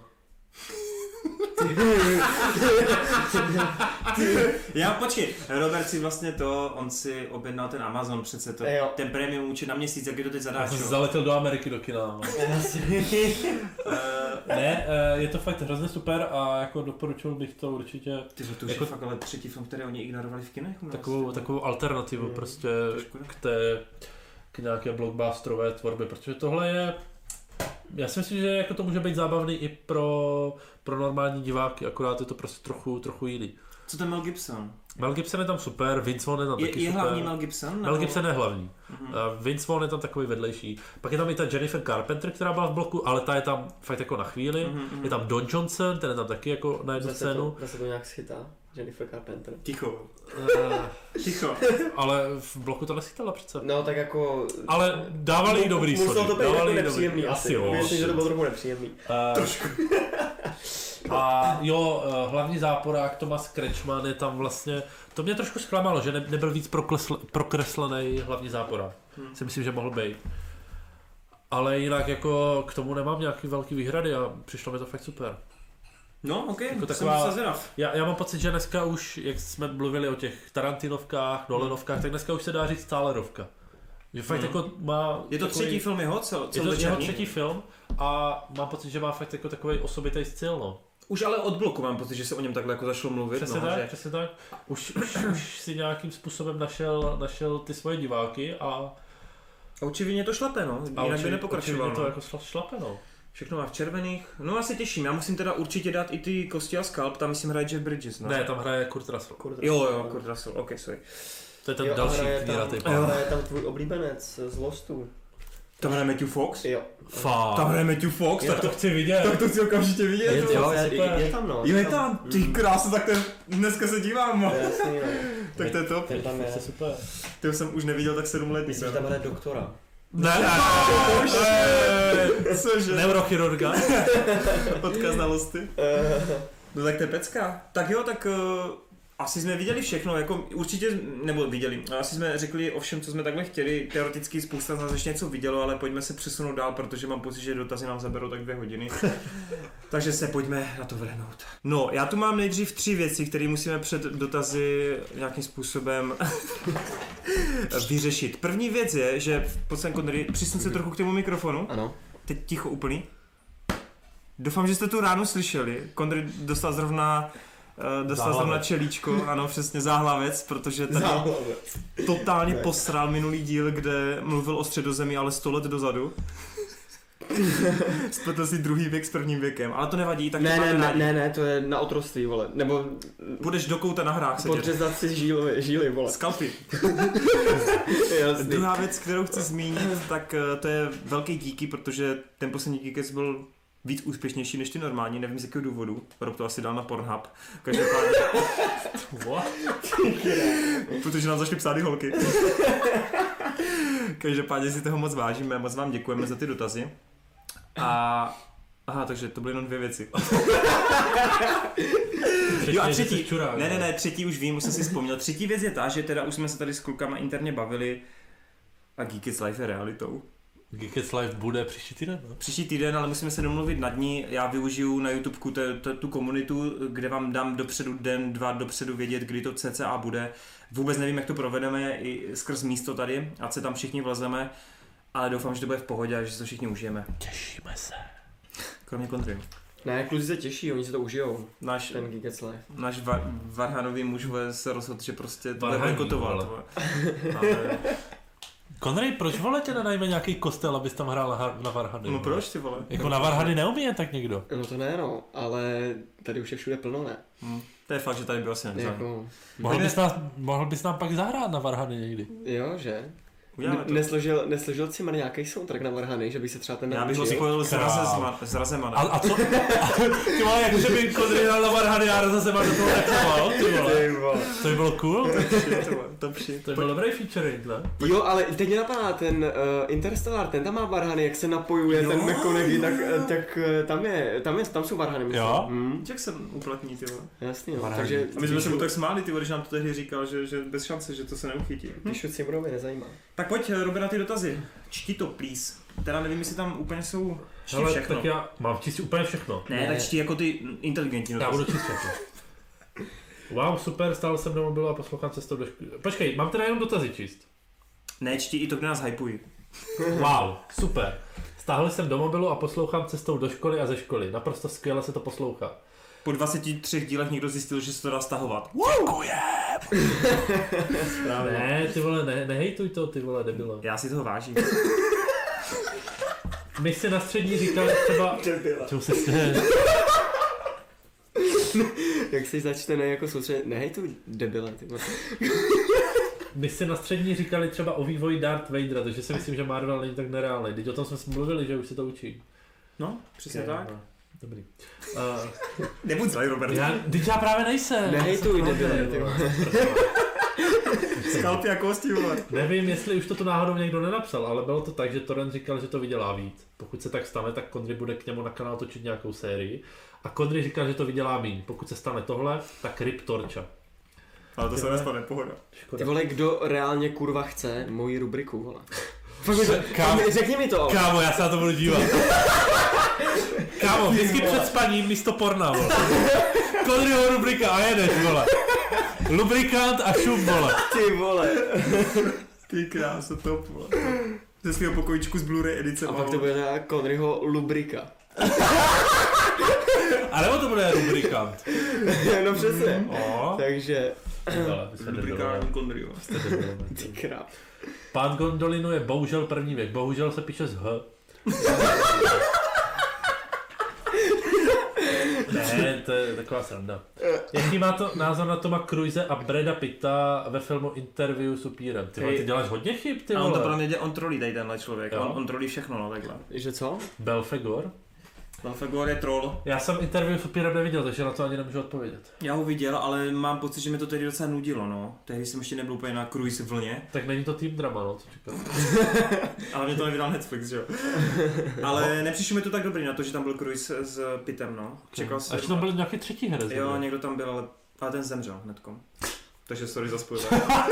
Já počkej, Robert si vlastně on si objednal ten Amazon přece to, ten premium účet na měsíc, jak je to teď Já zadáčo. jsem zaletěl do Ameriky do kina. Ne, je to fakt hrozně super a jako doporučil bych to určitě. Ty to už jako, je fakt ale třetí film, který oni ignorovali v kinech. Takovou alternativu prostě k nějaké blockbusterové tvorbě, protože tohle je, já si myslím, že jako to může být zábavný i pro normální diváky, akorát je to prostě trochu jiný. Co ten Mel Gibson? Mel Gibson je tam super, Vince Vaughn je tam taky super. Je hlavní Mel Gibson? Mel Gibson je hlavní. Vince Vaughn je tam takový vedlejší. Pak je tam i ta Jennifer Carpenter, která byla v bloku, ale ta je tam fakt jako na chvíli. Je tam Don Johnson, ten je tam taky jako na jednu scénu. Zase to nějak schytá, Jennifer Carpenter. Ticho. Ticho. Ale v bloku to neschytala přece. No tak jako... Ale dávali jí dobrý sody. Muselo to být jako nepříjemný asi. jo. Myslím, že to bylo trochu nepříjemný. Trošku. A jo, hlavní záporák Thomas Kretschmann je tam vlastně, to mě trošku zklamalo, že nebyl víc prokreslený hlavní záporák. Si myslím, že mohl být. Ale jinak jako k tomu nemám nějaký velký výhrady a přišlo mi to fakt super. No, ok, jako taková, já mám pocit, že dneska už, jak jsme mluvili o těch Tarantinovkách, Nolanovkách, tak dneska už se dá říct Talerovka. Že fakt jako má... Je to takový, třetí film jeho, je to jeho třetí film a mám pocit, že má fakt jako takový osobitý styl, no. Už ale od bloku mám pocit, že se o něm takhle jako zašlo mluvit. Přesně no, tak, že... přesně tak. Už si nějakým způsobem našel ty svoje diváky a očividně to šlape, no. Jinak by nepokračoval. Očividně to jako šlape, no. Všechno má v červených. No já se těším, já musím teda určitě dát i ty Kosti a Skalp, tam myslím hraje Jeff Bridges, no. Ne, tam hraje Kurt Russell. Jo, Kurt Russell, ok, sorry. To je ten další kníratý pán. Jo, je tam tvůj oblíbenec z Lostu. Tam hraje Matthew Fox? Jo. Fakt. Tam hraje Matthew Fox? Tak to chci vidět. Tak to chci okamžitě vidět. Je tam, no. Jo, je tam, ty krása, tak ten dneska se dívám. Jasný, no. Tak to je top. Ten tam je. Super. Ty jsem už neviděl tak 7 let. Myslím, že tam hraje doktora. Ne, cože? Neurochirurga. Odkaz na Losty. No tak to je pecka. Tak jo, tak asi jsme viděli všechno, jako určitě, nebo viděli, asi jsme řekli o všem, co jsme takhle chtěli, teoreticky spousta z nás ještě něco vidělo, ale pojďme se přesunout dál, protože mám pocit, že dotazy nám zaberou tak 2 hodiny. Takže se pojďme na to vrhnout. No, já tu mám nejdřív 3 věci, které musíme před dotazy nějakým způsobem vyřešit. První věc je, že v podstatě Connery, přisun se trochu k tomu mikrofonu. Ano. Teď ticho úplný. Doufám, že jste tu ráno slyšeli. Connery dostal zrovna čelíčko, ano, přesně záhlavec, protože tady totálně posral minulý díl, kde mluvil o Středozemí, ale 100 let dozadu. Spletl si druhý věk s prvním věkem, ale to nevadí, tak Ne, to je na otroství, vole, nebo... Budeš do kouta na hrách sedět. Podřezat si žíly, vole. Skalpy. Druhá věc, kterou chci zmínit, tak to je velký díky, protože ten poslední Geekec byl víc úspěšnější než ty normální, nevím z jakého důvodu. Rob to asi dal na Pornhub. Každopádně... Protože nám začaly psát i holky. Každopádně si toho moc vážíme, moc vám děkujeme za ty dotazy. Aha, takže to byly jenom 2 věci. Jo a třetí, ne, třetí už vím, už jsem si vzpomněl. Třetí věc je ta, že teda už jsme se tady s klukama interně bavili a Geekets Live je realitou. Geekets Live bude příští týden, no? Příští týden, ale musíme se domluvit na dní. Já využiju na YouTubeku tu komunitu, kde vám dám dopředu den, 2 dopředu vědět, kdy to cca bude. Vůbec nevím, jak to provedeme i skrz místo tady, ať se tam všichni vlezeme, ale doufám, že to bude v pohodě a že se to všichni užijeme. Těšíme se. Kromě Kondry. Ne, kluci se těší, oni se to užijou. Ten Geekets Live. Náš Varhanový muž se rozhodl, že prostě to bude bojkotovat. Konrej, proč vole tě nenajme nějaký kostel, abys tam hrál na Varhany? No proč ty vole? Jako na Varhany neumí tak někdo. No to ne no, ale tady už je všude plno, ne? To je fakt, že tady byl asi nevzal. Jako... Mohl bys nám pak zahrát na Varhany někdy. Jo, že? Nesložil Cimar nějaký soundtrack na Varhany, že by se třeba ten Já bych ho spojil s Razemanem. A co? Ty vole, jakože by Konrej hrál na Varhany a Razeman do toho reklamoval, ty vole. To by bylo cool. To by byl dobrý featuring, ne? Jo, ale teď mě napadá, ten Interstellar, ten tam má Varhany, jak se napojuje ten McConaughey, tak tam jsou Varhany, myslím. Jo? Jak se uplatní, ty vole. Jasný, jo. Takže... A my jsme se mu tak smáli, ty vole, když nám to tehdy říkal, že bez šance, že to se neuchytí. Píšu Cimrovi, nezajímá. Tak pojď, Robe, na ty dotazy. Čti to, please. Teda nevím, jestli tam úplně jsou... Čti všechno. Tak já mám číst úplně všechno. Ne, tak čti jako ty inteligentní dotazy. Já budu číst všechno. Wow, super, stál jsem do mobilu a poslouchám cestou do školy. Počkej, mám teda jenom dotazy číst. Ne, čti i to, kde nás hypují. Wow, super. Stáhl jsem do mobilu a poslouchám cestou do školy a ze školy. Naprosto skvěle se to poslouchá. Po 23 dílech někdo zjistil, že se to dá stahovat. Děkujem! Ne, ty vole, nehejtuj to, ty vole, debile. Já si toho vážím. My si na střední říkali třeba... Čemu se stěje? Jak se začne jako soustředit, nehejtuj debile, ty vole. My si na střední říkali třeba o vývoji Darth Vadera, takže si myslím, že Marvel není tak nereálný. Teď o tom jsme mluvili, že už se to učí. No, přesně tak. No. Dobrý. Nebuď zlej, Robert. Já právě nejsem. Nehejtuj debile, ty vole. Skalpy a kosti, vole. Nevím, jestli už to náhodou někdo nenapsal, ale bylo to tak, že Torrent říkal, že to vydělá víc. Pokud se tak stane, tak Kondry bude k němu na kanál točit nějakou sérii. A Kondry říkal, že to vydělá míň. Pokud se stane tohle, tak Rip Torcha. Ale to se nestane, pohoda. Ty vole, kdo reálně kurva chce moji rubriku, vole. Řekni mi to. Kámo, já se na to budu dívat. Kámo, vždycky před spaním místo porna, vole. Kondryho rubrika a jedeš, vole. Lubrikant a šup, vole. Ty vole. Ty krása, top, vole. Ze svého pokojíčku z Blu-ray edice. A pak to bude na Kondryho lubrika. A nebo to bude lubrikant. No přesně. Takže... Lubrikální Kondryho. Ty kráp. Pán Gondolino je bohužel první věk. Bohužel se píše z H. Ne, to je taková sranda. Jaký má to názor na Toma Cruise a Brada Pitta ve filmu Interview s upírem? Ty děláš hodně chyb, ty vole. A on to pro mě on trolí tady tenhle člověk. On trolí všechno, no takhle. Že co? Belfegor? Belfegor je troll. Já jsem Interview s upírem neviděl, takže na to ani nemůžu odpovědět. Já ho viděl, ale mám pocit, že mi to tehdy docela nudilo, no. Tehdy jsem ještě nebyl úplně na Cruise vlně. Tak není to tým drama, no, co říkám. Ale mě to nevydal Netflix, že jo. Ale nepřišlo mi to tak dobrý na to, že tam byl Cruise s Pittem, no. Čekal jsem. A ještě tam byl nějaký třetí herec. Jo, někdo tam byl, ale ten zemřel hnedkom. Takže sorry za spoiler.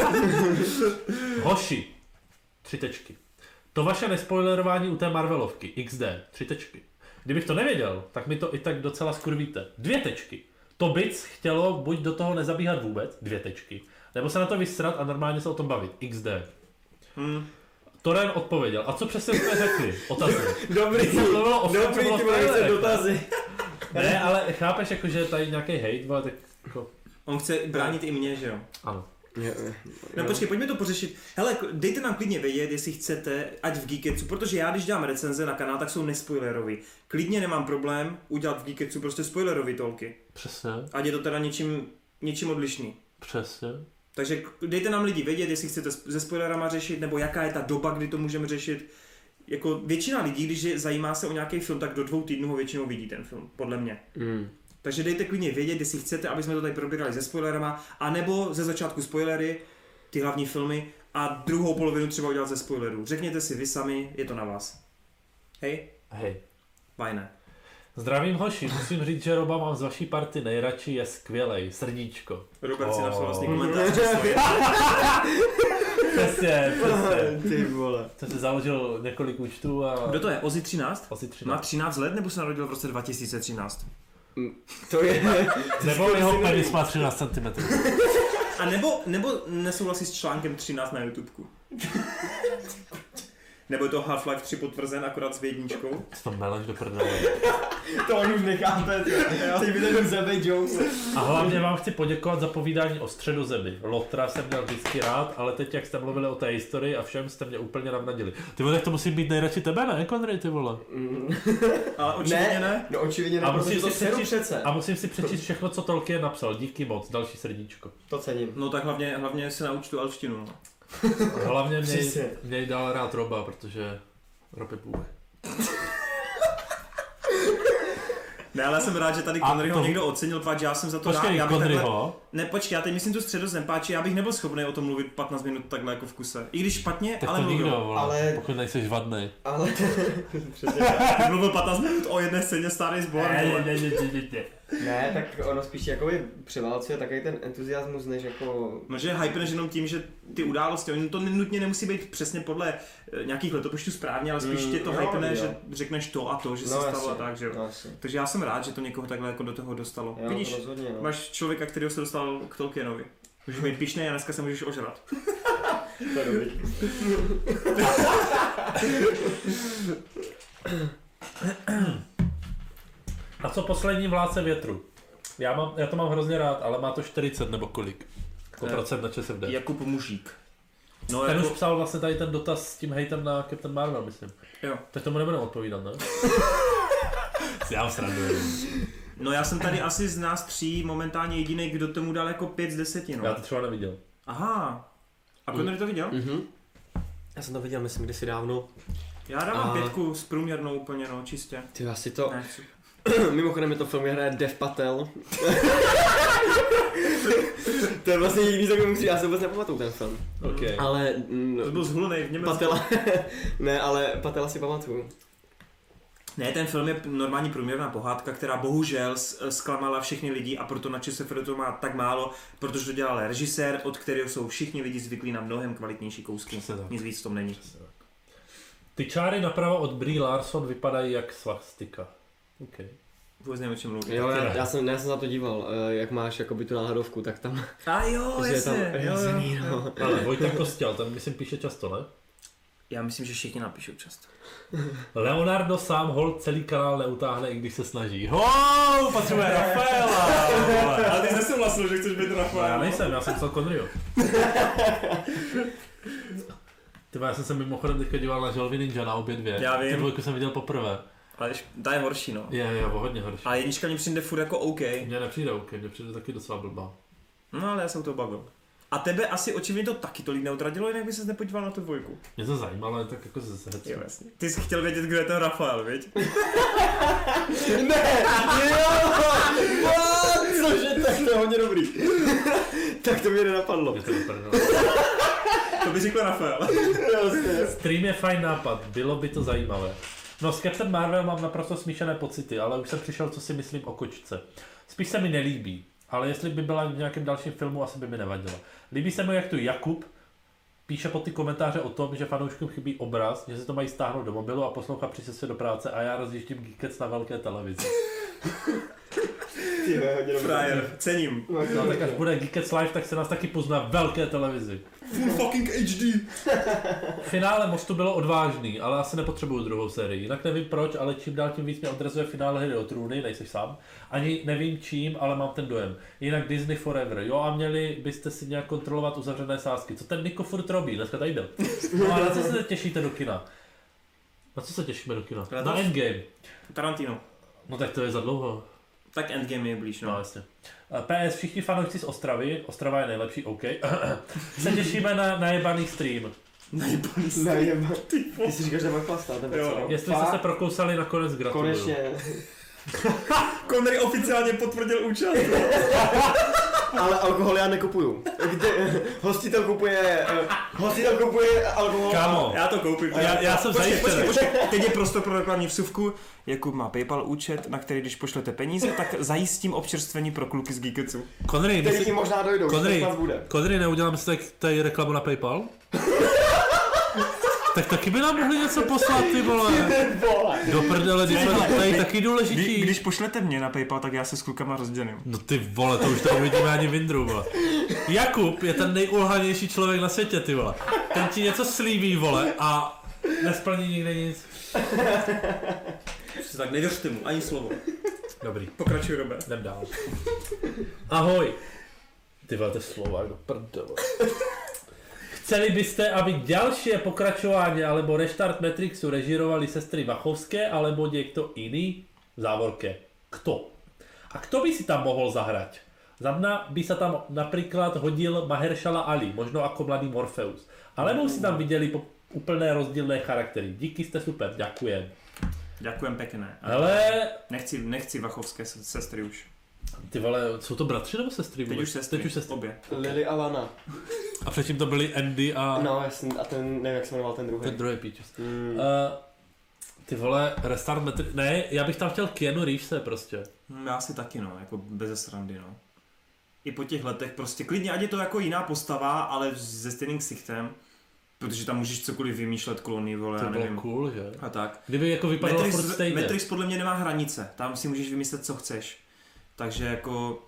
Hoši. 3 tečky. To vaše nespoilerování u té Marvelovky. XD. 3 tečky. Kdybych to nevěděl, tak mi to i tak docela skurvíte. 2 tečky. To Bic chtělo buď do toho nezabíhat vůbec, 2 tečky, nebo se na to vysrat a normálně se o tom bavit. XD. Toren odpověděl. A co přesně jsme řekli? Otazník. Dobrý, ty máš dotazy. Ne, ale chápeš, jako, že tady nějaký hate, ale tak jako... On chce bránit i mě, že jo? Ano. No počkej, pojďme to pořešit. Hele, dejte nám klidně vědět, jestli chcete, ať v Geeketsu, protože já když dám recenze na kanál, tak jsou nespoilerový. Klidně nemám problém udělat v Geeketsu prostě spoilerový tolky. Přesně. Ať je to teda něčím odlišný. Přesně. Takže dejte nám lidi vědět, jestli chcete se spoilerama řešit, nebo jaká je ta doba, kdy to můžeme řešit. jako většina lidí, když zajímá se o nějaký film, tak do 2 týdnů ho většinou vidí ten film, podle mě. Takže dejte klidně vědět, jestli chcete, aby jsme to tady probírali se spoilerama, anebo ze začátku spoilery, ty hlavní filmy, a druhou polovinu třeba udělat ze spoilerů. Řekněte si vy sami, je to na vás. Hej? Hej. Fajné. Zdravím hoši, musím říct, že Roba mám z vaší party nejradši, je skvělej, srdíčko. Robert si napsal vlastně komentář. Přesně. Ty vole. Jsem si založil několik účtů a... Kdo to je? Ozzy 13? Asi 13. Má 13 let nebo se narodil v roce 2013? To je... Nebo jeho penis má 13 cm. A nebo nesouhlasí s článkem 13 na YouTubeku? Nebo je to Half-Life 3 potvrzen akorát s vědničkou? To meleš do prdele. To on už nechápe, teď by ten zebe Jones. A hlavně vám chci poděkovat za povídání o Středozemi. Lotra jsem měl vždycky rád, ale teď jak jste mluvili o té historii a všem jste mě úplně navnadili. Ty vole, tak to musí být nejradši tebe, ne, Connery, ty vole? Ale očividně ne? No očividně ne, A protože musím to si seru přečíst, přece. a musím si přečíst všechno, co Tolkien napsal. Díky moc, další srdíčko. To cením. No tak hlavně se nauč tu alštinu. No. Hlavně Přesně. měj dál rád Roba, protože Rob je Bůh. Ne, ale jsem rád, že tady Conneryho někdo ocenil, páč, já jsem za to rád. Počkej, Conneryho? Ne, počkej, já teď myslím tu Středozem, páči, já bych nebyl schopný o tom mluvit 15 minut takhle jako v kuse. I když špatně, Tak ale to mluvil. nikdo, vole, Ale- pokud nejseš vadnej. Ale... Mluvil 15 minut o jedné scéně Starý sbor. vole. Ne, tak ono spíš jakoby převálcuje takový ten entuziasmus, než jako... No, že hypeneš jenom tím, že ty události, oni to nutně nemusí být přesně podle nějakých letopočtů správně, ale spíš tě to jo, hypene, jo. že řekneš to a to, že se No, stalo a jasně, tak, že jo. no, jasně. Takže já jsem rád, že to někoho takhle jako do toho dostalo. Jo, Vidíš, to rozhodně, no. máš člověka, kterého se dostal k Tolkienovi. Můžeš být pyšnej a dneska se můžeš ožrat. To je dobrý. A co poslední Vládce větru? Já to mám hrozně rád, ale má to 40 nebo kolik? Procent na ČSFD. Jakub Mužík. No, Ten jako, už psal vlastně tady ten dotaz s tím hejtem na Captain Marvel, myslím. jo. Tak tomu nebudeme odpovídat, ne? Já vám srandu. No já jsem tady asi z nás 3 momentálně jediný, kdo tomu dal jako 5 z 10, no. Já to třeba neviděl. Aha. A Connery to viděl? Já jsem to viděl, myslím, kdysi dávno. Já dávám A- 5 s průměrnou úplně, no, čistě. Ty asi to... Ne, Mimochodem je to film, kde hraje Dev Patel. To je vlastně jediný, za komu já se vůbec nepamatuju ten film. Okay. Ale... to byl zhulenej v Německu. Patela... ne, ale Patela si pamatuju. Ne, ten film je normální průměrná pohádka, která bohužel zklamala všechny lidi a proto na ČSFD to má tak málo, protože to dělal režisér, od kterého jsou všichni lidi zvyklí na mnohem kvalitnější kousky. Přesně tak. Nic víc v tom není. Ty čáry napravo od Brie Larson vypadají jak svastika. Okay. Vůbec nevím, o čem mluví. Jo, já jsem za to díval, jak máš jakoby tu náhodovku, tak tam... A jo, že je tam jasně. řazený, no. Ale Vojta Kostěl, ten myslím píše často, ne? Já myslím, že všichni napíšou často. Leonardo sám hold celý kanál neutáhne, i když se snaží. Potřebuje Rafaela! Ale ty jsi nesouhlasil, že chceš být No, Rafael. já nejsem, já jsem psal Conryho. Tyba, já jsem se mimochodem teďka díval na Želvy Ninja na obě dvě. Já vím. Ty dvojku jsem viděl poprvé. Ale ta je horší, no. Je, o hodně horší. A jednička mi přijde furt jako OK. Mně nepřijde OK, mně přijde taky docela blbá. No ale já jsem to bavil. A tebe asi očividně to taky tolik neutradilo, jinak by ses nepodíval na tu dvojku. Mě to zajímalo, ale tak jako ze herců. Jo, jasně. Ty jsi chtěl vědět, kdo je ten Rafael, viď? Ne, jo! Cože, tak to je hodně dobrý. Tak to mě nenapadlo. Mě to dopadlo. To by řekl Rafael. Stream je fajn nápad, bylo by to zajímavé. No s Captain Marvel mám naprosto smíšené pocity, ale už jsem přišel, co si myslím o kočce. Spíš se mi nelíbí, ale jestli by byla v nějakém dalším filmu, asi by mi nevadila. Líbí se mi, jak tu Jakub píše pod ty komentáře o tom, že fanouškům chybí obraz, že se to mají stáhnout do mobilu a poslouchat při cestě do práce a já rozjíždím Geekec na velké televizi. Ty hodně dobrý. Frajer, cením. No tak až bude Geekec Live, tak se nás taky pozná velké televizi. Full fucking HD. Finále Mostu bylo odvážný, ale asi nepotřebuju druhou sérii. Jinak nevím proč, ale čím dál tím víc mě odrazuje finále Hry o trůny, nejseš sám. Ani nevím čím, ale mám ten dojem. Jinak Disney Forever, jo, a měli byste si nějak kontrolovat uzavřené sázky. Co ten Niko furt robí? Dneska tady byl. No a na co se těšíte do kina? Na co se těšíme do kina? Na Endgame. Tarantino. No tak to je za dlouho. Tak Endgame je blíž, No no. jasně. PS, všichni fanoušci z Ostravy, Ostrava je nejlepší, OK. Se těšíme na najebaný stream. Najebaný stream. Najebaný. Ty si říkáš, že máš plasta, nebo co? Jestli jste se prokousali, nakonec gratuluju. Konečně. Connery oficiálně potvrdil účast. Ale alkohol já nekupuju. Hostitel kupuje alkohol. Kámo, Já to koupím. já jsem zajištěný. Počkej, teď je prostor pro reklamní vsuvku. Jakub má PayPal účet, na který když pošlete peníze, tak zajistím občerstvení pro kluky z Geeketsu. Connery, Který ti možná dojdou, Connery, to bude. Connery, neuděláme si tady reklamu na PayPal? Tak taky by nám mohli něco poslat, ty vole. Do prdele, ty jsme tady taky důležití. Když pošlete mě na PayPal, tak já se s klukama rozdělím. No ty vole, to už tady vidíme ani Vindru, vole. Jakub je ten nejulhanější člověk na světě, ty vole. Ten ti něco slíbí, vole, a nesplní nikde nic. Tak nevěřte mu, ani slovo. Dobrý, Pokračuj, Robert. jdem dál. Ahoj. Ty vole, to je slova, do prdele. Chceli byste, aby další pokračování alebo restart Matrixu režírovali sestry Wachovské alebo někdo jiný? V závorke. Kto? A kto by si tam mohl zahrať? Za mňa by sa tam napríklad hodil Mahershala Ali, možno ako mladý Morpheus. Alebo si tam viděli úplné rozdílné charaktery. Díky, jste super, ďakujem. Ďakujem pekné. Ale... Nechci Wachovské sestry už. Ty vole, jsou to bratři nebo sestry? Teď už sestry. Obě. Lily a Lana. A předtím to byli Andy a... No jasně, a ten, nevím jak se jmenoval ten druhý. Ten druhý píč. Ty vole, restart Matrix... Ne, já bych tam chtěl Keanu Reevese prostě. Já si taky no, jako bez srandy no. I po těch letech prostě klidně, ať je to jako jiná postava, ale se stejným ksichtem. Protože tam můžeš cokoliv vymýšlet, klony, vole, To já bylo nevím. cool, že? A tak. Kdyby jako vypadalo furt stejně. Matrix podle mě nemá hranice, tam si můžeš vymyslet, co chceš. Takže jako...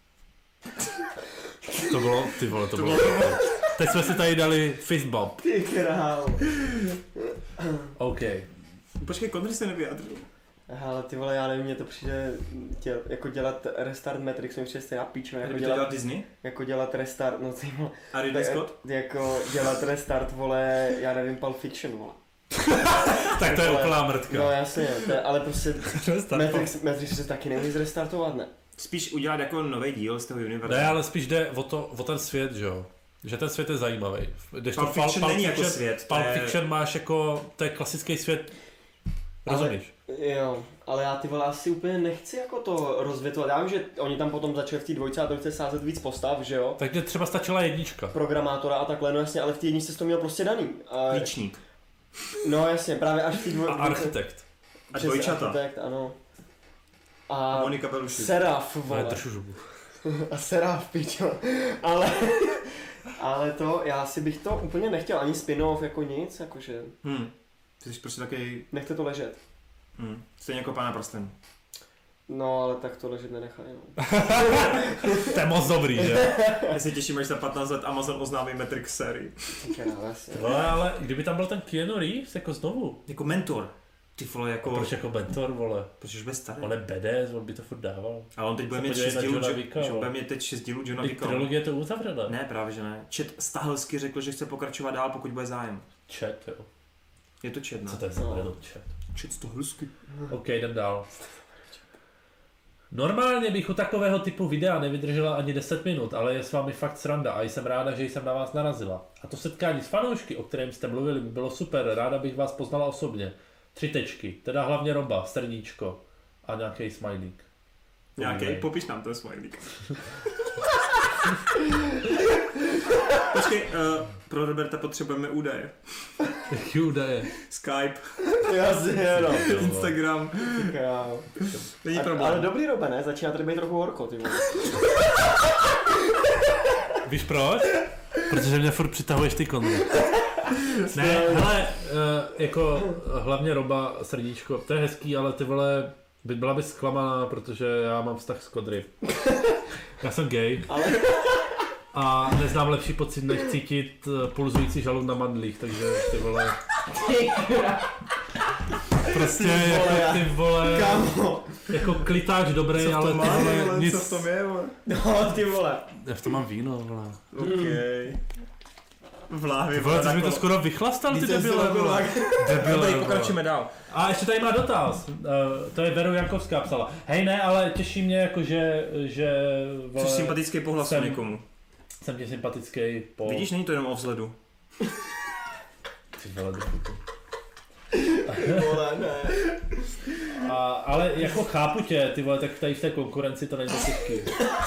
To bylo, ty vole, to bylo. Teď jsme si tady dali fist bump. Ty král. OK. Počkej, Connery se nevyjádřil. Ale ty vole, já nevím, mně to přijde jako dělat restart Matrixu, mi přijde stejná píčme, jako Kdyby to dělat Disney? jako dělat restart, no ty vole. A Ridley Scott? Jako dělat restart, vole, já nevím, Pulp Fiction, vole. Tak to je Vole, úplná mrtka. No jasně, ale prostě Matrix se taky nemůže zrestartovat, ne? Spíš udělat jako nový díl z toho univerza. Ne, ale spíš jde o ten svět, že jo? Že ten svět je zajímavý. Pulp Fiction není jako svět. Pulp Fiction máš jako, to je klasický svět. Rozumíš? Jo, ale já ty vole asi úplně nechci jako to rozvětovat. Já vím, že oni tam potom začali v té dvojce a trojce sázet víc postav, že jo? Takže třeba stačila jednička. Programátora a takhle, no jasně, ale v té jedničce jsi to měl prostě daný. A, Klíčník. no jasně, právě až v té dvojce. A architekt. A dvojčata. Architekt, ano. A A Monika Belushi. Seraf, Ne, vole. držu žubu. A Seraf, pičo. Ale to, já si bych to úplně nechtěl, ani spin-off, jako nic, jakože. Ty jsi prostě takový... Nechte to ležet. Stejně jako Pána prstenů. No, ale tak to ležet nenechají, no. To je moc dobrý, že? Já se těším, až za 15 let Amazon oznámí Matrix sérii. Tak je, jasně. Vole, ale kdyby tam byl ten Keanu Reeves jako znovu. Jako mentor. Ty vole, jako... Proč jako mentor, vole? Protože už bude starý. On je badass, on by to furt dával. A on teď bude mít podívej 6 na dílů, Johna Wicka, že on vole. bude mít teď 6 dílů Johna Teď Wicka. trilogie to uzavřené. Ne, právě že ne. Chet Stahelsky řekl, že chce pokračovat dál, pokud bude zájem. Chat, jo. Je to Chet, Co no. to je za chat? Chet Stahelsky. OK, jdem dál. Normálně bych u takového typu videa nevydržela ani 10 minut, ale je s vámi fakt sranda a jsem ráda, že jsem na vás narazila. A to setkání s fanoušky, o kterém jste mluvili, by bylo super, ráda bych vás poznala osobně. 3 tečky, teda hlavně Roba, srdíčko a nějaký smajlík. Nějaký? Popiš nám ten smajlík. Počkej, pro Roberta potřebujeme údaje. Jaký údaje? Skype, Jasně, no. Instagram. Král. Není problém. Ale dobrý Robe, ne? Začíná tady být trochu horko, ty vole. Víš proč? Protože mě furt přitahuješ ty Connery. Ne, hele, jako hlavně Roba, srdíčko, to je hezký, ale ty vole, byla bys zklamaná, protože já mám vztah s Connery. Já jsem gay. Ale... A neznám lepší pocit, než cítit pulzující žalud na mandlích, takže ty vole... Prostě jako ty vole... Kámo. Jako klitáč dobrý, ale ty vole nic... Co v tom je, vole? No, ty vole. Já v tom mám víno, vole. Okej. V láhvi, Vole, ty jsi mi to skoro vychlastal, ty debile, vole. Debile, Dobrý, vole. pokračujeme dál. A ještě tady má dotaz. To je Veru Jankovská psala. Hej ne, ale těší mě jako, že vole, Jsi sympatický pohlas jsem- někomu. jsem ti sympatický po... Vidíš, není to jenom o vzhledu. Ty vole, do putu. Vole, ne. Ale jako chápu tě, ty vole, tak tady v té konkurenci to není těžký.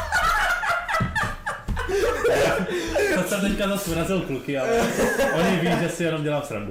To jsem teďka zase vyrazil kluky, ale oni ví, že si jenom dělám srandu.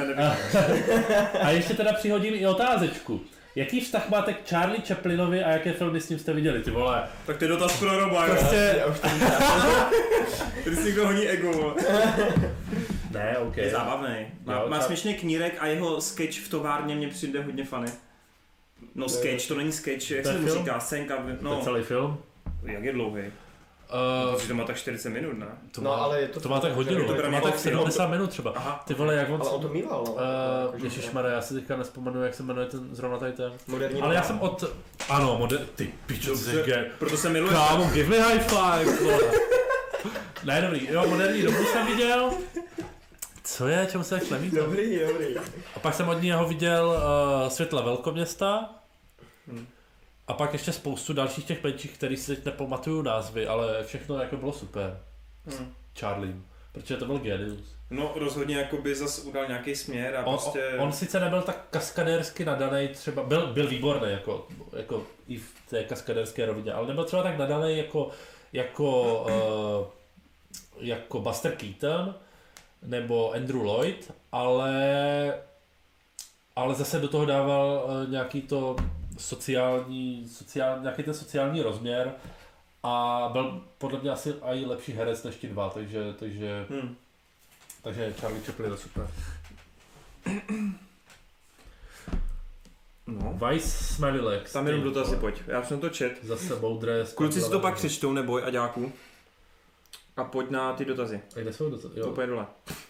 A ještě teda přihodím i otázečku. Jaký vztah máte k Charlie Chaplinovi a jaké filmy s ním jste viděli, ty vole? Tak to je dotaz pro Roba, jo? Prostě... Tady si někdo honí ego. Ne, OK. Je zábavný. Má směšný knírek a jeho sketch v továrně mě přijde hodně funny. No sketch, to není sketch, jak se mu říká, scénka. No. To je celý film? Jak je dlouhý? Protože to má tak 40 minut, ne? To má tak hodinu, to má tak 70 minut třeba. Aha. Ty vole, jak on... Ale on to mýval, no. Ježišmarja, já si teďka nespomenu, jak se jmenuje zrovna tady ten. Moderní. Ale já jsem od... Ano, ty pičo, proto se miluji. Kámo, give me high five, vole. Ne, dobrý, jo, moderní dobu jsem viděl. Co je, čemu se tak nemí? Dobrý. A pak jsem od něho viděl Světla velkoměsta. A pak ještě spoustu dalších těch menších, který si teď nepamatuju názvy, ale všechno jako bylo super. Charlie, protože to byl genius. No rozhodně jako by zas udal nějaký směr a prostě... On sice nebyl tak kaskadérsky nadaný třeba, byl výborný jako i v té kaskadérské rovině, ale nebyl třeba tak nadaný jako Buster Keaton nebo Andrew Lloyd, ale zase do toho dával nějaký to nějaký ten sociální rozměr a byl podle mě asi i lepší herec než ti dva, takže Charlie Chaplin je super. No. Vice Smelly Legs. Tam jenom dotazy, pojď. Já jsem to čet. Zase moudré. Kluci si to pak přečtou, neboj, Aďáku. A pojď na ty dotazy. A kde jsou dotazy? To pojď dole.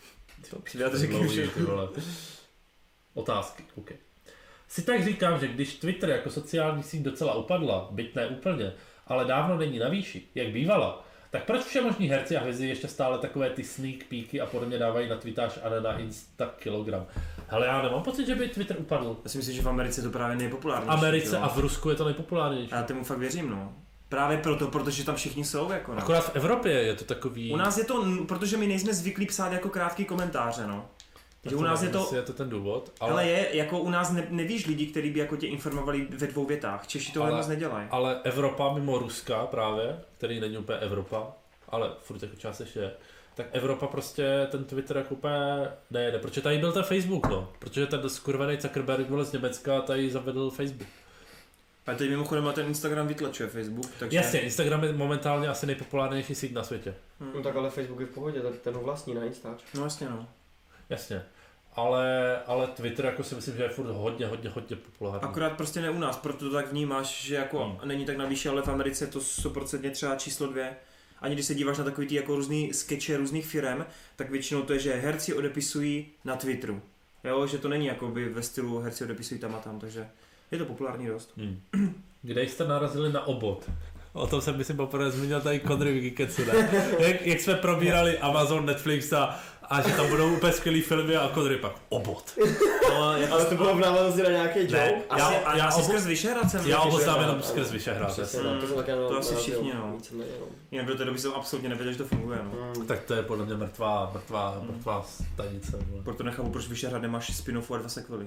Otázky, OK. Si tak říkám, že když Twitter jako sociální síť docela upadla, byť ne úplně, ale dávno není na výši, jak bývala, tak proč všemožní herci a hvězdy ještě stále takové ty sneak peeky a podobně dávají na Twittáž a ne na Insta kilogram? Hele, já nemám pocit, že by Twitter upadl. Já si myslím, že v Americe to právě nejpopulárnější. V Americe a v Rusku je to nejpopulárnější. A já tomu fakt věřím, no. Právě proto, protože tam všichni jsou, jako no. Akorát v Evropě je to takový... U nás je to, protože my nejsme zvyklí psát jako krátký komentáře, no. Takže u nás je to ten důvod, ale je, jako u nás nevíš lidi, kteří by jako tě informovali ve 2 větách. Češi to moc nedělají. Ale Evropa mimo Ruska právě, který není úplně Evropa, ale furt jako část ještě je, tak Evropa prostě ten Twitter jako úplně nejede, protože tady byl ten Facebook, no. Protože ten skurvený Zuckerberg byl z Německa, tady zavedl Facebook. A teď mimochodem na ten Instagram vytlačuje Facebook, takže... Jasně, Instagram je momentálně asi nejpopulárnější síť na světě. No tak ale Facebook je v pohodě, tak ten ho vlastní na Instač. No jasně, no. Jasně. Ale Twitter jako si myslím, že je furt hodně populární. Akorát prostě ne u nás, proto to tak vnímáš, že jako není tak na výši, ale v Americe to 100% třeba číslo 2. Ani když se díváš na takový ty jako různý skeče různých firem, tak většinou to je, že herci odepisují na Twitteru. Jo, že to není jako by ve stylu herci odepisují tam a tam, takže je to populární dost. Kde jste narazili na obod? O tom jsem myslím poprvé zmínil tady Konry Wikikecu, ne? Jak jsme probírali Amazon, Netflix a že tam budou úplně skvělý filmy a Konry pak obod. No, ale to bylo v návaznosti na nějaký joke? Asi skrz Vyšehrad jsem. Já obod znám jenom skrz Vyšehrad. To asi všichni, no. Jinak do té doby jsem absolutně nevěděl, že to funguje, no. Tak to je podle mě mrtvá stanice. Proto nechápu, proč Vyšehrad nemáš spin-offu a 2 sequely.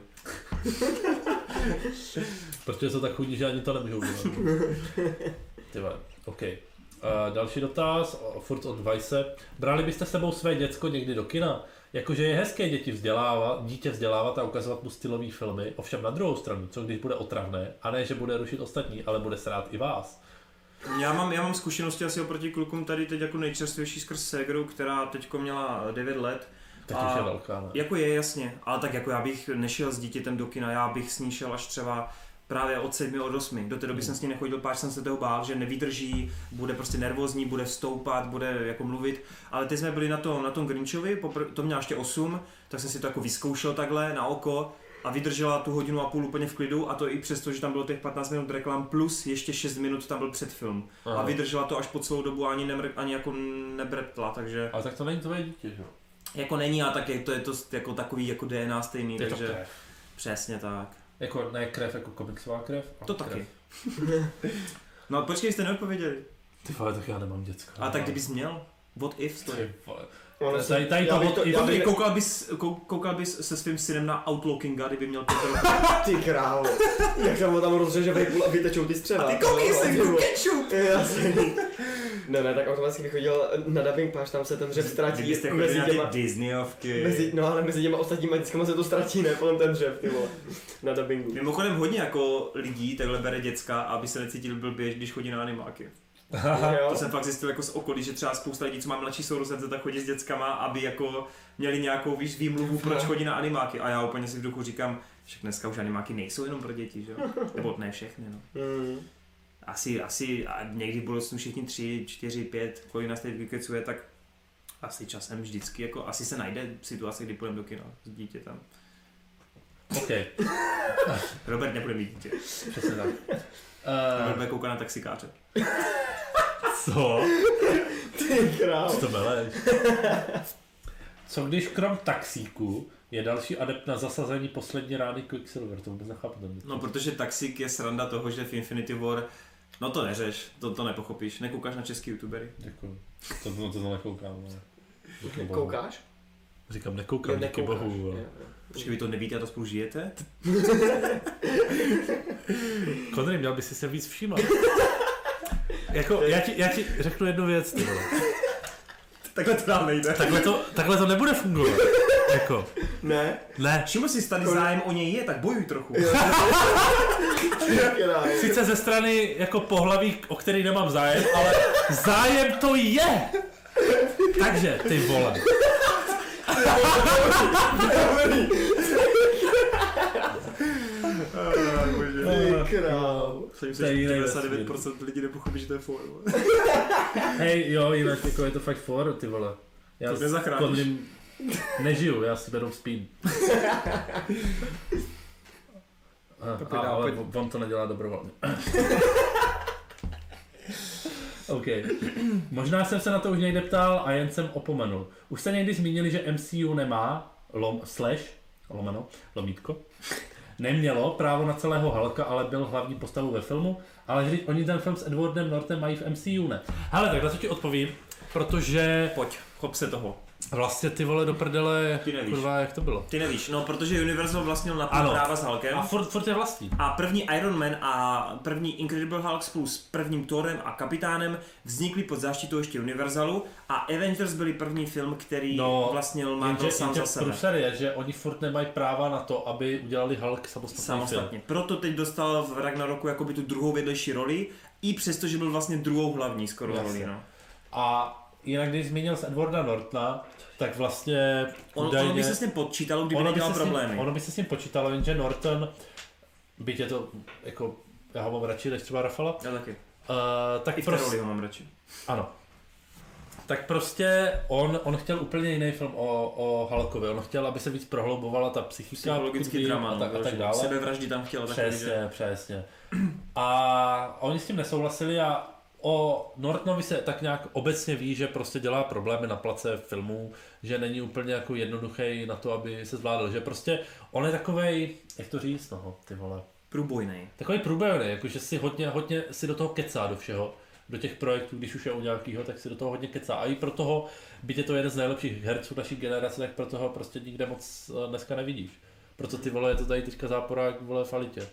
Protože jsou tak chudí, že ani to nemůžou dělat. Tyhle, OK. Další dotaz, furt od Vice. Brali byste sebou své děcko někdy do kina? Jakože je hezké dítě vzdělávat a ukazovat mu stylové filmy, ovšem na druhou stranu, co když bude otravné, a ne, že bude rušit ostatní, ale bude srát i vás. Já mám zkušenosti asi oproti klukům tady teď jako nejčerstvější skrz ségru, která teďko měla 9 let. Tak už je velká, ne? Jako je, jasně, ale tak jako já bych nešel s dítětem do kina, já bych s ní šel až třeba právě od 7 od 8. Do té doby jsem s ní nechodil, páč jsem se toho bál, že nevydrží, bude prostě nervózní, bude vstoupat, bude jako mluvit. Ale teď jsme byli na tom Grinchovi, to měla ještě 8, tak jsem si to jako vyzkoušel takhle na oko a vydržela tu 1,5 hodiny úplně v klidu, a to i přesto, že tam bylo těch 15 minut reklam plus ještě 6 minut tam byl předfilm. Aha. A vydržela to až po celou dobu a ani jako nebreptla, takže... Ale tak to není tvoje dítě, že? Jako není, a tak je to jako takový jako DNA stejný, je takže... To krev. Přesně tak. Jako ne krev, jako komiksová krev? To krev. Taky. No a počkej, jste neodpověděli. Ty vole, tak já nemám děcko. A tak kdybys měl? What if story. Tady to what if. Ondřej, koukal bys se svým synem na Outlookinga, kdyby měl 5 roků. Ty krávo. Jak se mu tam rozřeže vejpůl a vytečou ty střeva. A ty koukej se, ketchup! Ne, tak automaticky vychodil na dubbing páš, tam se ten dřev ztratí mezi těma Disneyovky. Ale mezi těma ostatníma dětskama se to ztratí, ne? Potom ten dřev, ty vole, na dubbingu. Mimochodem hodně jako lidí takhle bere děcka, aby se necítil blbě, když chodí na animáky. To jsem fakt zjistil jako z okolí, že třeba spousta lidí, co má mladší sourozence, tak chodí s dětskama, aby jako měli nějakou výmluvu, proč chodí na animáky. A já úplně si v duchu říkám, že dneska už animáky nejsou jenom pro děti, že jo? Nebo ne všechny, no. Asi a někdy v budoucnu všichni 3, 4, 5, kolik nás teď vykecuje, tak asi časem vždycky, jako asi se najde situace, kdy půjdeme do kina s dítětem. OK. Robert nebude mít dítě. Přesně tak. Robert bude koukat na taxikáře. Co? Ty král. Co to meleš? Co když krom taxíku je další adept na zasazení poslední rány Quicksilver? To vůbec nechápu. No, protože taxík je sranda toho, že v Infinity War, no to neřeš, to nepochopíš, nekoukáš na český youtubery. Děkuju. To nekoukám. Koukáš? Říkám, nekoukám, díky bohu. Počkej, vy to nevíte a to spolu žijete? Konry, měl by si se víc všímat. Jako, já ti řeknu jednu věc, ty vole. Takhle to nám nejde. Takhle to nebude fungovat. Jako. Ne. Všiml si, tady zájem o něj je, tak bojuj trochu. Sice ze strany jako pohlaví, o který nemám zájem, ale zájem to je. Takže, ty vole. Ty král. Myslím si, že 99% lidí nepochopí, že to je for. Hej, jo, jinak jako je to fakt for, ty vole. Já to s Konrym nežiju, já si jenom spím. Ale on to nedělá dobrovolně. OK. Možná jsem se na to už někde ptal a jen jsem opomenul. Už jste někdy zmínili, že MCU nemá lomítko, nemělo právo na celého Hulka, ale byl hlavní postavou ve filmu, ale že oni ten film s Edwardem Nortonem mají v MCU, ne. Hele, tak to ti odpovím, protože... Pojď, chop se toho. Vlastně ty vole do prdele, kurva, jak to bylo? Ty nevíš, no protože Universal vlastnil na práva s Hulkem. A furt je vlastní. A první Iron Man a první Incredible Hulk spolu s prvním Thorem a Kapitánem vznikli pod záštitou ještě Universalu a Avengers byli první film, který vlastnil Marvel sám za sebe. Průser je, že oni furt nemají práva na to, aby udělali Hulk samostatně. Film. Proto teď dostal v Ragnaroku jakoby tu druhou vedlejší roli, i přesto, že byl vlastně druhou hlavní skoro roli, no. A jinak, když zmínil z Edwarda Nortona, tak vlastně ono by se s ním počítalo, kdyby nedělal problémy. Ono by se s ním počítalo, jenže Norton, byť je to, jako, já ho mám radši než třeba Rafala. Já taky. Tak i v té roli ho mám radši. Ano. Tak prostě on chtěl úplně jiný film o Hulkovi. On chtěl, aby se víc prohloubovala ta psychika. Psychologický drama, a tak dále. Sebevraždy tam chtěl. Přesně. A oni s tím nesouhlasili a o Nortonovi se tak nějak obecně ví, že prostě dělá problémy na place filmů, že není úplně jako jednoduchý na to, aby se zvládl, že prostě on je takovej, jak to říct, no, ty vole. Průbojnej. Takový průbojnej, jakože si hodně si do toho kecá do všeho, do těch projektů, když už je u nějakýho, tak si do toho hodně kecá. A i pro toho, byť je to jeden z nejlepších herců naší generace, tak pro toho prostě nikde moc dneska nevidíš. Proto ty vole, je to tady teďka záporák, vole, v Alitě.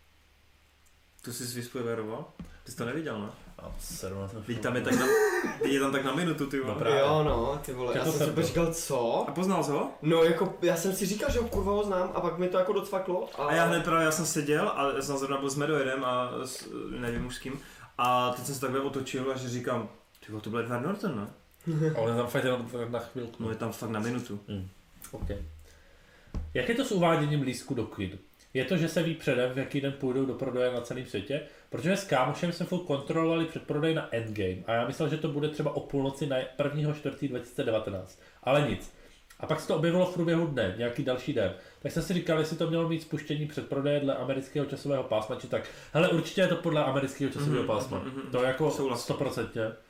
Tu jsi vyspoileroval? Ty jsi to neviděl, ne? Teď tam je tam tak na minutu, ty vole. No jo, no, ty vole, já jsem si říkal, co? A poznal jsi ho? No jako, já jsem si říkal, že ho kurva ho znám a pak mi to jako docvaklo. A já hned právě, já jsem seděl a já jsem zrovna byl s Medojedem a nevím už s kým. A teď jsem se takhle otočil a že říkám, ty vole, to byl Edward Norton, ne? A on je tam fakt jenom na chvilku. No je tam fakt na minutu. Okay. Jak je to s uváděním lístku do kin? Je to, že se ví předem, v jaký den půjdou do prodeje na celém světě? Protože s kámošem jsme furt kontrolovali předprodej na Endgame a já myslel, že to bude třeba o půlnoci na 1.4.2019. Ale nic. A pak se to objevilo v průběhu dne, nějaký další den. Tak jsem si říkal, jestli to mělo mít spuštění předprodeje dle amerického časového pásma, či tak. Hele, určitě je to podle amerického časového pásma. To je jako 100%.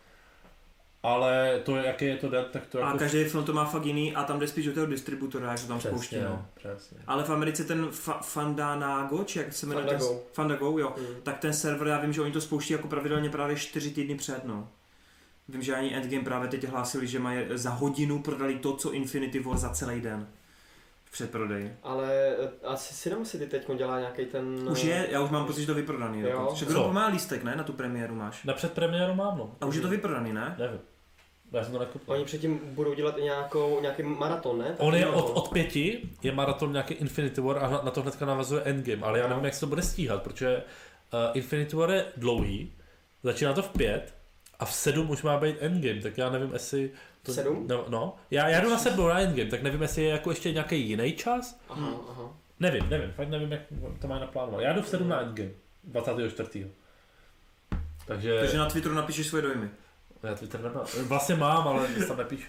Ale to, jaký je to den, tak to jako... A každý film to má fakt jiný a tam jde spíš do toho distributora, jak to tam spouští, no. Přesně. Ale v Americe ten Fandango, či jak se jmenuje? Fandango, jo. Tak ten server, já vím, že oni to spouští jako pravidelně právě 4 týdny před, no. Vím, že ani Endgame právě teď hlásili, že mají za hodinu prodali to, co Infinity War za celý den. V předprodeji. Ale asi Cinema City teď dělá nějaký ten... Už je, já už mám pocit, že to vyprodaný. Že to má lístek, ne? Na tu premiéru máš. Na předpremiéru mám, no. A už je to vyprodaný, ne? Nevím. Já jsem to nekoupil. Oni předtím budou dělat i nějaký maraton, ne? On je od 5, je maraton nějaký Infinity War a na to hnedka navazuje Endgame, ale já nevím, jak se to bude stíhat, protože Infinity War je dlouhý, začíná to v 5 a v 7 už má být Endgame, tak já nevím, jestli... To... 7? No. Já jdu na 7 na Endgame, tak nevím, jestli je jako ještě nějaký jiný čas. Aha. Nevím, fakt nevím, jak to má naplánovat. Já jdu v 7 na Endgame, 24. Takže na Twitteru napíšeš svoje dojmy. Já Twitter nemám. Vlastně mám, ale nic tam nepíšu.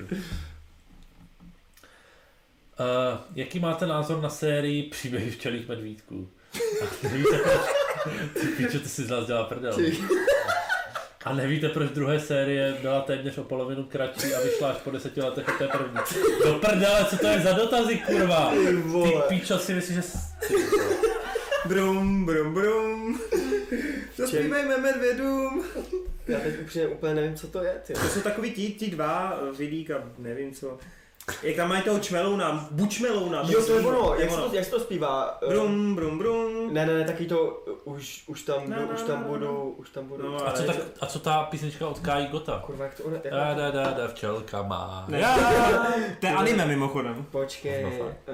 Jaký máte názor na sérii Příběhy včelích medvídků? Nevíte proč? Ty pičo, ty si z nás dělá prdel. A nevíte, proč druhé série byla téměř o polovinu kratší a vyšla až po 10 letech od té první. Do prdele, co to je za dotazy, kurva? Ty pičo, si myslíš, že... Brum. Zaspívejme medvědům. Já teď úplně nevím, co to je, ty. To jsou takový ti dva, Vidík a nevím co. Jak tam mají toho čmelouna, bučmelouna. Jo, to je ono, jak se to zpívá? Brum. Ne, taky to, už tam budu. No, a co ta písnička od Kai Gota? Kurva, jak to ona... Da, včelka má. To je anime mimochodem. Počkej.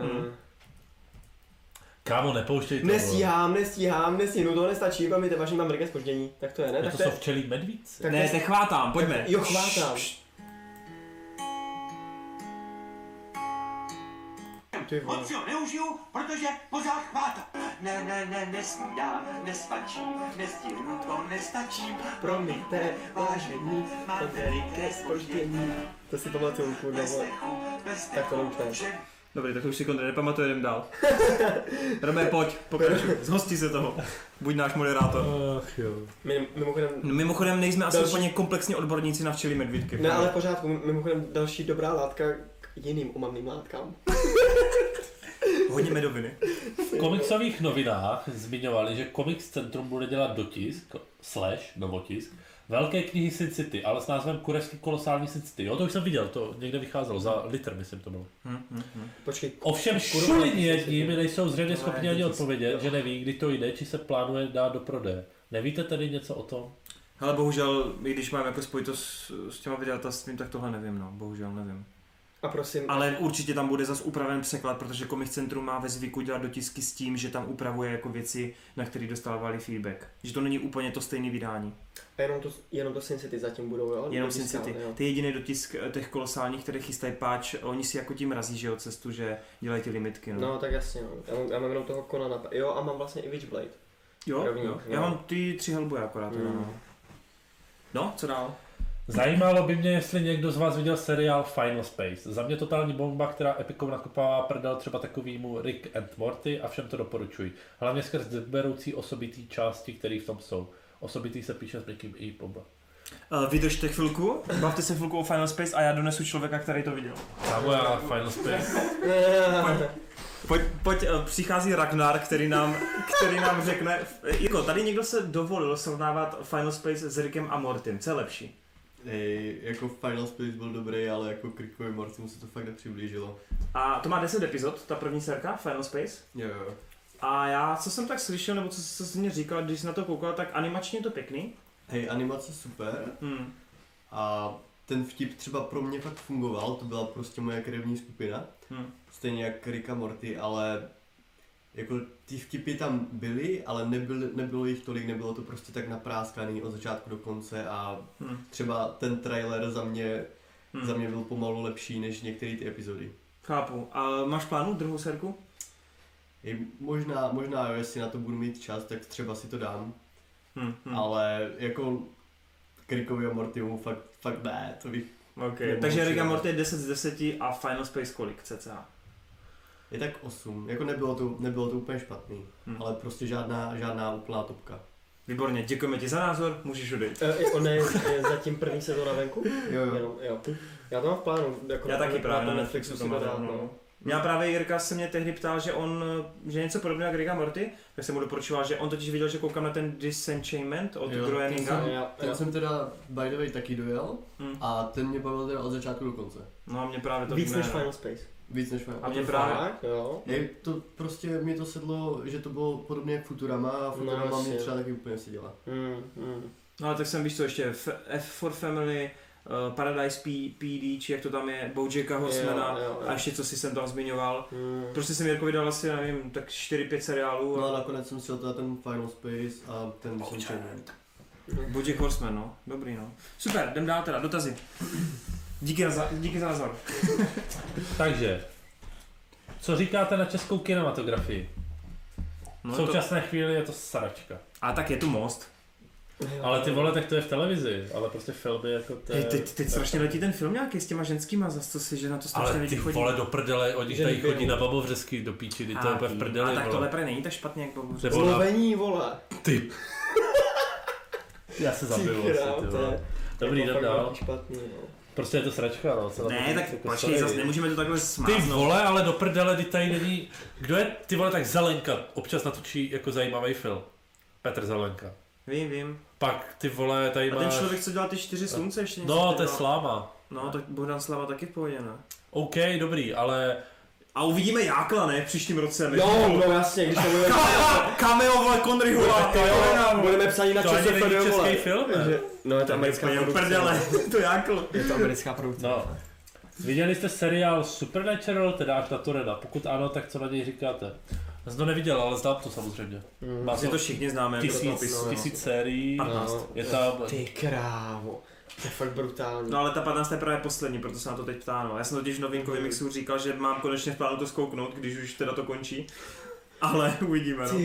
Kámo, nepouštěj to. Nestíhnu, to nestačí, pamějte, vaši mám mrké zpoždění. Tak to je, ne? Tak to jsou včelí medvídci? Ne, te chvátám, pojďme. Jo, chvátám. Moc jo neužiju, protože pořád chvátám. Nesnídám, nespačím, nestihnu to, nestačím. Promiňte, vážení, mám veliké zpoždění. To si pamatuju, kurva. Tak to neučte. Dobrý, tak už si nepamatuji, jdem dál. Robé, pojď, pokračuj, zhosti se toho. Buď náš moderátor. Ach jo. Mimochodem nejsme asi úplně komplexní odborníci na včelí medvídky. Ne, ale v pořádku, mimochodem další dobrá látka k jiným omamným látkám. Hodně medoviny. V komiksových novinách zmiňovali, že Comics Centrum bude dělat dotisk, novotisk, velké knihy Sin City, ale s názvem Kurevský kolosální Sin City. Jo, to už jsem viděl, to někde vycházelo, za litr myslím to bylo. Počkej. Ovšem šulini jedni mi nejsou zřejmě schopni ani odpovědět, že neví, kdy to jde, či se plánuje dát do prodeje. Nevíte tedy něco o tom? Ale bohužel, i když mám jako spojitost s těma vydavatelstvím, tak tohle nevím, no, bohužel nevím. A prosím. Ale určitě tam bude zas upraven překlad, protože Comics Centrum má ve zvyku dělat dotisky s tím, že tam upravuje jako věci, na které dostávali feedback. Že to není úplně to stejné vydání. A jenom to Sin City zatím budou, jo? Jenom Sin City. Ty jediný dotisk těch kolosálních, které chystají páč, oni si jako tím razí, že jo, cestu, že dělají ty limitky. No tak jasně, no. Já mám jenom toho Conana. Jo, a mám vlastně i Witchblade. Jo. Já mám ty 3 Hellboy akorát. No, co dál? Zajímalo by mě, jestli někdo z vás viděl seriál Final Space. Za mě totální bomba, která epikou nakopává prdel třeba takovýmu Rick and Morty a všem to doporučuji. Hlavně skrz beroucí osobitý části, které v tom jsou. Osobitý se píše s někým i bomba. Vydržte chvilku, bavte se chvilku o Final Space a já donesu člověka, který to viděl. Kámo, já Final Space. Pojď, přichází Ragnar, který nám řekne, jako tady někdo se dovolil srovnávat Final Space s Rickem a Mortym, co je lepší? Jako Final Space byl dobrý, ale jako k Rickovi Mortymu se to fakt nepřiblížilo. A to má 10 epizod, ta první sérka, Final Space? Jo. A já, co jsem tak slyšel, nebo co jsi mě říkal, když jsi na to koukal, tak animačně je to pěkný. Hej, animace super. A ten vtip třeba pro mě fakt fungoval, to byla prostě moje krevní skupina. Stejně jak Rick a Morty, ale jako ty vtipy tam byly, ale nebylo jich tolik, nebylo to prostě tak napráskaný od začátku do konce a třeba ten trailer za mě byl pomalu lepší než některé ty epizody. Chápu. A máš plánu druhou sérku? Možná jo, jestli na to budu mít čas, tak třeba si to dám. Ale jako k Rickovi a Mortymu fakt ne, to bych... Okay. Takže Rick a Morty je 10 z 10 a Final Space kolik cca? Je tak 8, jako nebylo to úplně špatný, ale prostě žádná úplná topka. Výborně, děkujeme ti za názor, můžeš odejít. On je zatím první sezóna venku? Jo. Já to mám v plánu. Jako já taky právě na Netflixu si dodám. Já právě Jirka se mě tehdy ptal, že je něco podobného jak Rick a Morty, tak jsem mu doporučoval, že on totiž viděl, že koukám na ten Disenchantment od Groeninga. Ten jsem teda by the way taky dojel a ten mě bavil teda od začátku do konce. No a mě právě to Víc než Final Space. Víc než Final A Space. mě právě... Jo. To prostě mi to sedlo, že to bylo podobně jak Futurama a Futurama mě třeba taky úplně seděla. No ale tak jsem, víš co, ještě F for Family, Paradise PD, či jak to tam je, Bojacka Horsemana a ještě co si jsem tam zmiňoval. Prostě jsem Jirko vydal asi, nevím, tak 4-5 seriálů. No a nakonec jsem si teda ten Final Space a ten Disenchantment. Bojack Horseman, no, dobrý no. Super, jdem dál teda, dotazy. Díky za názor. Takže, co říkáte na českou kinematografii? No v současné chvíli je to sračka. A tak je tu Most. Ale ty vole, tak to je v televizi, ale prostě filmy jako to je... Teď strašně letí ten film nějaký s těma ženskýma, zase co si, že na to strašně ale lidi ty chodí. vole do prdele, oni tady chodí na babovřesky do píči, ty to je úplně v prdeli. A tak tohle prý není tak špatně jak babovřesky. Slovení, vole. Ty. Já se zabiju asi, ty vole. Dobrý, jdem dál. Prostě je to sračka, no. Ne, tak počkej, zase nemůžeme to takhle Ty smáznout. vole, ale do prdele, kdy tady není... Kdo je, ty vole, tak Zelenka občas natočí jako zajímavý film. Petr Zelenka. Vím. Pak ty vole, tady A máš... ten člověk, co dělal ty 4 slunce ještě něco. No, to je Sláma. No, tak Bohdan Slava taky v pohodě, ne? OK, dobrý, ale... A uvidíme Jákla, ne? Příštím roce. Jo, no jasně, když to bude... Cameo, vole, Conneryho. Budeme psaní na To ani ČSFD, není vole. český film, ne? No, je to americká produkce. Prdele, to Jákl. Je to americká produkce. No. Viděli jste seriál Supernatural, teda až na Torena? Pokud ano, tak co na něj říkáte? Já jsem to neviděl, ale znám to samozřejmě. Má Asi to všichni známe. tisíc sérií, je tam... Ty krávo. To je fakt brutální. No ale ta 15. je právě poslední, proto se na to teď ptá, no. Já jsem totiž v novinkovém mixu říkal, že mám konečně v plánu to zkouknout, když už teda to končí. Ale uvidíme, no.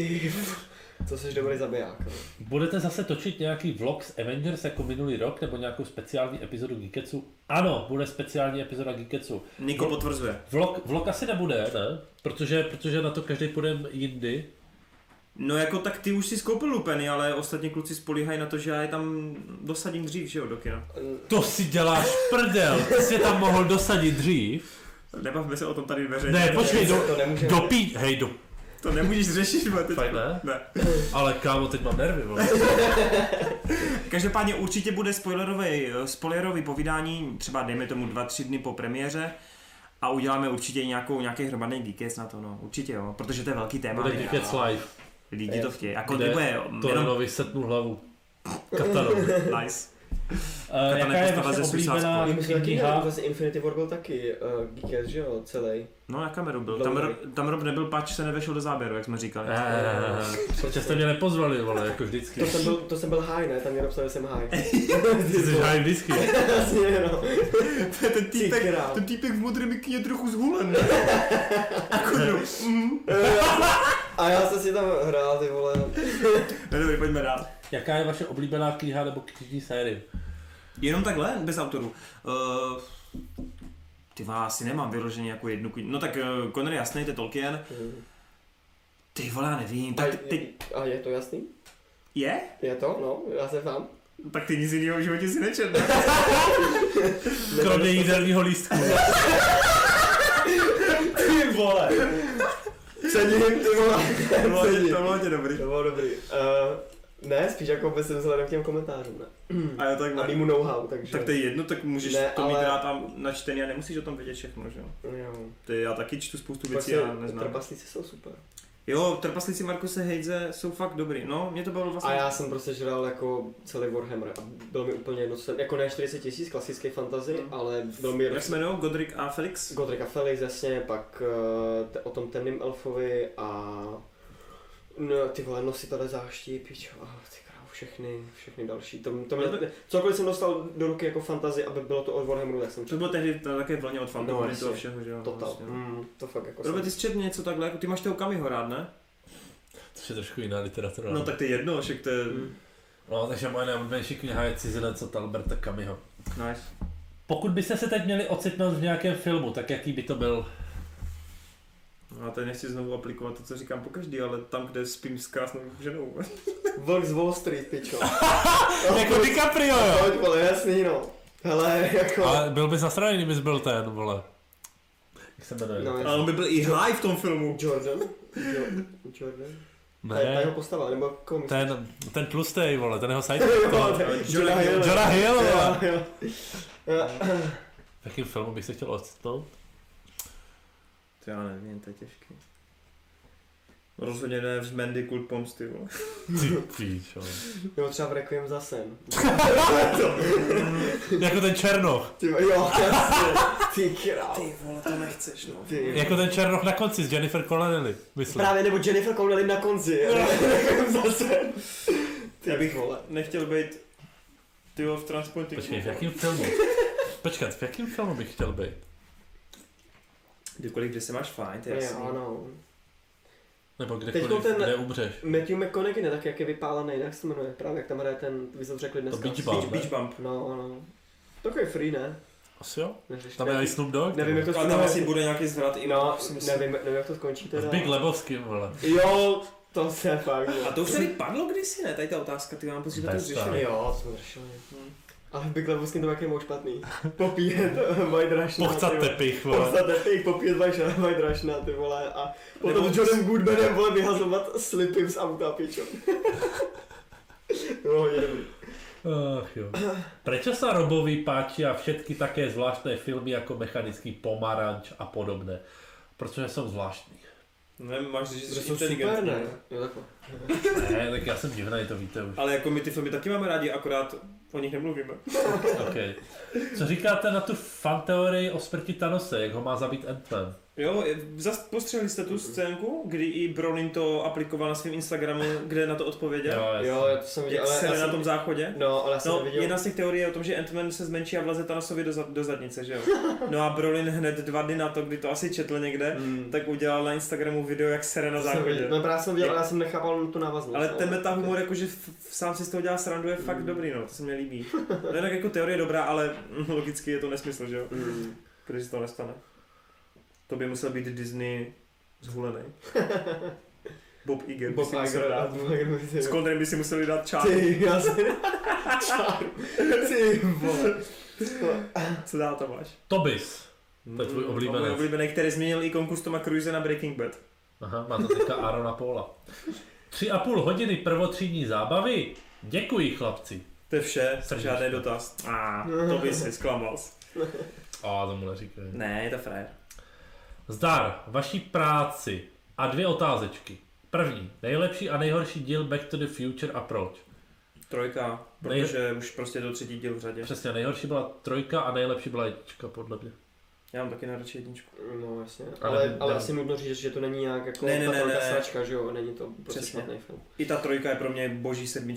To jsi dobrý zabiják. No. Budete zase točit nějaký vlog z Avengers jako minulý rok, nebo nějakou speciální epizodu Geeketsu? Ano, bude speciální epizoda Geeketsu. Niko potvrzuje. Vlog asi nebude, ne? Protože na to každý půjdeme jindy. No jako tak ty už si skoupil lupeny, ale ostatní kluci spolíhají na to, že já je tam dosadím dřív, že jo, do kina. To si děláš prdel, ty jsi tam mohl dosadit dřív. Nebavme se o tom tady veřejně. Ne, počkej, to to nemůžeš řešit, bo teď. Fakt ne? Ne. Ale kámo, teď mám nervy, vole. Každopádně určitě bude spoilerový povídání, třeba dejme tomu 2-3 dny po premiéře. A uděláme určitě nějaký hromadný Geekets na to, no. Určitě jo, protože to je velký téma. Bude Geekets live. Lidi to chtějí. Jako kde Torenovi setnu hlavu. Katanovi. Nice. Jaká je vaše oblíbená kniha? Vlastně Infinity War byl taky Geekets, že jo, celý. No na kameru byl. Tam Rob nebyl, pač se nevešel do záběru, jak jsme říkali. Protože jste mě nepozvali, vole, jako vždycky. To jsem byl high, ne? Tam mě napsal, že jsem high. Ty jsi high vždycky. Jasně, no. ten týpek v modrém mikině je trochu zhulen. A já jsem si tam hrál, ty vole. Dobrý, pojďme dál. Jaká je vaše oblíbená kniha nebo knižní série? Jenom takhle, bez autorů. Ty asi nemám vyloženě jako jednu knihu. No tak Connery jasný, to je Tolkien. Ty vole, já nevím. A je to jasný? Je? Je to, no, já se tam. Tak ty nic jiného v životě si nečet, ne? Kromě jídelního lístku. Ty vole. Cením, ty vole. To bylo tě dobrý. To bylo dobrý. Ne, spíš jako by jsem vzhledem k těm komentářům, ne? A jo, tak a mýmu know-how, takže... Tak to je jedno, tak můžeš ne, to mít rád tam načtený a nemusíš o tom vědět všechno, že jo? Já taky čtu spoustu věcí a neznám. Trpaslíci jsou super. Jo, Trpaslíci Markuse Heidze jsou fakt dobrý, no, mě to bylo vlastně... A já jsem prostě žral jako celý Warhammer a bylo mi úplně jedno, jako ne 40 000 klasické fantasy, ale bylo mi jedno... Jak se jmenují? Godric a Felix? Godric a Felix, jasně, pak o tom temným elfovi a... No, ty vole, nositele záští, pičo, ty krávo, všechny další. Cokoliv jsem dostal do ruky jako fantasy, aby bylo to od Warhammeru, tak jsem to bylo tehdy také vlně od fantasy, no, toho všeho, že jo? Total, to fakt jako Robert, ty jsi četl něco takhle, jako ty máš toho Kamiho rád, ne? To je trošku jiná literatura. No tak to je jedno, však to je... No, takže moje nejoblíbenější kniha je Cizinec od Alberta Camusho. Nice. Pokud byste se teď měli ocitnout v nějakém filmu, tak jaký by to byl? No, já tady nechci znovu aplikovat to, co říkám pokaždý, ale tam, kde spím s krásnou ženou. Vlk z Wall Street, pičo. Jako DiCaprio, jo? Pojď, vole, jasný, no. Hele, jako... Ale byl bys nasraný, kdybys byl ten, vole. Jak se jmenuje? No, Ale on by byl i high v tom filmu. Jordan? Ta jeho Ne, postava, nebo komiks? ten tlustej, vole, ten jeho sidekick. Jonah Hill. Jonah Hill, vole. Jo. V jakém filmu bych se chtěl ocitnout? To já nevím, to je těžký. Rozhodně ne v Mandy Kult Pomsty, vole. Ty píčo. Nebo třeba v Requiem za sen. Jako ten Černoch. Jo, jasně. Ty král. Ty vole, to nechceš, no. Ty. Jako ten Černoch na konci s Jennifer Connelly, myslím. Právě, nebo Jennifer Connelly na konci. Requiem za sen. Já bych nechtěl být tyho v Transporting. Počkej, v jakém filmu? Počkat, v jakém filmu bych chtěl být? Kdykoliv, kde se máš fajn, to je jasný. Ano. Nebo Teďko kdekoliv, kde umřeš? Matthew McConaughey, ne, tak jak je vypálený, jak se to jmenuje, právě jak tam hraje ten, vy jste to řekli dneska. Beach Bump, Beach Bump. No. Takový free, ne? Asi jo? Neřeš, Tam je i Snoop Dogg? nevím, jak to Ale tam skončí. asi bude nějaký zvrat i No, si myslím. nevím, jak to skončí teda. V Big Lebowski, vole. Jo, to se fakt. A to už tady padlo kdysi, ne? Tady ta otázka, ty mám pocit, že to už Bez řešili. Jo, jsme řešili. Ale v Big Lebowski to taky moc špatný. Popíjet White Russian. Pochcat tepich, vole. Pochcat tepich, popíjet White Russian, ty vole. A potom s Johnem Goodmanem, vole, vyhazovat slipy z auta, pičo. No, hodně dobrý. Ach jo. Prečo sa Robovi páčia všetky také zvláštne filmy jako Mechanický pomaranč a podobné? Protože jsou zvláštní. Nevím, máš říct, Že že jsou inteligentní. super, ne? Jo, takhle. Ne, tak já jsem divnej, to víte už. Ale jako my ty filmy taky máme rádi, akorát o nich nemluvíme. Okay. Co říkáte na tu fanteorii o smrti Thanose, jak ho má zabít Ant-Man? Jo, postřehli jste tu scénku, kdy i Brolin to aplikoval na svém Instagramu, kde na to odpověděl? Jo, já to jsem viděl, Jak ale se já na jsem... tom záchodě? No, ale já jsem No, neviděl. jedna z těch teorií je o tom, že Ant-Man se zmenší a vleze Thanosovi do zadnice, že jo? No a Brolin hned 2 dny na to, kdy to asi četl někde, tak udělal na Instagramu video, jak sere na záchodě. No právě jsem viděl, ale já jsem nechápal tu návaznost. Ale ten meta humor, jakože sám si z toho dělá srandu, je fakt dobrý, no, to se mi líbí. No jinak jako teorie dobrá, ale logicky je to nesmysl, že jo? Protože se to nestane. To by musel být Disney zhulený. Bob Iger by si musel dát. S Connerem by si museli dát čáru. Ty, já jsem... Čáru. Ty, vole. Co dál to máš? Tobis. To je tvůj Můj oblíbenec. oblíbený, který změnil i konkurs Toma Cruise na Breaking Bad. Aha, má to teďka Aarona Paula. 3,5 hodiny prvotřídní zábavy? Děkuji, chlapci. To je vše, Srdíčko. žádný dotaz. To by si zklamal. A tomu neříkej. Ne, je to frajer. Zdar, vaší práci a 2 otázečky. První, nejlepší a nejhorší díl Back to the Future a proč? 3, protože už prostě do 3. díl v řadě. Přesně, nejhorší byla 3 a nejlepší byla 1, podle mě. Já mám taky nejradši 1. No jasně, Ale ale asi nutno říct, že to není nějak jako Ne, ta sračka, že jo, není to prostě Přesně. špatný film. I ta 3 je pro mě boží 7.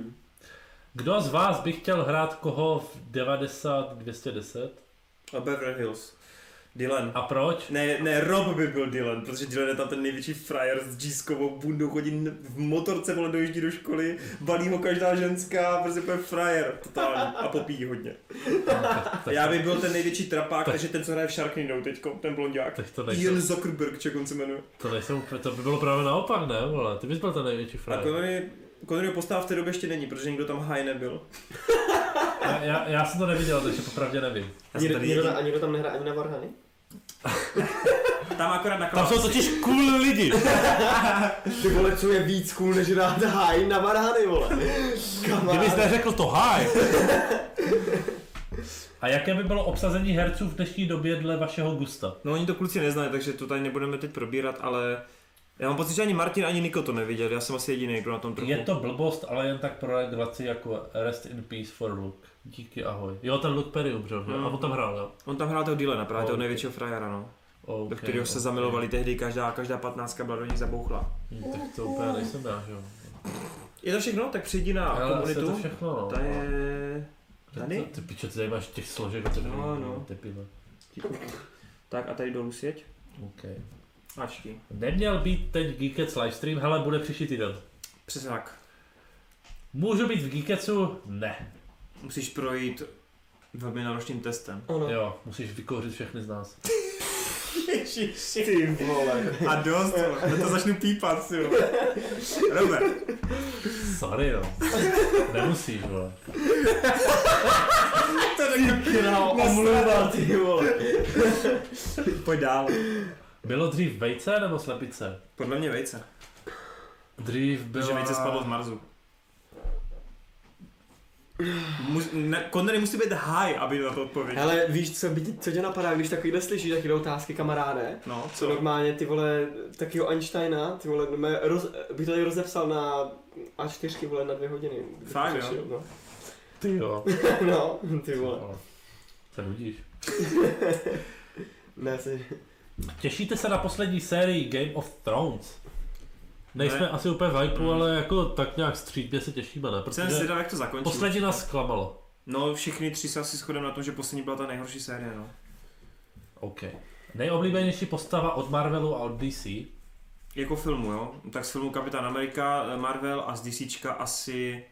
Kdo z vás by chtěl hrát koho v 90-210? A Beverly Hills. Dylan. A proč? Ne, Rob by byl Dylan, protože Dylan je tam ten největší frajer s džískovou bundou, chodí v motorce, vole, dojíždí do školy, balí ho každá ženská, prostě bude frajer, totálně, a popíjí hodně. Já bych byl ten největší trapák, takže ten, co hraje v Sharknado teďko, ten blonďák. Tak to nejsou, Ian Zuckerberg, jak on se jmenuje. to by bylo právě naopak, ne? Vole? Ty bys byl ten největší A frajer. Conneryho postava v té době ještě není, protože nikdo tam high nebyl. Já jsem to neviděl, takže popravdě nevím. A nikdo tam nehraje ani na varhany? Tam akorát na Tam jsou totiž cool lidi. Ty vole, co je víc cool, než rád háj na varhany, vole. Kdybys neřekl to haj. A jaké by bylo obsazení herců v dnešní době dle vašeho gusta? No oni to kluci neznají, takže to tady nebudeme teď probírat, ale já mám pocit, že ani Martin, ani Niko to neviděl, já jsem asi jediný, kdo na tom trochu. Je to blbost, ale jen tak pro legraci jako Rest in Peace for Luke. Díky, ahoj. Jo, ten Luke Perry umřel, že? A on tam hrál, jo? On tam hrál toho Dylana, právě toho Okay. největšího frajera, no. Okay, Do kterého se zamilovali tehdy, každá 15 byla do ní zabouchla. Tak to úplně nejsem já, že jo? Je to všechno? Tak přijdi na Ale asi komunitu. je to všechno, no. Ta je... Tady? Ty piče, ty tady máš těch složek, to No. ty pile. Tak a tady dolů sjeď. Okay. Ačti. Neměl být teď Geekets livestream, hele, bude příští týden. Přesně tak. Můžu být v Geeketsu? Ne. Musíš projít velmi náročným testem. Ano. Jo, musíš vykouřit všechny z nás. Ježiši. Ty vole. A dost, já to začnu pípat, si jo. Robert. Sorry, no. Nemusíš, vole. To Omluva, ty vole. Pojď dál. Bylo dřív vejce nebo slepice? Podle mě vejce. Dřív Protože byla... vejce spadlo z Marsu. Connery musí být high, aby na to odpověděl. Hele, víš, co tě napadá, když takovýhle slyšíš, takové otázky, kamaráde? No, Co normálně, ty vole, takýho Einsteina, ty vole, bych to tady rozepsal na A4, vole, na 2 hodiny. Fakt, jo? No. Ty jo. No, ty vole. Se nudíš. Ne, si... Těšíte se na poslední sérii Game of Thrones? Nejsme Ne. asi úplně v hypeu, ale jako tak nějak střídně se těšíme, ne? Jsem zvědav, jak to zakončí. Poslední nás zklamalo. No, všichni 3 se asi shodeme na tom, že poslední byla ta nejhorší série, no. OK. Nejoblíbenější postava od Marvelu a od DC? Jako filmu, jo? Tak z filmu Kapitán Amerika, Marvel a z DCčka asi...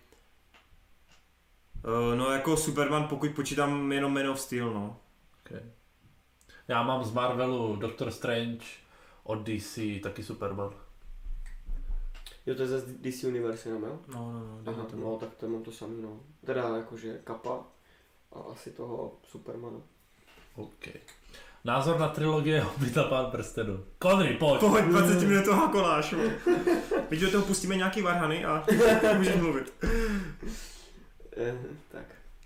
No jako Superman, pokud počítám jenom Man of Steel, no. Okay. Já mám z Marvelu Doctor Strange, od DC taky Superman. Jo, to je ze DC Universe, jo? No, Aha, no, tak to mám to samý, no. Teda jakože Kappa a asi toho Supermana. OK. Názor na trilogie Hobbita Pán prstenů. Connery, pojď! Pojď, 20 minutová koláž. Vidíte, do toho pustíme nějaký varhany a můžeš mluvit. Tak.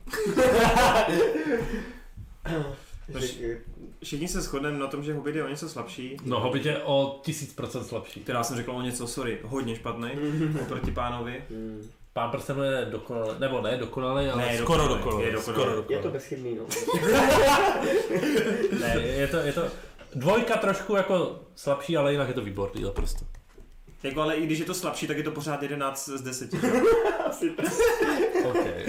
Všichni se shodneme na tom, že Hobbit je o něco slabší. No, Hobbit je o 1000% slabší. Teda jsem řekl o něco, sorry, hodně špatný oproti Pánovi. Pán prstenů je dokonalý, nebo ne dokonalý, ale Ne, skoro dokonalý. dokonalý. Je to bezchybný, no. Ne, je to dvojka trošku jako slabší, ale jinak je to výborný, naprosto. Jako, ale i když je to slabší, tak je to pořád 11 z 10. Asi tak. Okay.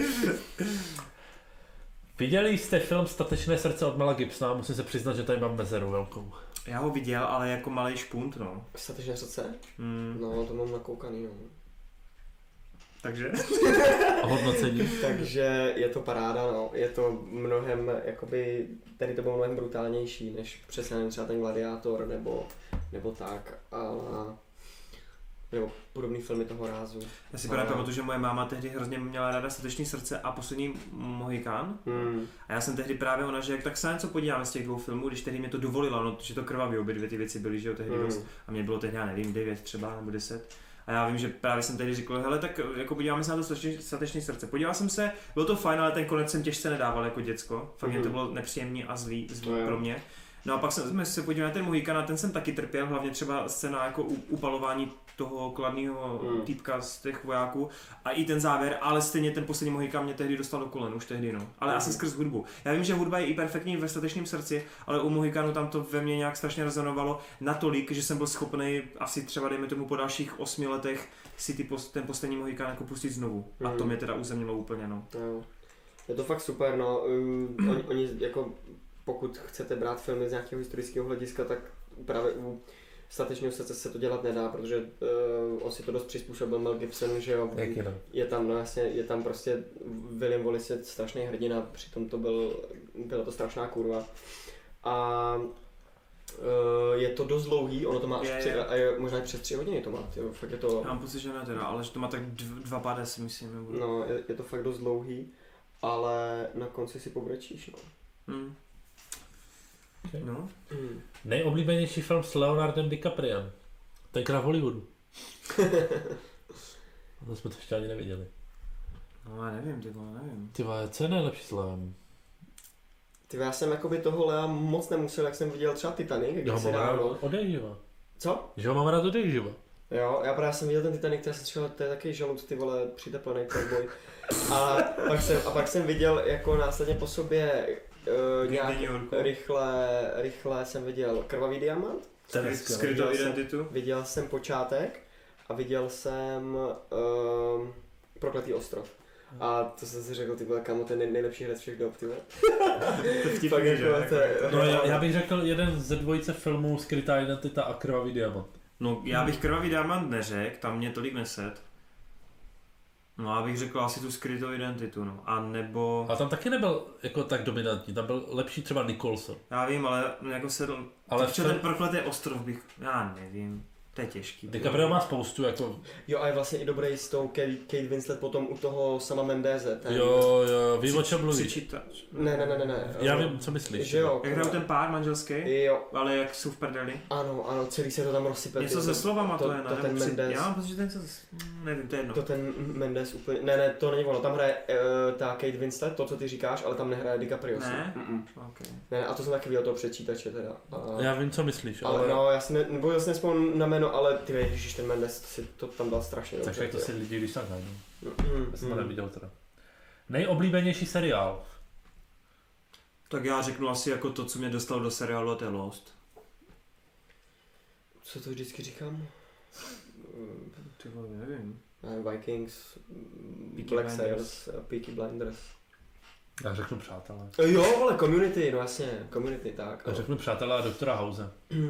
Viděli jste film Statečné srdce od Mela Gibsona? Musím se přiznat, že tady mám mezeru velkou. Já ho viděl, ale jako malej špunt, no. Statečné srdce? No, to mám nakoukaný, no. Takže? A hodnocení? Takže je to paráda, no. Je to mnohem, jakoby, tady to bylo mnohem brutálnější, než přesně třeba ten Gladiátor, nebo tak, ale... nebo podobný filmy toho rázu. Já si právě pamatuju, že moje máma tehdy hrozně měla ráda Statečný srdce a Poslední Mohikán. A já jsem tehdy právě ona, že jak tak se něco podíváme z těch 2 filmů, když tehdy mě to dovolila, no, že to krvavě obě 2 ty věci byly, že jo, tehdy dost. A mě bylo tehdy, já nevím, 9 třeba, nebo 10. A já vím, že právě jsem tehdy říkal, hele, tak jako podíváme se na to Statečný srdce. Podíval jsem se, bylo to fajn, ale ten konec jsem těžce nedával jako děcko. Fakt mě to bylo nepříjemný a zlý pro mě. No a pak jsme se podívali na ten Mohikán a ten jsem taky trpěl, hlavně třeba scéna jako upalování toho kladného týpka z těch vojáků a i ten závěr, ale stejně ten Poslední Mohikán mě tehdy dostal do kolen, už tehdy, no. Ale asi skrz hudbu. Já vím, že hudba je i perfektní ve Statečném srdci, ale u Mohikánu tam to ve mně nějak strašně rezonovalo natolik, že jsem byl schopný asi třeba, dejme tomu, po dalších 8 letech si ten Poslední Mohikán jako pustit znovu. A to mě teda uzemnilo úplně, no. Je to fakt super, no. Oni jako, pokud chcete brát filmy z nějakého historického hlediska, tak právě u Statečného srdce se to dělat nedá, protože on si to dost přizpůsobil Mel Gibson, že jo. Je tam, no jasně, je tam prostě William Wallace je strašný hrdina, přitom to byla to strašná kurva. A je to dost dlouhý, ono to má až možná přes 3 hodiny to má, jo, fakt je to... Já mám pocit, že ne teda, ale že to má tak 2 pády si myslím. Nebo... No, je to fakt dost dlouhý, ale na konci si pobrečíš, no. Okay. No. Nejoblíbenější film s Leonardem DiCapriem. Tenkrát v Hollywoodu. To jsme to ještě ani neviděli. No já nevím, nevím. Ty vole, co je nejlepší s Leem? Ty já jsem jakoby toho Lea moc nemusel, jak jsem viděl třeba Titanic, když si dávno. Od Ježiva. Co? Že ho mám rád od Ježiva. Jo, já právě jsem viděl ten Titanic, který jsem třeba, to je taky žalud, ty vole, přiteplený cowboy. A pak jsem viděl jako následně po sobě nějak rychle jsem viděl Krvavý diamant. Skrytou identitu. Viděl jsem Počátek a viděl jsem Prokletý ostrov. A to jsem si řekl, ty vole, kámo, ten nejlepší herec všech dob, ty vole. To vtipný, že? No já bych řekl jeden ze dvojice filmů Skrytá identita a Krvavý diamant. No já bych Krvavý diamant neřekl, tam mě tolik nesed. No já bych řekl asi tu Skrytou identitu, no. A nebo... A tam taky nebyl jako tak dominantní, tam byl lepší třeba Nicholson. Já vím, ale jako sedl... Ale ten Prokletý ostrov bych... Já nevím. To je těžký. DiCaprio má spoustu jako... Jo, a je vlastně i dobrý s tou Kate Winslet potom u toho sama Mendeze. Jo, vím, o čem mluvíš. Ne. Já vím, co myslíš. Že jo. Jak hrajou ten pár manželský? Jo. Ale jak jsou v prdeli? Ano, celý se to tam rozsype. Něco se slovama to je, ne? To ten Mendes. Já mám pocit, že ten nevím, to je jedno. To ten Mendes úplně... Ne, to není ono, tam hraje ta Kate Winslet, to co ty říkáš, ale tam nehraje DiCaprio. Ne? Okay. Ne, a to jsem taky viděl toho přečítače teda. Já vím, co myslíš, ale... no, já si nespomínám na jméno, ale ty ježiš, ten Mendes si to tam dal strašně dobře. Tak to si lidi když tak najdou. Já jsem to neviděl teda. Nejoblíbenější seriál? Tak já řeknu asi jako to, co mě dostalo do seriálu, a to je Lost. Co to vždycky říkám? Ty vole, nevím. Vikings, Black Sails, Peaky Blinders. Já řeknu Přátelé. Jo, ale Community, no jasně, Community, tak. Já řeknu Přátelé a Doktora House.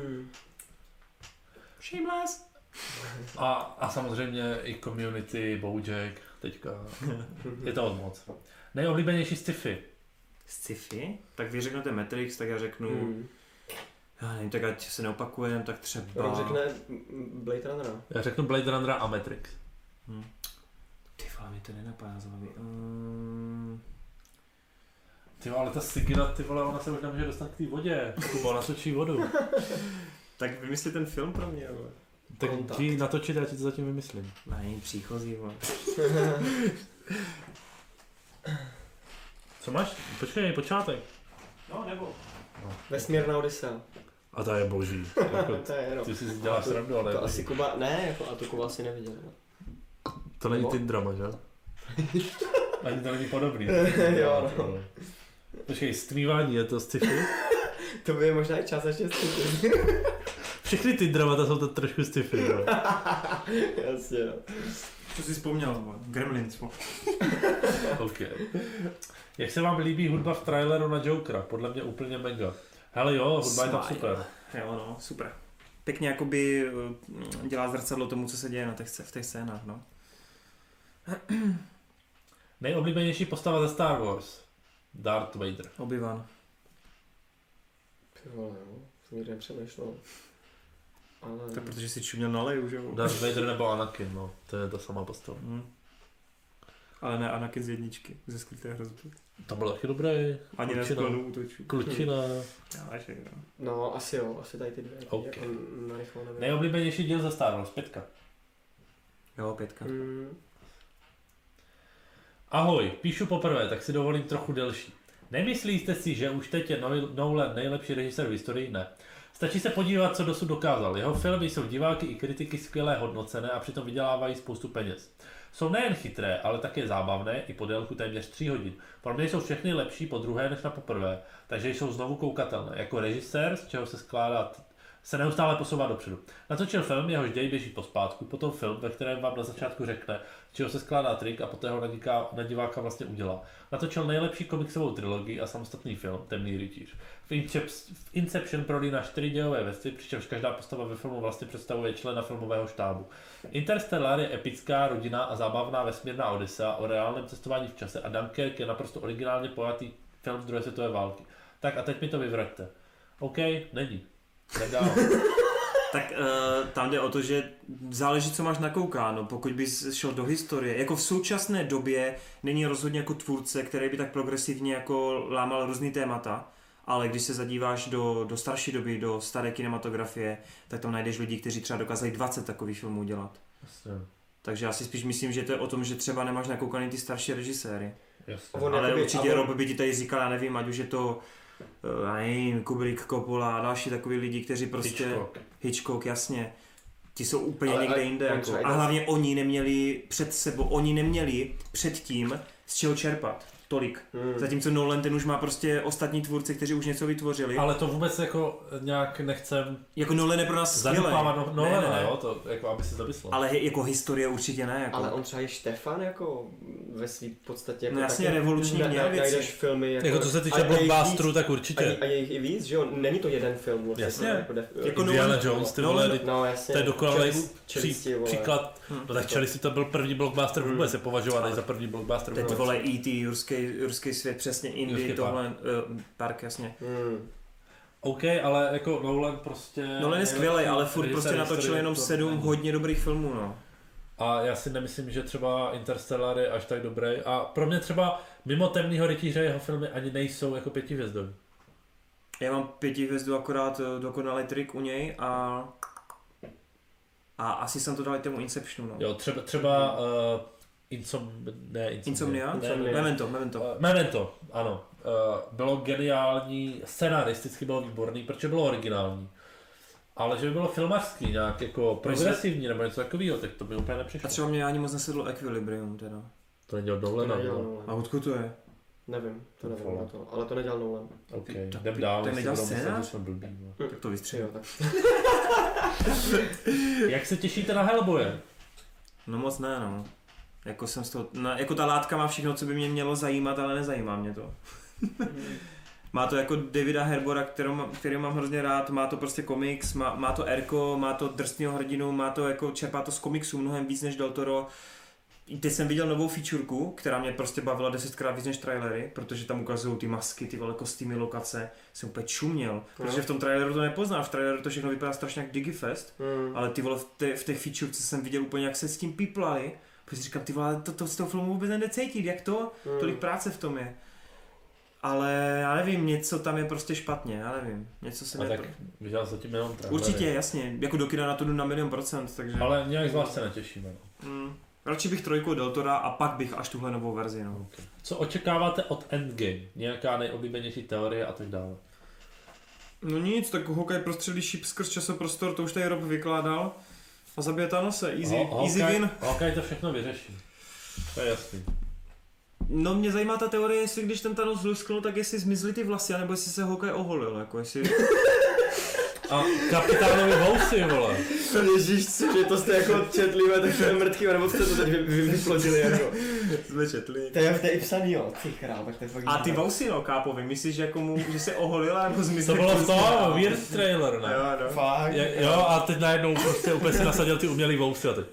Shameless. A samozřejmě i Community, Bojack, teďka. Je to moc. Nejoblíbenější sci-fi? Sci-fi? Tak vy řeknete Matrix, tak já řeknu... Já nevím, tak ať se neopakujem, tak třeba... On řekne Blade Runnera. Já řeknu Blade Runnera a Matrix. Ty vole, mi to nenapadá z hlavy. Ty vole, ale ta Sigina, ty vole, ona se možná může dostat k té vodě. Kuba, natočí vodu. Tak vymysli ten film pro mě, vole. Tak ti natočit, já ti to zatím vymyslím. Není příchozí, vole. Co máš? Počkej, počátek. No, nebo. Vesmírná Odyssea. A to je boží. Jako, to je, no. ty si děláš srandu, ale... To asi Kuba, ne, jako, a to Kuba asi neviděl. No. To není ty drama, že? Ani to není podobný. Jo, no. Počkej, stmívání je to sci-fi? To by je možná i částečně sci-fi. Všechny ty dramata jsou to trošku sci-fi, jo. Jasně, no. Co jsi vzpomněl, Gremlins, OK. Jak se vám líbí hudba v traileru na Jokera? Podle mě úplně mega. Hele jo, hudba je tam super. Jo, no, super. Pěkně jakoby dělá zrcadlo tomu, co se děje v těch scénách, no. Nejoblíbenější postava ze Star Wars? Darth Vader. Obi-Wan. Ty vole, no, jsem nikdy nepřemýšlel. Ale... Tak protože jsi čuměl na leju, že jo? Darth Vader nebo Anakin, no, to je ta samá postava. Ale ne Anakin z jedničky, ze skryté hrozby. To bylo taky dobré. Ani na sklonu útočů. Klučina. No, asi jo, asi tady ty dvě. Okay. Jako narychlo nevím. Nejoblíbenější díl ze Star Wars, 5. Jo, 5. Ahoj, píšu poprvé, tak si dovolím trochu delší. Nemyslíte si, že už teď je Nolan nejlepší režisér v historii? Ne. Stačí se podívat, co dosud dokázal. Jeho filmy jsou diváky i kritiky skvěle hodnocené a přitom vydělávají spoustu peněz. Jsou nejen chytré, ale také zábavné i po délku téměř 3 hodin. Pro mě jsou všechny lepší po druhé než na poprvé, takže jsou znovu koukatelné. Jako režisér, z čeho se skládá, se neustále posouvá dopředu. Natočil film, jehož děj běží pospátku, potom film, ve kterém vám na začátku řekne, z čeho se skládá trik a poté ho na diváka vlastně udělá. Natočil nejlepší komiksovou trilogii a samostatný film, Temný rytíř. V Inception prolíná 4 dějové vrstvy, přičemž každá postava ve filmu vlastně představuje člena filmového štábu. Interstellar je epická, rodinná a zábavná vesmírná odyssea o reálném cestování v čase a Dunkirk je naprosto originálně pojatý film z druhé světové války. Tak a teď mi to vyvraťte. OK, není. Tak tam jde o to, že záleží, co máš nakoukáno. Pokud bys šel do historie, jako v současné době není rozhodně jako tvůrce, který by tak progresivně jako lámal různý témata, ale když se zadíváš do starší doby, do staré kinematografie, tak tam najdeš lidi, kteří třeba dokázali 20 takových filmů dělat. Jasně. Takže já si spíš myslím, že to je o tom, že třeba nemáš nakoukaný ty starší režiséry. Jasně. Ale určitě Rob by ti tady říkal, já nevím, ať už je to Kubrick, Coppola a další takový lidi, kteří prostě... Hitchcock, jasně. Ti jsou úplně někde jinde. Jako. A hlavně oni neměli před sebou, oni neměli předtím z čeho čerpat. Tolik. Zatímco Nolan ten už má prostě ostatní tvůrci, kteří už něco vytvořili. Ale to vůbec jako nějak nechcem... Jako Nolan je pro nás skvělé. Ne, jo, to jako aby si to myslel. Ale jako historie určitě ne. Jako. Ale on třeba i Štefan jako ve svý podstatě... Jako no jasně, revoluční měl věci. Najdeš filmy jako co se týče blockbusterů, tak určitě. A je jich i víc, že jo? Není to jeden film. Jasně. Jako Indiana Jones, ty vole, no, jasně. to je dokonalý příklad. No tak Chelsea to byl první blockbuster vůbec, je považovaný za první blockbuster vůbec. Teď vole E.T., Jurský svět, přesně Indie, tohle, Park, jasně. OK, ale jako Nolan prostě... Nolan je skvělej, ale furt prostě natočil jenom 7 hodně dobrých filmů, no. A já si nemyslím, že třeba Interstellar je až tak dobrý. A pro mě třeba mimo Temnýho rytíře jeho filmy ani nejsou jako 5 hvězdový. Já mám 5 hvězdů, akorát dokonalý trik u něj a asi jsem to dal i tomu Inceptionu, no. Jo, třeba Insomnia? Memento, ano. Bylo geniální, scenaristicky bylo výborný, protože bylo originální. Ale že by bylo filmařský, nějak jako progresivní nebo něco takového, tak to by úplně nepřišlo. A třeba mě ani moc nesedlo Equilibrium teda. To nedělal Nolana. A odkud to je? Nevím, to nevím, ale to nedělal Nolan. OK, jdem dál. Tak nedělal scénář? Tak to vystřelil. Jak se těšíte na Hellboye? No moc ne, no. Jako jsem z toho, jako ta látka má všechno, co by mě mělo zajímat, ale nezajímá mě to. Má to jako Davida Herbora, který mám hrozně rád, má to prostě komiks, má to Erko, má to drsného hrdinu, má to jako, čerpá to z komiksu mnohem víc než Del Toro. Teď jsem viděl novou featureku, která mě prostě bavila 10krát víc než trailery, protože tam ukazují ty masky, ty vole kostýmy, lokace, jsem úplně čuměl, protože v tom traileru to nepoznáš, v traileru to všechno vypadá strašně jak Digifest, ale ty vole v té featurece jsem viděl úplně, jak se s tím píplali, protože říkám, ty vole, to z toho filmu vůbec nejde cítit, jak to, tolik práce v tom je. Ale já nevím, něco tam je prostě špatně, já nevím, něco se tak viděl zatím jenom trailery. Určitě, jasně, jako do kina na to jdu na 1,000,000%, takže... Ale nějak zvlášť se netěšíme, no. Radši bych 3 Del Tora a pak bych až tuhle novou verzi, no. Okay. Co očekáváte od Endgame? Nějaká nejoblíbenější teorie a tak dále? No nic, tak Hawkeye prostřelí šíp skrz časoprostor, to už tady Rob vykládal. A zabije Thanose, easy win. Hawkeye to všechno vyřeší. To je jasný. No mě zajímá ta teorie, jestli když ten Thanos lusknul, tak jestli zmizly ty vlasy, nebo jestli se Hawkeye oholil, jako jestli... A kapitánovi vousy, vole. Ježíš, že to jste jako četlivé, tak to je mrtký, nebo jste to teď vyplodili jako. Jsme četli. To je i psaný, jo, ty král, tak to je fakt. A ty vousy, no, kápovi, myslíš, že, jako že se oholila, nebo zmizly? To bylo v tom, Weird Trailer, ne? Jo, no. Fakt. Jo, a teď najednou prostě úplně si nasadil ty umělý vousy a teď.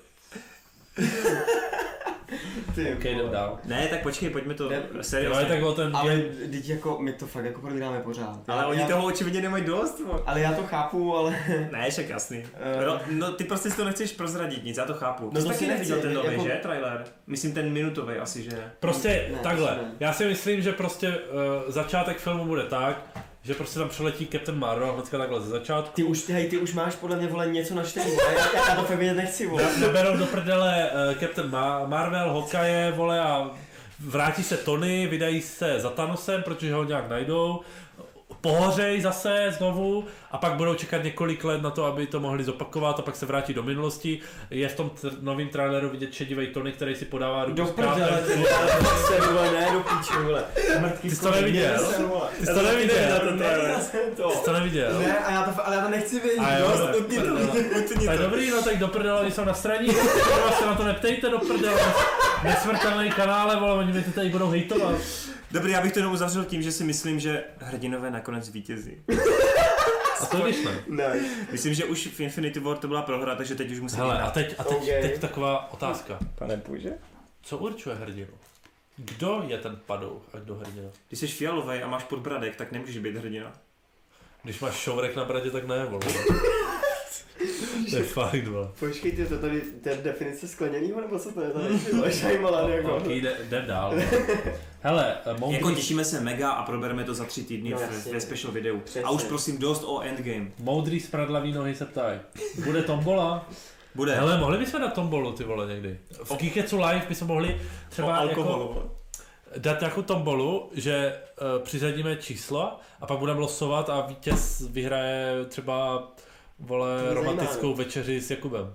OK, jdem dál. Ne, tak počkej, pojďme to seriózně. Ale teď jako, my to fakt jako probíráme pořád. Ale oni toho očividně nemají dost. Ale já to chápu, ale... Ne, však jasný. No ty prostě si to nechceš prozradit nic, já to chápu. No to taky neviděl ten nový, jako... že, trailer? Myslím ten minutový asi, že? Prostě takhle, já si myslím, že prostě začátek filmu bude tak, že prostě tam přeletí Captain Marvel hnedka takhle ze začátku. Ty už máš podle mě, vole, něco načtený, já to fakt vidět nechci, vole. Naberou do prdele Captain Marvel, Hawkeye, vole, a vrátí se Tony, vydají se za Thanosem, protože ho nějak najdou. Pohořej zase znovu a pak budou čekat několik let na to, aby to mohli zopakovat a pak se vrátí do minulosti. Je v tom novém traileru vidět šedivej Tony, který si podává ruku do prdele, ne, do píče, vole. Ty jsi to neviděl? Ty jsi to neviděl? Ty jsi to neviděl? Ne, ale já to nechci vědět. Tak dobrý, no tak do prdele, oni jsou na straní, se na to neptejte do prdele. Nesmrtelný kanále, vole, oni mi tady budou hejtovat. Dobrý, já bych to jenom uzavřel tím, že si myslím, že hrdinové nakonec vítězí. A to když ne? Myslím, že už v Infinity War to byla prohra, takže teď už musí Hele, vyhrát. teď taková otázka. Pane Půže? Co určuje hrdinu? Kdo je ten padouch a kdo hrdina? Když jsi fialovej a máš podbradek, tak nemůžeš být hrdina. Když máš šourek na bradě, tak ne, vole. To je fakt, vole. Počkejte, to tady je definice skleněnýho, nebo co to je? To je šajmalán, jako. Ok, jdem dál. Hele, jako těšíme se mega a probereme to za 3 týdny ve special videu. Přesně. A už prosím dost o Endgame. Moudrý spradlavý nohy se ptají. Bude tombola? Bude. Hele, mohli bychom dát tombolu, ty vole, někdy. V Geeketsu Live bychom mohli třeba jako dát nějakou tombolu, že přiřadíme čísla a pak budeme losovat a vítěz vyhraje třeba, vole, romantickou večeři s Jakubem.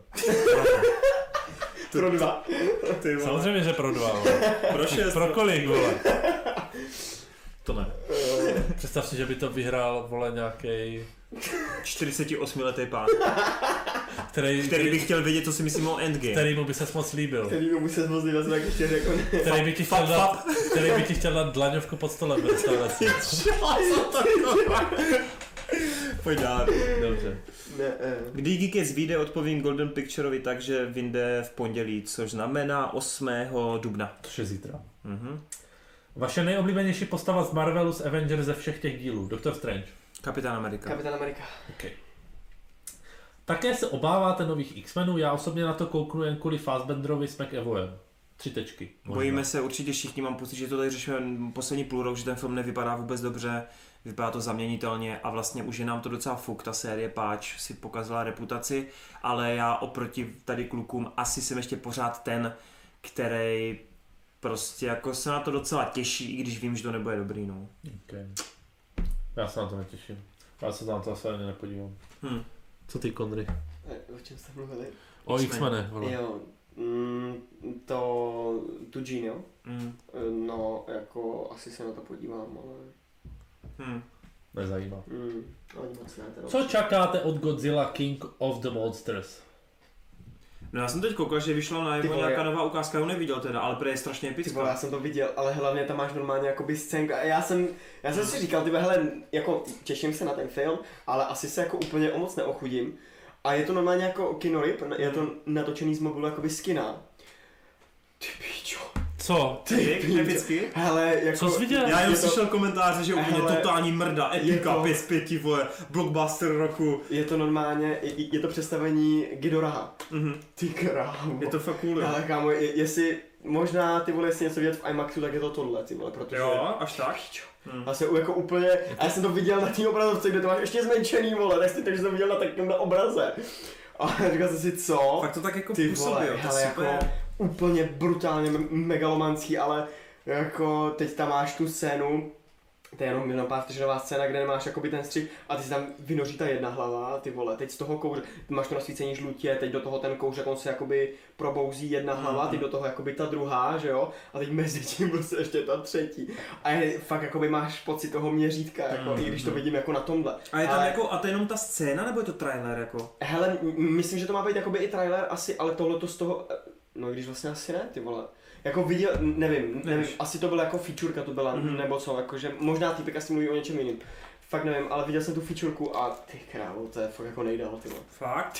Pro 2. Samozřejmě, že pro 2, vole. Pro kolik, vole? To ne. Představ si, že by to vyhrál, vole, nějaký 48letý pán. Který by chtěl vědět, co si myslím o Endgame. Který mu by se moc líbil. Který by ti chtěl dát dlaňovku pod stolem v restauraci. Pojď dál. Dobře. Kdy Geekets vyjde, odpovím Golden Pictureovi tak, že vyjde v pondělí, což znamená 8. dubna. Což je zítra. Vaše nejoblíbenější postava z Marvelu, z Avengers, ze všech těch dílů? Doktor Strange. Kapitán Amerika. Kapitán Amerika. Okay. Také se obáváte nových X-menů? Já osobně na to kouknu jen kvůli Fassbenderovi s McAvoyem. 3 tečky. Možná. Bojíme se určitě všichni, mám pocit, že to tady řešíme poslední půl rok, že ten film nevypadá vůbec dobře, vypadá to zaměnitelně a vlastně už je nám to docela fuk, ta série páč si pokazila reputaci, ale já oproti tady klukům asi jsem ještě pořád ten, který prostě jako se na to docela těší, i když vím, že to nebude dobrý, no. Okay. Já se na to netěším. Já se na to asi ani nepodívám. Co ty, Kondry? O čem jste mluvili? O X-mene. Jo, tu Jean, jo? No, jako asi se na to podívám, ale... Nezajímá. Ani moc ne, teda. Co čekáte od Godzilla King of the Monsters? No já jsem teď koukal, že vyšla na nějaká nová ukázka, já ho neviděl teda, ale prý je strašně epická. Já jsem to viděl, ale hlavně tam máš normálně jakoby scénku a já jsem si říkal, hele, jako těším se na ten film, ale asi se jako úplně o moc neochudím. A je to normálně jako kinorip, je to natočený z mobilu jakoby z kina. Ty pičo. Co? Ty, epicky? Hele, jako... Co jsi viděl? Já jenom slyšel komentáře, že úplně hele, totální mrda, epika, to... 5 z 5, vole, blockbuster roku. Je to normálně, je to představení Ghidorah. Ty krávo. Je to fakt cool. Ale kámo, jestli možná ty vole, jestli něco vidět v IMAXu, tak je to tohle, ty vole, protože... Jo, až tak? Vlastně jako úplně, a já jsem to viděl na té obrazovce, kde to máš ještě zmenšený, vole, tak jsem to viděl na takovémhle obraze. A říkal jsem si, co? Fakt to tak jako ty působí, vole, jo, to hele, super. jako úplně brutálně megalomanský, ale jako teď tam máš tu scénu, to je jenom pár vteřinová scéna, kde nemáš jakoby ten střih a ty si tam vynoří ta jedna hlava, ty vole, teď z toho kouře, máš to nasvícení žlutě, teď do toho ten kouřek, on se jakoby probouzí jedna hlava, teď do toho jakoby ta druhá, že jo, a teď mezi tím prostě ještě ta třetí. A je, fakt jakoby máš pocit toho měřítka, jako, i když to vidím jako na tomhle. A je tam jako, a to je jenom ta scéna, nebo je to trailer jako? Hele, myslím, že to má být jakoby i trailer asi, ale tohle to z toho, no když vlastně asi ne, ty vole. Jako viděl, nevím, asi to byla jako featureka to byla, nebo co, jakože možná týpek asi mluví o něčem jiným. Fakt nevím, ale viděl jsem tu featureku a ty krávo, to je fakt jako nejdál, ty vole. Fakt?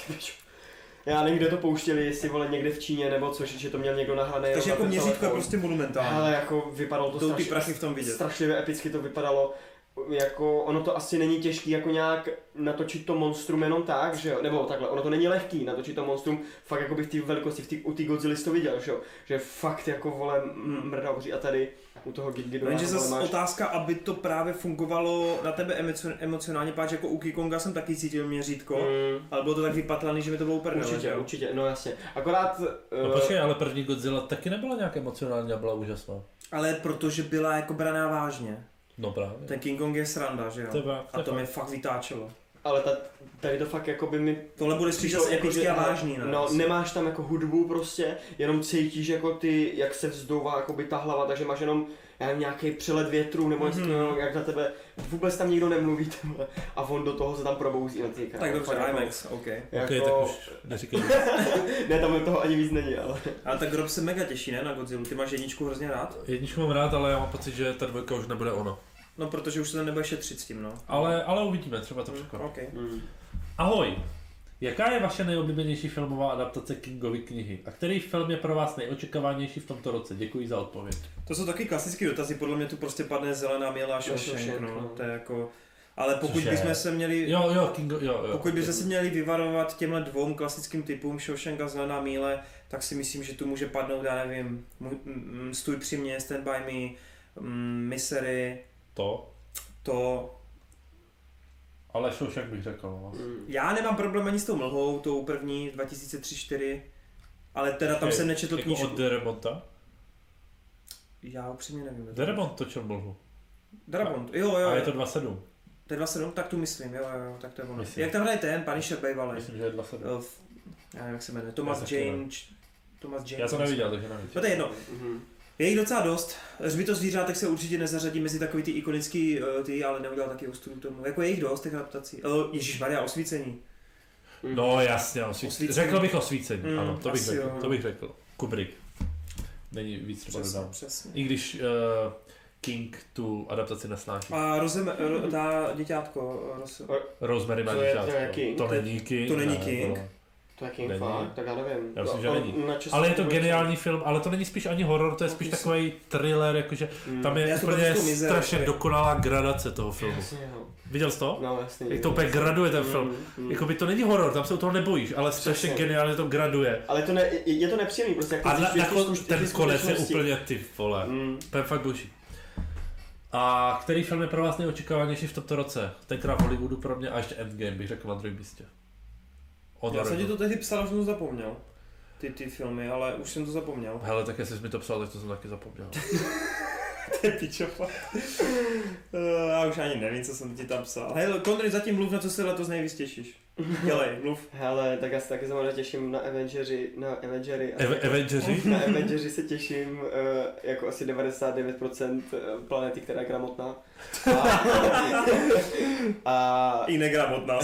Já nevím, kde to pouštěli, jestli vole někde v Číně nebo co, že to měl někdo nahrané. Takže jako měřítko je prostě monumentální. Ale jako vypadalo to ty prachy v tom vidět. Strašlivě epicky to vypadalo. Jako ono to asi není těžký jako nějak natočit to monstrum jenom tak, že jo, nebo takhle, ono to není lehký natočit to monstrum fakt jako by v té velikosti, u té Godzilla to viděl, že jo, že fakt jako vole mrda obří a tady u toho Ghidorah. Takže zase máš... otázka, aby to právě fungovalo na tebe emocionálně, páč jako u King Konga jsem taky cítil měřítko, ale bylo to tak vypatlaný, že mi to bylo úplně určitě, no jasně, akorát... No počkej, ale první Godzilla taky nebyla nějak emocionální a byla úžasná. Ale protože byla jako braná vážně. No právě. Ten King Kong je sranda, že jo? A to mě fakt vytáčelo. Ale tady to fakt jako by mi... Tohle bude spíš zase epický a vážný, ne? No, nemáš tam jako hudbu prostě, jenom cítíš jako ty, jak se vzdouvá jakoby ta hlava, takže máš jenom nějaký přelet větru, nebo jak na tebe, vůbec tam nikdo nemluví, a on do toho se tam probouzí na ty krát. Tak dobře, IMAX, jako, OK. Jako... OK, tak už neříkej. Ne, tam toho ani víc není, ale... Ale tak Rob se mega těší, ne, na Godzilla, ty máš jedničku hrozně rád? Jedničku mám rád, ale já mám pocit, že ta dvojka už nebude ono. No, protože už se tam nebude šetřit s tím, no. Ale uvidíme, třeba to překonat. Okay. Ahoj, jaká je vaše nejoblíbenější filmová adaptace Kingovy knihy? A který film je pro vás nejočekávanější v tomto roce? Děkuji za odpověď. To jsou taky klasické dotazy, podle mě tu prostě padne Zelená míla a Shawshank, no. To je jako... Ale pokud bychom se měli... Pokud bychom se měli vyvarovat těmhle dvou klasickým typům, Shawshank a Zelená míle, tak si myslím, že tu může padnout, já nevím, Stůj při mně, Stand by Me, Misery... To... Ale Shawshank bych řekl, no. Já nemám problém ani s tou mlhou, tou první 2003-2004, ale teda tam jsem nečetl knížku. Jako od Darabonta? Já upřímně nevím. Darabont točil mlhu. Darabont, jo. A je to 2.7. To je 2.7, tak tu myslím, jo, tak to je ono. Jak tam hraje ten, Punisher bývalý? Myslím, že je 2.7. Já nevím, jak se jmenuje, Thomas Jane. Já to neviděl, takže nevím. No to je jedno. Je jich docela dost. Hřbitov zvířátek se určitě nezařadí mezi takový ty ikonický, ale neudělal taky ostudu tomu. Jako je jich dost těch adaptací. Ježišmarja, Osvícení. No jasně, Osvícení. Řekl bych Osvícení, ano, to bych řekl. Kubrick. Není víc třeba dodám. I když King tu adaptaci nesnáší. A ta děťátko, Rosemary má děťátko. To není King. To není King. To je Není. fakt, tak já nevím. Já myslím, že není. Česku Ale je to bude geniální film, ale to není spíš ani horor, to je spíš takový thriller, jakože tam je Já jsem úplně to mizer, strašně okay. dokonalá gradace toho filmu. Jasně, no. Viděl jsi to? No, jasně. Jak to úplně graduje ten film. Jakoby to není horor, tam se u toho nebojíš, ale strašně Přesně. geniálně to graduje. Ale to ne, je to nepříjemný, prostě jak A ty jako zjistíš ten ty konec je skutečnosti. úplně ty vole. To je fakt boží. A který film je pro vás nejočekávanější v tomto roce? Tenkrát v Hollywoodu pro mě a ještě Endgame bych řekl na druhém místě. Já jsem ti to tehdy psal, že jsem to zapomněl. Ty filmy, ale už jsem to zapomněl. Hele, tak jestli jsi mi to psal, tak to jsem taky zapomněl. To je pičofa. Já už ani nevím, co jsem ti tam psal. Hej, Konry, zatím mluv, na co se letos nejvíc těšíš. Dělej, mluv. Hele, tak já se taky samozřejmě těším na Avengery. Avengeři? Na Avengery se těším jako asi 99% planety, která je gramotná. A I negramotná.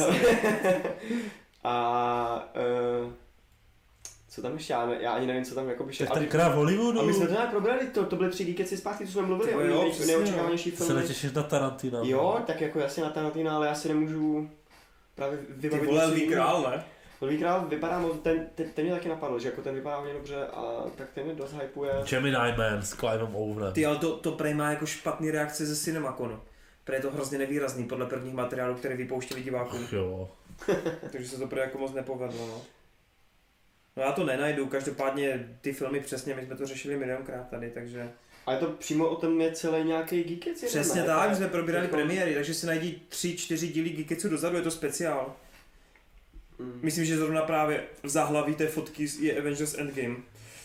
co tam ještě? Já ani nevím, co tam jako by šlo. Tak tenkrát v Hollywoodu. A my jsme to nějak probrali, to byly 3 geekeci zpátky, co jsme mluvili, Jo, o přesně, neočekávanější Se filmy. netěšíš na Tarantina. Jo, tak jako jasně na Tarantina, ale já si nemůžu právě Ty vybavit. vole, nic Lví jiného. král, ne? Lví král vypadá moc, ten mě taky napadl, že jako ten vypadá hodně dobře a tak ten mě dost hypuje. Gemini Man s Cliveem Owenem. Ty, ale to prej má jako špatný reakce ze Cinemaconu. Prej je to hrozně nevýrazný podle prvních materiálů, které vypouštěli divákům. Jo. Takže se to prej jako moc nepovedlo, no. No já to nenajdu, každopádně ty filmy přesně, my jsme to řešili milionkrát tady, takže... Ale to přímo o tom je celý nějaký geekec? Přesně tak, my jsme probírali premiéry, takže si najdi 3-4 díly Geeketsu dozadu, je to speciál. Myslím, že zrovna právě v záhlaví té fotky je Avengers Endgame.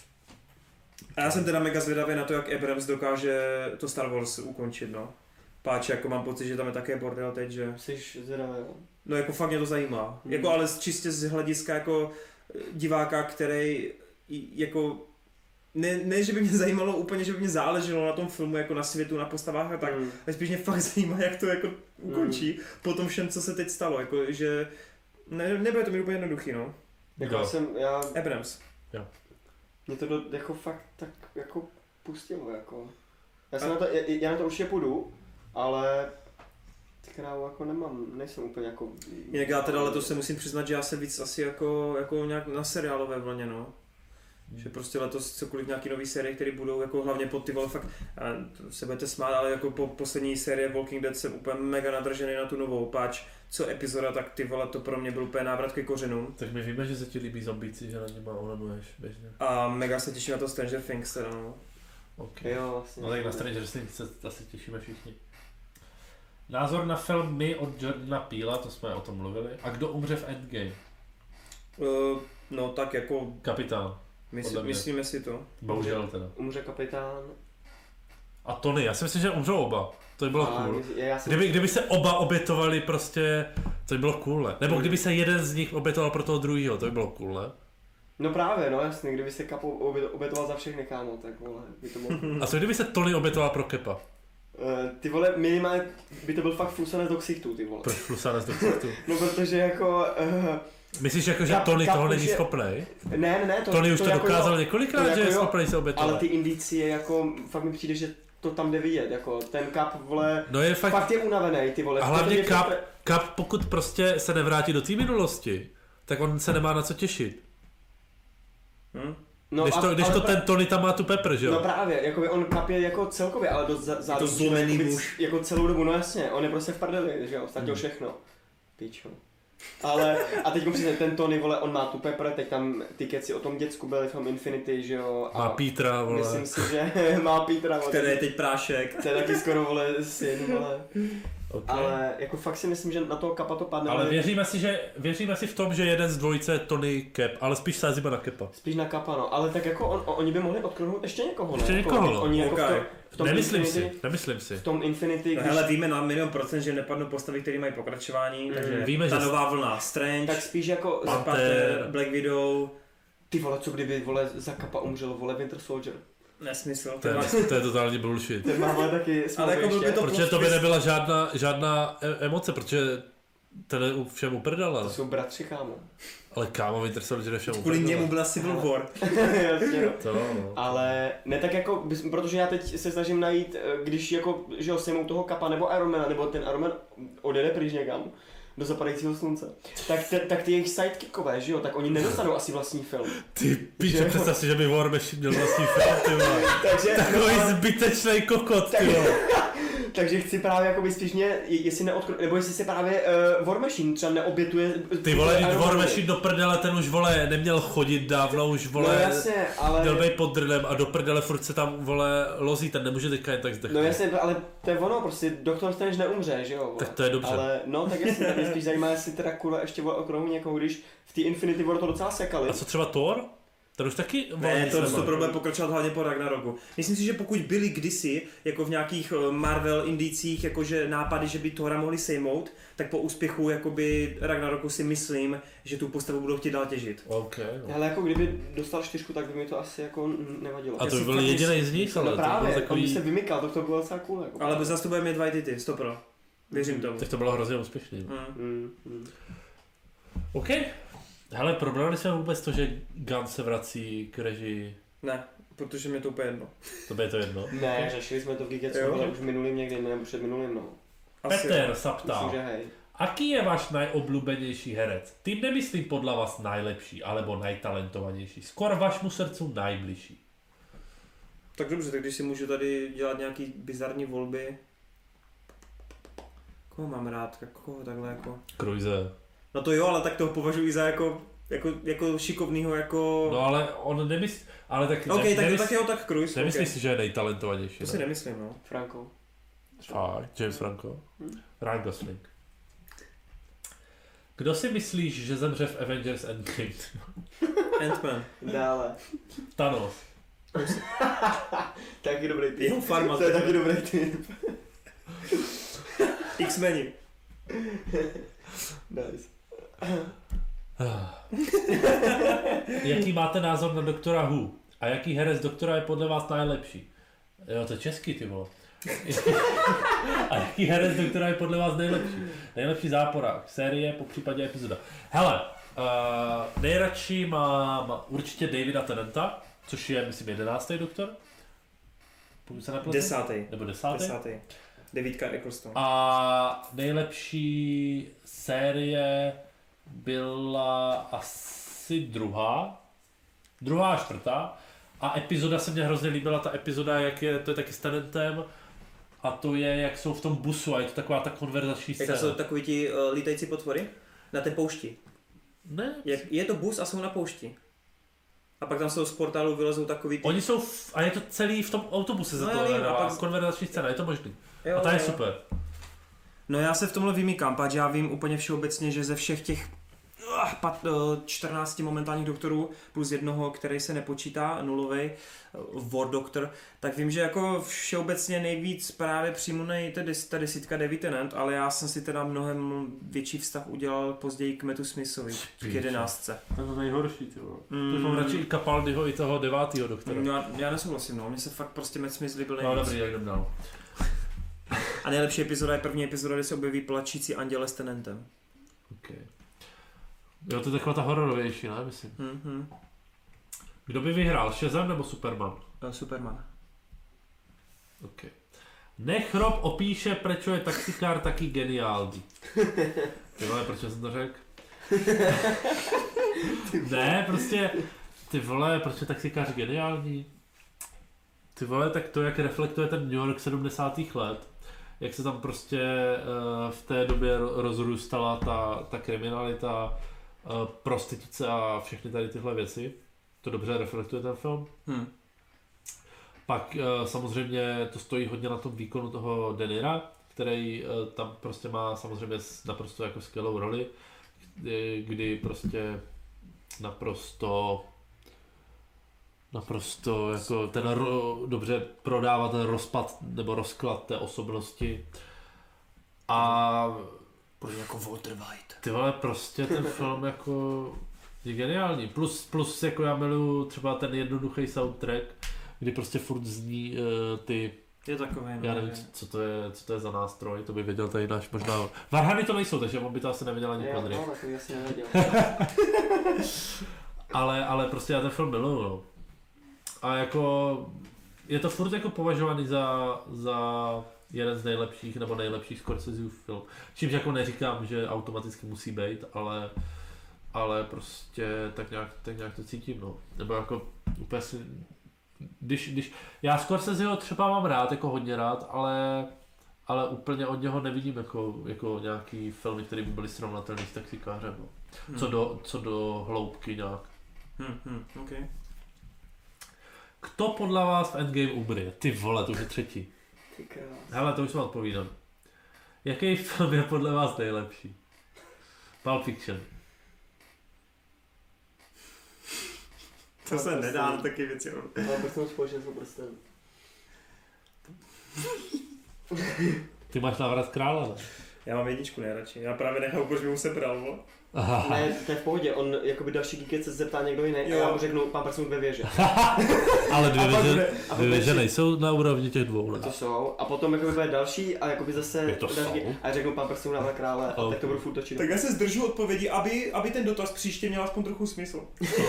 A já jsem teda mega zvědavý na to, jak Abrams dokáže to Star Wars ukončit, no. Páč, jako mám pocit, že tam je také bordel teď, že... Jsi zvědavý, jo? No jako fakt mě to zajímá. Jako ale čistě z hlediska jako diváka, který jako... Ne, že by mě zajímalo úplně, že by mě záleželo na tom filmu, jako na světu, na postavách a tak, ale spíš mě fakt zajímá, jak to jako ukončí po tom všem, co se teď stalo, jako že... Nebude to mi úplně jednoduchý, no. Jako Abrams. Jo. Mě to jako fakt tak jako pustilo, jako. Já na to určitě půjdu, ale ty krávu jako nejsem úplně jako... Jinak já teda letos se musím přiznat, že já se víc asi jako nějak na seriálové vlně, no. Že prostě letos cokoliv nějaký nový série, které budou jako hlavně pod ty vole fakt, se budete smát, ale jako po poslední série Walking Dead jsem úplně mega nadržený na tu novou, páč co epizoda, tak ty vole to pro mě byl úplně návrat ke kořenům. Tak my víme, že se ti líbí zombíci, že na něma onanuješ běžně. A mega se těším na to Stranger Things teda, no. Okay. Jo, vlastně. No tak na Stranger Things se asi těšíme všichni. Názor na filmy od Jordana Peela, to jsme o tom mluvili. A kdo umře v Endgame? No tak jako... Kapitán. Myslíme si to. Bohužel teda. Umře kapitán. A Tony, já si myslím, že umřou oba. To by bylo cool. Kdyby kdyby se oba obětovali prostě, to by bylo cool, ne? Nebo kdyby se jeden z nich obětoval pro toho druhého, to by bylo cool, ne? No právě, no jasně, kdyby se Capo obětoval za všechny, kámo, tak vole, by to bylo... A co kdyby se Tony obětoval pro Kepa? Ty vole, minimálně by to byl fakt flusanec do ksichtu, ty vole. Proč flusanec do ksichtu? No protože jako... Myslíš jako, že Tony toho není schopnej? Ne, Tony už to jako dokázal několikrát, že je jako schopnej se obětovat. Ale ty indicie, jako, fakt mi přijde, že to tam jde vidět, jako, ten Cap, vole, no je fakt je unavený, ty vole. A hlavně Cap, pokud prostě se nevrátí do té minulosti, tak on se nemá na co těšit. No, když to ten Tony tam má tu Pepper, že jo? No právě, jakoby on Cap je jako celkově, ale dost to zlomený muž. Jako celou dobu, no jasně, on je prostě v prdeli, že jo, ztratil všechno. Pičo. Ale, a teď přesně ten Tony, vole, on má tu Pepper, teď tam ty keci o tom děcku byly v tom Infinity, že jo. Má Petra, vole. Myslím si, že má Petra, vole. Který je teď prášek. To je taky skoro, vole, syn, vole. Okay. Ale jako fakt si myslím, že na toho Capa to padne. Ale věříme si v tom, že jeden z dvojice je Tony Cap, ale spíš sázíme na Capa. Spíš na Capa, no. Ale tak jako oni by mohli odkrohnout ještě někoho, ne? Ještě někoho, no. Oni jako okay. v tom Nemyslím Infinity, si. V tom Infinity, když... Hele, víme na 1,000%, že nepadnou postavy, které mají pokračování, takže víme, ta že nová vlna, Strange, tak spíš jako Panther, Black Widow. Ty vole, co kdyby, vole, za Capa umřel, vole, Winter Soldier. Nesmysl. To je totální bullshit. Ten má taky ale jako by to protože to by nebyla žádná emoce, protože ten je všem uprdala. To jsou bratři, kámo. Ale kámo, Winter Soldier je všem uprdala. Kvůli němu byla Civil War. Jasně, no. To, no. Ale ne tak jako, protože já teď se snažím najít, když jako, že ho sejmou toho Capa nebo Ironmana, nebo ten Ironman odjede pryč někam, do zapadajícího slunce. Tak ty jejich sidekickové, že jo, tak oni nedostanou asi vlastní film. Ty píče, představ si, že by War Machine měl vlastní film, ty vole. Takže, Takový zbytečný kokot, ty vole. Takže chci právě jakoby spíš mě, jestli nebo jestli se právě War Machine třeba neobětuje... Ty vole, když War Machine do prdele, ten už vole neměl chodit dávno, už vole... No jasně, ale... Měl být pod drnem a do prdele furt se tam vole lozí, ten nemůže teďka jen tak zdechnout. No jasně, ale to je ono, prostě Doktor Strange neumře, že jo? Vole. Tak to je dobře. Ale no, tak jasně, tak mě spíš zajímá, jestli teda kurva ještě vole okrouhní někoho, když v té Infinity War to docela sekali. A co třeba Thor? Ten už taky... Ne, to problém pokračovat hlavně po Ragnaroku. Myslím si, že pokud byli kdysi, jako v nějakých Marvel indicích, jakože nápady, že by Thora mohli sejmout, tak po úspěchu jakoby Ragnaroku si myslím, že tu postavu budou chtít dál těžit. Okay, no. Ale jako kdyby dostal 4, tak by mi to asi jako nevadilo. A to by byl jediný z nich, ale no právě, to takový... on by se vymykal, to bylo docela cool. Jako. Ale zase to bude mít dva tity, 100%. Věřím tomu. Tak to bylo hrozně úspěšný. OK. Hele, probrali jsme vůbec to, že Gunn se vrací k režii? Ne, protože mě to úplně jedno. To je to jedno? Ne, řešili jsme to v Geeketsu, ale už minulým někdy, nebo před minulým, no. Peter se ptá, myslím, že hej. Aký je váš najoblúbenější herec? Tým nemyslím podľa vás najlepší, alebo najtalentovanější. Skôr vašmu srdcu najbližší. Tak dobře, tak když si můžu tady dělat nějaký bizarní volby. Koho mám rád? Koho takhle jako? Cruise. No to jo, ale tak toho považuji za jako šikovnýho, jako... No ale on nemyslí, ale tak... OK, tak jo, tak Cruise. Nemyslíš si, že je nejtalentovanější? To si nemyslím, no. Franco. Fakt, James Franco? Ryan Gosling. Kdo si myslíš, že zemře v Avengers Endgame? Ant-Man. Dále. Thanos. Taky dobrý tým. Jeho farma. To je taky dobrý tým. X-meni. Nice. Jaký máte názor na Doktora Who? A jaký herec doktora je podle vás nejlepší? Jo, to je český, ty vole. A jaký herec doktora je podle vás nejlepší? Nejlepší záporák, série, po případě epizoda. Hele, nejradši mám určitě Davida Tennanta, což je, myslím, 11. doktor. Pokud se nepletu? 10. Nebo 10. Davidka Eccleston. A nejlepší série byla asi druhá a čtvrtá. A epizoda se mně hrozně líbila, ta epizoda, jak je, to je taky s Tennentem. A to je, jak jsou v tom busu a je to taková ta konverzační scéna. Jak jsou takový ti lítající potvory? Na té poušti. Ne? Je to bus a jsou na poušti. A pak tam jsou z portálu vylezou takový ty... Oni jsou, a je to celý v tom autobuse se to odehrává, pak... konverzační scéna, je to možný. Jo, a ta je super. No já se v tomhle vymykám, protože já vím úplně všeobecně, že ze všech těch 14 momentálních doktorů plus jednoho, který se nepočítá, nulovej, War Doctor, tak vím, že jako všeobecně nejvíc právě přijmunej ta desítka David Tennant, ale já jsem si teda mnohem větší vztah udělal později k Mattu Smithovi, k 11. To je to nejhorší, ty vole. To mám radši i Capaldiho, i toho 9. doktora. No, já nesouhlasím, no, mně se fakt prostě Matt Smith líbil nejvíc. No dobrý, jak jdem dál. A nejlepší epizoda je první epizoda, kde se objeví plačící anděle s Tennantem. Okay. Jo, to je taková ta hororovější, ne, myslím. Kdo by vyhrál, Shazam nebo Superman? Superman. Okay. Nech Rob opíše, prečo je taxikár taky geniální. Ty vole, proč jsem to řekl? Ne, prostě, ty vole, proč je taxikář geniální? Ty vole, tak to, jak reflektuje ten New York 70. let, jak se tam prostě v té době rozrůstala ta kriminalita, prostituce a všechny tady tyhle věci. To dobře reflektuje ten film. Pak samozřejmě to stojí hodně na tom výkonu toho De Nira, který tam prostě má samozřejmě naprosto jako skvělou roli, kdy prostě naprosto jako dobře prodává ten rozpad nebo rozklad té osobnosti. A jako Walter White. Ty vole, prostě ten film jako je geniální. Plus jako já miluju třeba ten jednoduchý soundtrack, kdy prostě furt zní ty... Je takový, já nevím, co to je za nástroj, to by věděl tady náš možná... Varhany to nejsou, takže on by to asi nevěděl ani Podry. Jo, tak asi nevěděl. ale prostě já ten film miluju, no. A jako... Je to furt jako považovaný za jeden z nejlepších nebo nejlepších Scorseseův film. Čímž jako neříkám, že automaticky musí být, ale prostě tak nějak to cítím, no. Nebo jako úplně si, když já Scorseseho třeba mám rád, jako hodně rád, ale úplně od něho nevidím jako nějaký filmy, které by byly srovnatelné s Taxikářem, no. Co do hloubky nějak. Okay. Kdo podle vás v Endgame umře? Ty vole, to už je třetí. Ty krás. Hele, to už jsem odpovídal. Jaký film je podle vás nejlepší? Pulp Fiction. To se nedá na taky věci. Ale prostě společenstvo prsten. Ty máš Návrat krále, ne? Já mám jedničku nejradši. Já právě nechápu, proč by mu sebral, bo. Ne, to je v pohodě, on jakoby další geekec se zeptá někdo jiný a já mu řeknu, pán prsten ve věže. Ale dvě věže nejsou na úrovni těch dvou, ne? To jsou, a potom jakoby bude další a jakoby zase další, a řeknu pán prsten Návrat krále a tak to budu furt točit. Tak já se zdržu odpovědi, aby ten dotaz příště měl aspoň trochu smysl.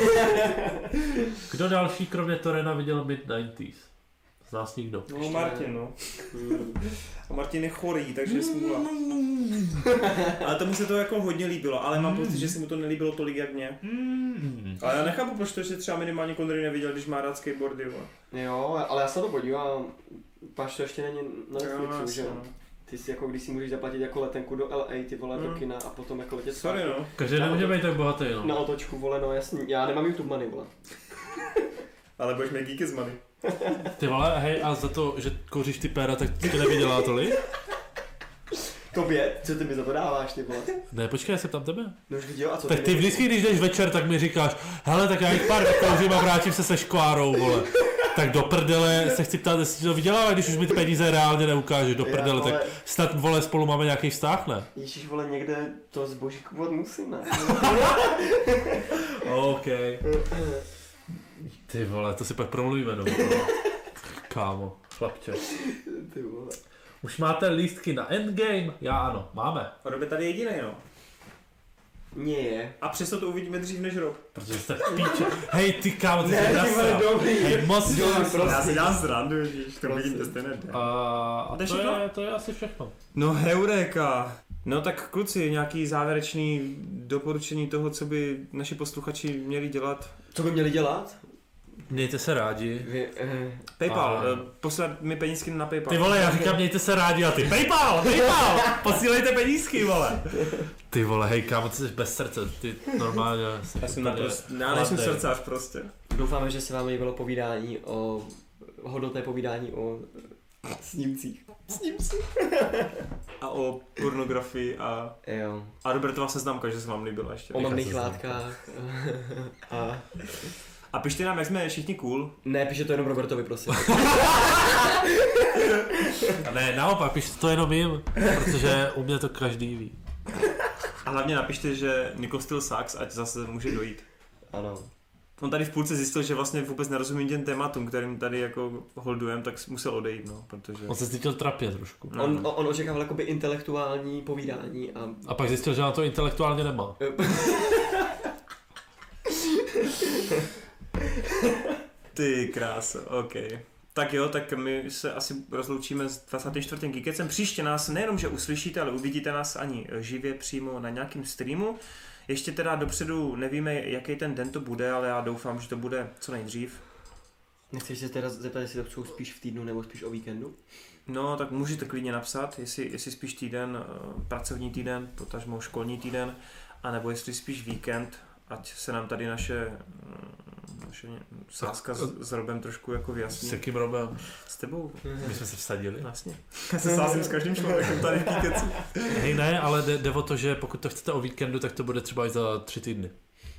Kdo další kromě Torena viděl Mid-90s? Z nás nikdo. No Martin, no. A Martin je chorý, takže je smůla. Ale tomu se to jako hodně líbilo, ale mám pocit, že se mu to nelíbilo tolik jak mě. Ale já nechápu, proč to, že třeba minimálně Connery neviděl, když má rád skateboardy, jo. Jo, ale já se to podívám, páč to ještě není na Netflixu, že no. Ty si jako, když si můžeš zaplatit jako letenku do LA, ty vole, do kina a potom jako letět Sorry, no. Každý nemůže být tak bohatý, no. Na otočku, vole, no jasný, já nemám YouTube money, vole. Ale budeš mít geeky z money. Ty vole, hej, a za to, že kouříš ty péra, tak to nevydělá tolik? Tobě? Co ty mi za to dáváš, ty vole? Ne, počkej, já se ptám tebe. No už viděl, a co Tak ty vždycky, když jdeš večer, tak mi říkáš, hele, tak já jich pár vykouřím a vrátím se škvárou, vole. Tak do prdele se chci ptát, jestli to vydělává, když už mi ty peníze reálně neukážeš, do prdele, tak snad, vole, spolu máme nějaký vztah, ne? Ježíš, vole, někde to zboží kupovat musím, ne? OK. Ty vole, to si pak promluvíme, no. Kámo, chlapče. Ty vole. Už máte lístky na Endgame? Já ano, máme. Rob je tady jediný, no. Nie. A přesto to uvidíme dřív než Rob. Protože jste píče. Hej, ty kámo, ty jsi Ne, ty vole, dobrý. Hej, moc Já si dělám srandu, ježíš, to vidím to stejné den. A to je asi všechno. No heuréka. No tak kluci, nějaký závěrečný doporučení toho, co by naši posluchači měli dělat? Co by měli dělat? Mějte se rádi. PayPal, poslat mi penízky na PayPal. Ty vole, já říkám mějte se rádi a ty PayPal, posílejte penízky, vole. Ty vole, hej kámo, ty jsi bez srdce, ty normálně. Já nejsem srdcař prostě. Doufáme, že se vám líbilo hodnotné povídání o snímcích. A o pornografii a Robertova seznamka, že se vám líbila ještě. O mamných látkách. A pište nám, jak jsme všichni cool. Ne, pište to jenom Robertovi, prosím. Ne, naopak, pište to jenom jim, protože u mě to každý ví. A hlavně napište, že Nico still sucks, ať zase může dojít. Ano. On tady v půlce zjistil, že vlastně vůbec nerozumím těm tématům, kterým tady jako holdujem, tak musel odejít, no, protože... On se cítil trapně trošku. No. On očekával jakoby intelektuální povídání a pak zjistil, že na to intelektuálně nemá. Ty kráso, OK. Tak jo, tak my se asi rozloučíme s 24. Geekecem. Příště nás nejenom, že uslyšíte, ale uvidíte nás ani živě přímo na nějakým streamu. Ještě teda dopředu nevíme, jaký ten den to bude, ale já doufám, že to bude co nejdřív. Nechceš se teda zeptat, jestli to jsou spíš v týdnu nebo spíš o víkendu? No, tak můžete klidně napsat, jestli spíš týden, pracovní týden, potažmo školní týden, anebo jestli spíš víkend, ať se nám tady naše sázka s Robem trošku jako vyjasní. S jakým Robem? S tebou. My jsme se vsadili. Vlastně. Já se sázím s každým člověkem tady v Geekeci. Hej, ne, ale jde o to, že pokud to chcete o víkendu, tak to bude třeba i za 3 týdny.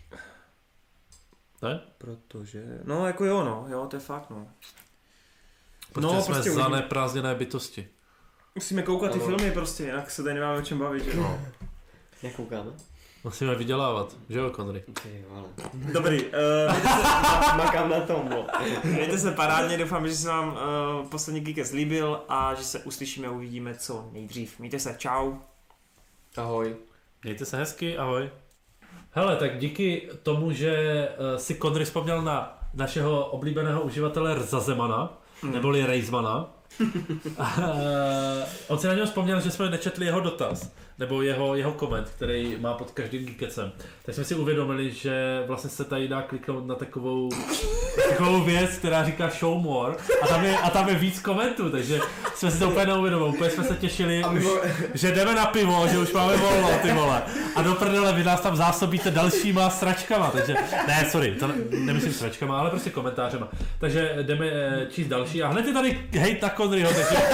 Ne? Protože, no jako jo, to je fakt, no. Protože jsme prostě za neprázdněné bytosti. Musíme koukat ty filmy prostě, jinak se tady nemáme o čem bavit, že no. Jak koukáme? Musíme vydělávat, že jo, Connery? Dobrý, makám na tom, no. Mějte se parádně, doufám, že se vám poslední Geekec líbil a že se uslyšíme a uvidíme co nejdřív. Mějte se, čau. Ahoj. Mějte se hezky, ahoj. Hele, tak díky tomu, že si Connery vzpomněl na našeho oblíbeného uživatele Rzazemana, neboli Rejzmana, On si na něho vzpomněl, že jsme nečetli jeho dotaz, nebo jeho koment, který má pod každým geekecem. Tak jsme si uvědomili, že vlastně se tady dá kliknout na takovou věc, která říká show more a tam je víc komentů, takže jsme si to úplně neuvědomili. Úplně jsme se těšili, že jdeme na pivo, že už máme volno, ty vole. A do prdele vy nás tam zásobíte dalšíma sračkama, takže ne, sorry, to nemyslím sračkama, ale prostě komentářema. Takže jdeme číst další a hned je tady hejt na Conryho,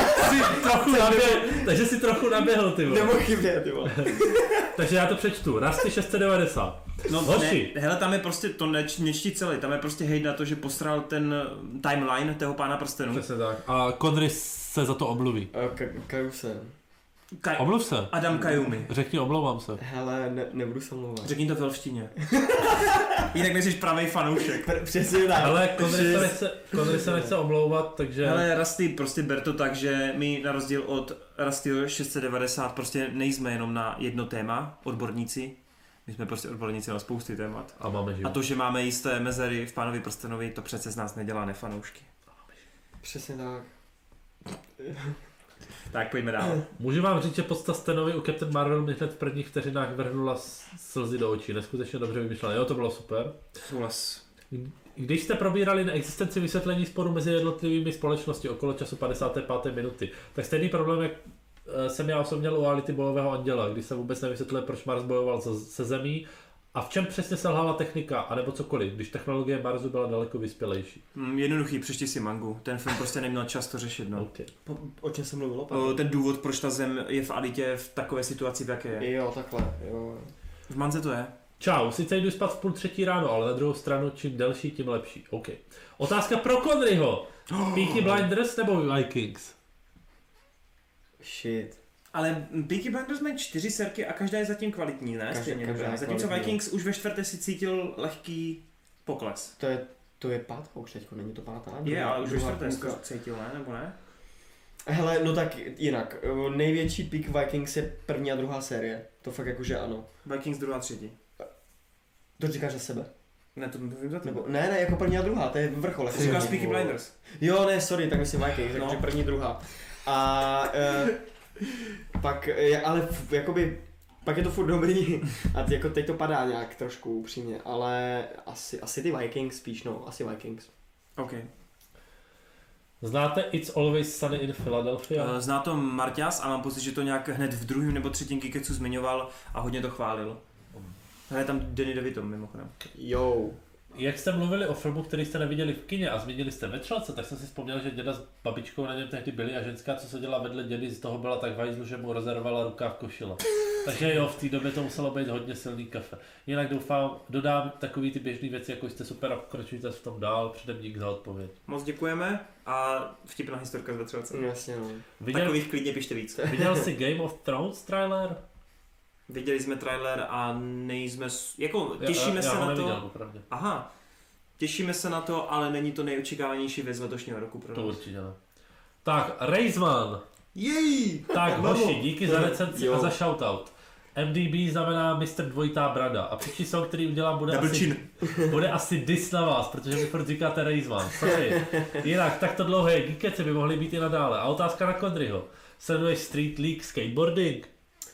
takže si trochu naběhl, ty vole. Nebo chybě, ty vole. Takže já to přečtu. Rusty 690. No Hoši. ne, hele, tam je prostě, to nečtí celý, tam je prostě hejt na to, že posral ten timeline toho Pána prstenů. Přesně tak. A Conry se za to omluví. Kaju se. Omluv se. Adam Kajumi. Řekni, omlouvám se. Hele, nebudu se mluvat. Řekni to v velštině. Jinak nejsiš pravej fanoušek. Přesně tak. Ale Conry se nechce omlouvat, takže... Hele, Rusty, prostě ber to tak, že my na rozdíl od Rustyho 690 prostě nejsme jenom na jedno téma, odborníci. My jsme prostě odborníci na spousty témat. A máme život. A to, že máme jisté mezery v Pánovi prstenovi, to přece z nás nedělá nefanoušky. Přesně tak. Tak pojďme dál. Můžu vám říct, že podsta Stanovi u Captain Marvel mi hned v prvních vteřinách vrhnula slzy do očí. Neskutečně dobře vymyšlené. Jo, to bylo super. Souhlas. Když jste probírali na existenci vysvětlení sporu mezi jednotlivými společnosti okolo času 55. minuty, tak stejný problém, jak jsem já osobně měl u Ality bojového anděla, kdy se vůbec nevysvětluje, proč Mars bojoval se Zemí a v čem přesně selhala technika, anebo cokoliv, když technologie Marsu byla daleko vyspělejší. Jednoduchý, přečti si mangu. Ten film prostě neměl čas to řešit, no. Okay. O čem se mluvilo? Ten důvod, proč ta Zem je v Alitě v takové situaci, v jaké je. Jo, takhle, jo. V Mance to je. Čau, sice jdu spát v 2:30 ráno, ale na druhou stranu čím delší, tím lepší. OK. Otázka pro Conryho. Peaky Blinders nebo Vikings? Shit. Ale Peaky Blinders mají 4 serky a každá je zatím kvalitní, ne? Každá Zatímco kvalitní. Vikings už ve 4. si cítil lehký pokles. To je pátá už teďko, není to pátá? Je, ale už ve 4. půlka. to cítil, ne? Nebo ne? Hele, no tak jinak, největší peak Vikings je první a druhá série. To fakt jakože ano. Vikings 2. a 3. To říkáš za sebe? Ne, to mluvím za tebe. Nebo, ne, jako první a druhá, to je vrchol. Jsi říkal Peaky Blinders. Jo, ne, sorry, tak myslím Vikings, takže No. první, druhá. A pak, ale jakoby, pak je to furt dobrý a jako teď to padá nějak trošku upřímně, ale asi ty Vikings spíš, no, asi Vikings. OK. Znáte It's Always Sunny in Philadelphia? Zná to Marťas a mám pocit, že to nějak hned v 2. nebo 3. Geeketsu zmiňoval a hodně to chválil. Hele, tam Danny DeVito mimochodem. Jo. Jak jste mluvili o filmu, který jste neviděli v kině a zmínili jste ve třelce, tak jsem si vzpomněl, že děda s babičkou na něm tehdy byli a ženská, co seděla vedle dědy, z toho byla tak vajzlu, že mu rezervovala rukáv košile. Takže jo, v té době to muselo být hodně silný kafe. Jinak dodám takový ty běžné věci, jako jste super a pokračujte v tom dál, předem dík za odpověď. Moc děkujeme a vtipná historka z vetřelce. Jasně, no. Takových klidně pište víc. Viděl jsi Game of Thrones trailer? Viděli jsme trailer a nejsme, jako těšíme se na neviděl, to. popravdě. Aha, těšíme se na to, ale není to nejočekávanější věc letošního roku pro nás. To určitě ne. Tak, Razeman. Jej! Tak, hoši, díky za recenzi Jo. a za shoutout. MDB znamená Mr. Dvojitá brada a příští song, který udělám, bude asi diss na vás, protože mi furt říkáte Razeman. Sorry. Jinak, takto dlouhé geekeci by mohly být i nadále. A otázka na Conryho. Sleduješ Street League skateboarding?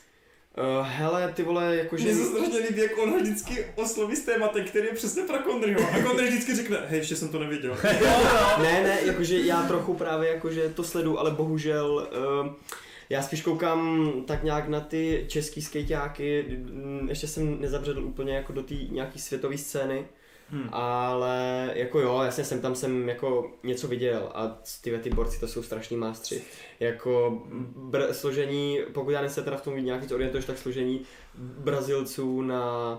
Hele, ty vole, jakože... Mně se strašně líbí, jak on vždycky osloví s tématem, který je přesně pro Conryho. A Conry vždycky řekne, hej, ještě jsem to neviděl. Ne, jakože já trochu právě jakože to sledu, ale bohužel já spíš koukám tak nějak na ty český skejťáky, ještě jsem nezabředl úplně jako do té nějaký světové scény, ale jako jo, jasně jsem jako něco viděl a ty borci to jsou strašní mástři. Jako složení, pokud já se teda v tom nějak víc orientuješ, tak složení Brazilců na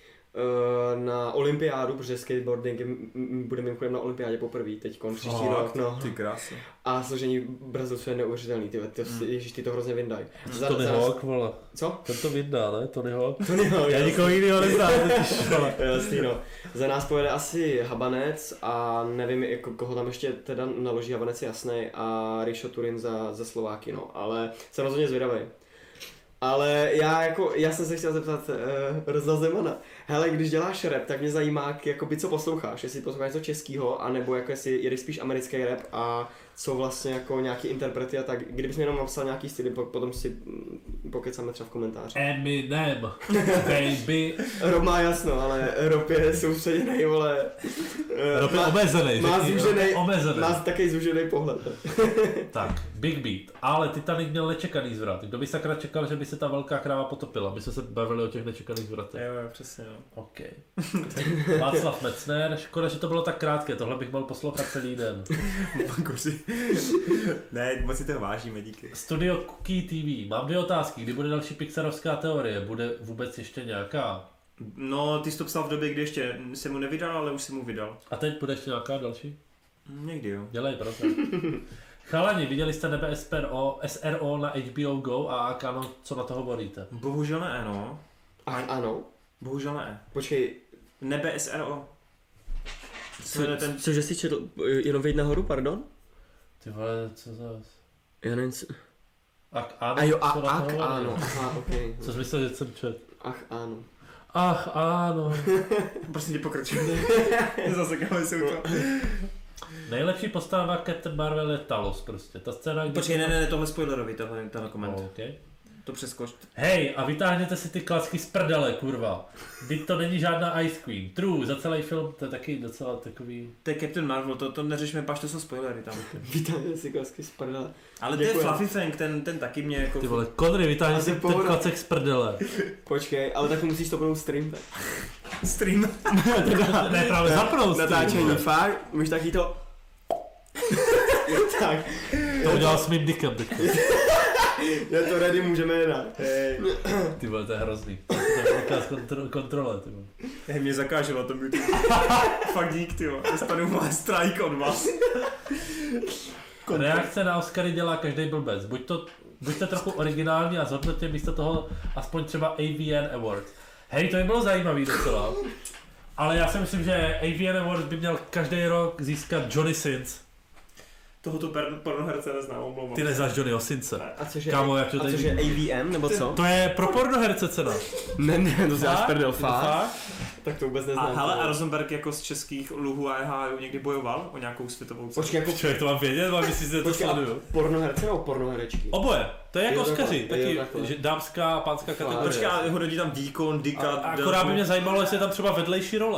olympiádu, protože skateboarding bude mimochodem na olympiádě poprvé teďkon příští rok, no. Ty krásy. A složení Brazilců je neuvěřitelný, ježiš, ty to hrozně vyndají. Tony Hawk, vole. Co? Ten to vydá, ne? Tony Hawk? Tony Hawk, Já nikoho jiného neznám, jasný, no. Za nás pojede asi Habanec a nevím, jako, koho tam ještě teda naloží, Habanec je jasný a Rišo Turin za Slováky, no, ale jsem rozhodně zvědavý. Ale já jsem se chtěl zeptat Roza Zemana. Hele, když děláš rap, tak mě zajímá, jakoby, co posloucháš. Jestli posloucháš něco českého, anebo jako jestli jedeš spíš americký rap a co vlastně jako nějaký interprety a tak. Kdybys mi jenom napsal nějaký styly, potom si pokecáme třeba v komentáři. Eminem, baby. Rob má jasno, ale Rob je soustředěnej, vole. Rob je omezený. Má taky zúžený pohled. Tak, Big Beat. Ale Titanic měl nečekaný zvrat. Kdo by sakra čekal, že by se ta velká kráva potopila? My jsme se bavili o těch nečekaných zvratech. Jo, přesně, jo. OK. Václav Metzner, škoda, že to bylo tak krátké, tohle bych mohl poslouchat celý den. Ne, moc si toho vážíme, díky. Studio Cookie TV. Mám 2 otázky. Kdy bude další Pixarovská teorie? Bude vůbec ještě nějaká? No, ty jsi to psal v době, kdy ještě se mu nevydal, ale už si mu vydal. A teď bude ještě nějaká další? Někdy jo. Dělej, prosím. Chalani, viděli jste Nebe SRO na HBO Go a Akano, co na to hovoríte? Bohužel ne, no. Ano? Bohužel ne. Počkej. Nebe SRO. Cože jsi četl, jenom veď nahoru, pardon? Ty vole, co zas? Já nevím, Ano, a jo, co na to hovorí? ano, aha, okej. Co jsi myslel, že jsem čet? Ano. Ach, ano. Prostě tě pokračuj. Zase káme jsou to. Nejlepší postava Captain Marvel je Talos prostě. Ta scéna, kdy... Počkej, ne, tohle spoilerový, tenhle koment. Okay. To přeskoč. Hej, a vytáhněte si ty klacky z prdele, kurva. Vždyť to není žádná Ice Queen. True, za celý film to je taky docela takový... To je Captain Marvel, to neřešme, pač to jsou spoilery tam. Vytáhněte si klacky z prdele. Ale to je Fluffy Fang, ten taky mě jako... Ty vole, Connery, vytáhni si ten klacek z prdele. Počkej, ale tak musíš stopnout stream. Stream? Ne, právě zapnout stream. Natáčení, fakt, můžeš taky to... Tak. To udělal s mým dickem teďka. Je to ready, můžeme jednat. Hey. Ty vole, to je hrozný. To je kontrole, ty vole. Hej, mě zakáželo to YouTube. Fakt dík, ty vole. Dostanu má strike od vás. Reakce na Oscary dělá každý blbec. Buďte trochu originální a zhodnoťte místo toho aspoň třeba AVN Awards. Hej, to by bylo zajímavý docela. Ale já si myslím, že AVN Awards by měl každý rok získat Johnny Sins. Tohoto pornoherce neznám, omlouvám. Ty neznáš Johnnyho Since. A cože, Kámo, jak to a cože AVM, nebo co? To je pro pornoherce cena. Ne, to záš prdel, fakt? Tak to vůbec neznám. A Rosenberg jako z českých luhů a EHU někdy bojoval o nějakou světovou cenu? Počkej, jako... Člověk to mám vědět, mám si to sleduju. Pornoherce nebo pornoherečky? Oboje, to je jako Oscaři, taky že dámská a pánská kategorie. Počkej, a hodí tam Deacon, Dika... Akorát by mě zajímalo, jestli je tam třeba vedlejší role.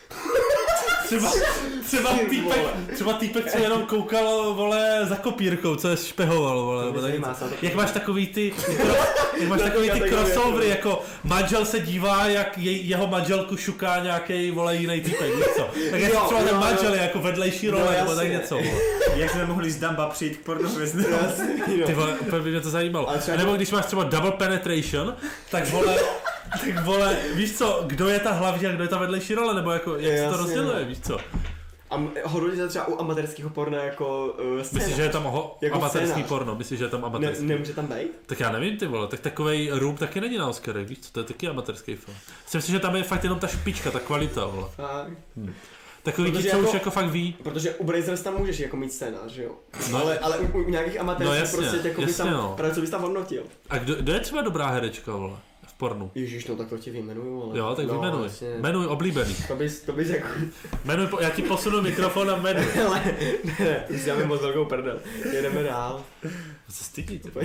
Třeba týpek, co jenom koukal, vole, za kopírkou, co je špehoval, vole. Jak máš takový ty crossovery, jako manžel se dívá, jak jeho manželku šuká nějaký, vole, jiný týpek, víš co? Tak jak třeba ten manžel je jako vedlejší role, nebo tak něco, vole. Jak jsme mohli z Dumba přijít k pornohvězdě? Ty vole, úplně by mě to zajímalo. A nebo když máš třeba double penetration, tak vole, víš co, kdo je ta hlavní a kdo je ta vedlejší role, nebo jako, jak se to rozděluje, víš co? A hodně to třeba u amatérského porna jako scéna. Myslíš, že je tam jako amatérský porno? Myslíš, že je tam amatérský? Nemůže tam být? Tak já nevím, ty vole, tak takovej Room taky není na Oscary, víš co, to je taky amatérský film. Myslím si, že tam je fakt jenom ta špička, ta kvalita, vole. Takový ti, co už jako fakt ví. Protože u Brazers tam můžeš jako mít scénář, že jo? No, ale u nějakých amatérských prostě jako bys tam, právě co bys tam hodnotil. A kdo je třeba dobrá herečka, vole? V pornu. Ježíš, no tak to ti vyjmenuju, ale... Jo, tak vyjmenuj. Vlastně... Jmenuj oblíbený. To bys jako... Jmenuj, já ti posunu mikrofon a jmenuj. Ale ne, už si dáme moc velkou prdel. Jedeme dál. Co se stydí, ty?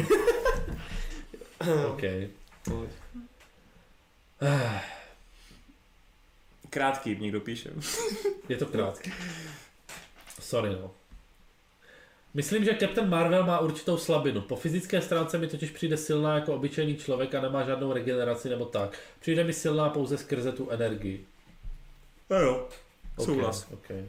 OK. Krátký, někdo píše. Je to krátký. Sorry, no. Myslím, že Captain Marvel má určitou slabinu. Po fyzické stránce mi totiž přijde silná jako obyčejný člověk a nemá žádnou regeneraci nebo tak. Přijde mi silná pouze skrze tu energii. No jo, souhlas. Okay.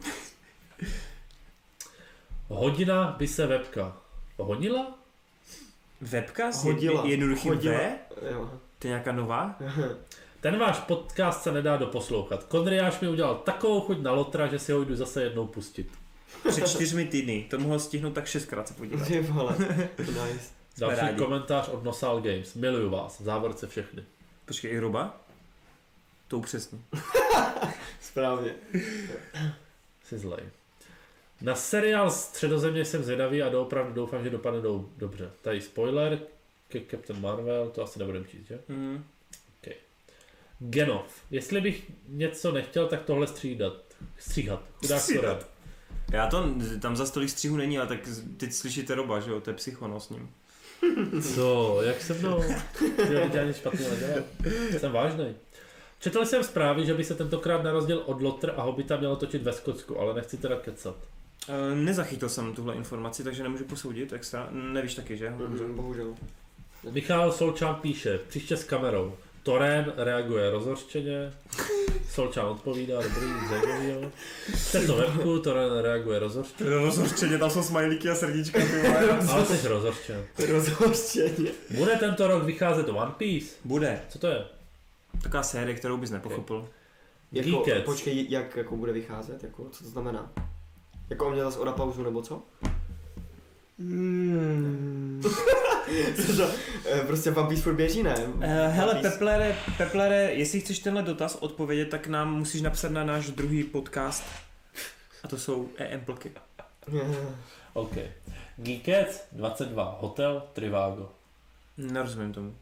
Hodina by se webka honila? Webka? Hodila. Jednoduchý Hodila. V? To je nějaká nová? Ten váš podcast se nedá doposlouchat. Konriáš mi udělal takovou chuť na lotra, že si ho jdu zase jednou pustit. Před 4 týdny. To mohl stihnout tak 6krát se podívat. Ty vole, nice. Další komentář od Nosal Games. Miluju vás, v závorce všechny. Počkej, i Ruba? To upřesně. Správně. Jsi zlej. Na seriál Středozemě jsem zvědavý a doopravdy doufám, že dopadne dobře. Tady spoiler. Captain Marvel, to asi nebudem číst, že? Mm. Okay. Genov. Jestli bych něco nechtěl, tak tohle stříhat. Chudák Soren. Já to, tam za stolik střihu není, ale tak teď slyšíte Roba, že jo, to je psychono s ním. Co? Jak se mnou? Ty já nic špatně nedělám. Jsem vážnej. Četl jsem zprávy, že by se tentokrát na rozdíl od Lotr a Hobita mělo točit ve Skotsku, ale nechci teda kecat. Nezachytil jsem tuhle informaci, takže nemůžu posoudit extra. Nevíš taky, že? Bohužel. Michal Solčán píše, příště s kamerou. Toren reaguje rozhořčeně, Solčán odpovídá, dobrý, zajímavý, jo. Chce to webku, Toren reaguje rozhořčeně. Rozhořčeně, tam jsou smajlíky a srdíčka. Ale jsi rozhořčen. Rozhořčeně. Bude tento rok vycházet One Piece? Bude. Co to je? Taková série, kterou bys nepochopil. Jako, Geekets. počkej, jak jako bude vycházet, jako, co to znamená? Jako on měl zase oda pauzu, nebo co? Co to? Prostě One Piece furt běží, ne? Hele, Peplere, jestli chceš tenhle dotaz odpovědět, tak nám musíš napsat na náš druhý podcast. A to jsou EM-plky. OK. Geekets 22, Hotel Trivago. Nerozumím tomu.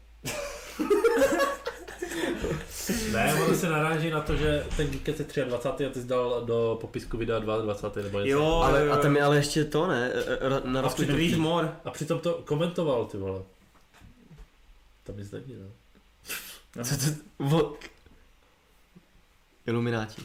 Ne, ono se naráží na to, že ten Geekets je 23. a ty jsi dal do popisku videa 22. nebo něco. Jo, Ale, a tam je ale ještě to, ne? Na rozpočtu. Read more. A přitom to komentoval, ty vole. Tam nic není, no. Ilumináti.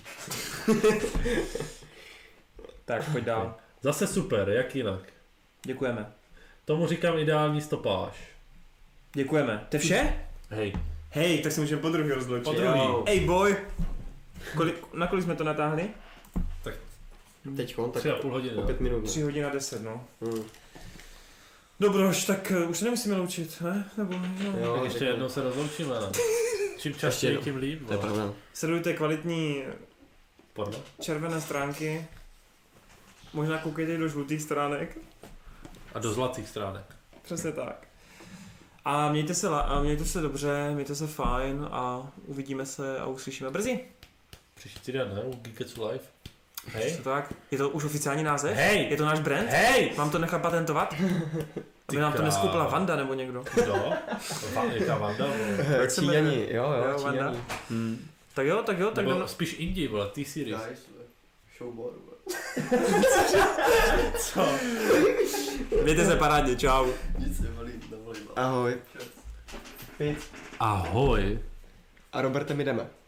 Tak, pojď dál. Zase super, jak jinak. Děkujeme. Tomu říkám ideální stopáž. Děkujeme. To je vše? Hej. Hej, tak se můžeme po druhý rozloučit. Po druhý. Ej boy. Na kolik jsme to natáhli? Teďko, tak 3,5 hodiny. o 5 minut. 3 hodiny a 10, no. Hmm. Dobroš, tak už se nemusíme loučit, ne? Nebo no. Jo, Tak ještě jednou se rozloučíme, ne? Čím častěji, Ještě tím líp. To je vole. pravda. Sledujte kvalitní Porno. červené stránky. Možná koukejte i do žlutých stránek. A do zlatých stránek. Přesně tak. A mějte se dobře, mějte se fajn a uvidíme se a uslyšíme brzy. Příští týden, ne? U Geeketsu Live. Hej. Přesně tak. Je to už oficiální název? Hej! Je to náš brand? Hej! Mám to nechat patentovat? Aby nám to krávo. neskoupila Vanda nebo někdo. Kdo? Jaká Vanda? vole? Jak se jmenuje? Číňani, jo, Jo, Vanda. Číňani. Tak jo, tak Nebo spíš indie, vole, T-Series. Showboard. Co? Mějte se parádně, čau. Nic nevolí. Ahoj. Ahoj. A Roberte, my jdeme.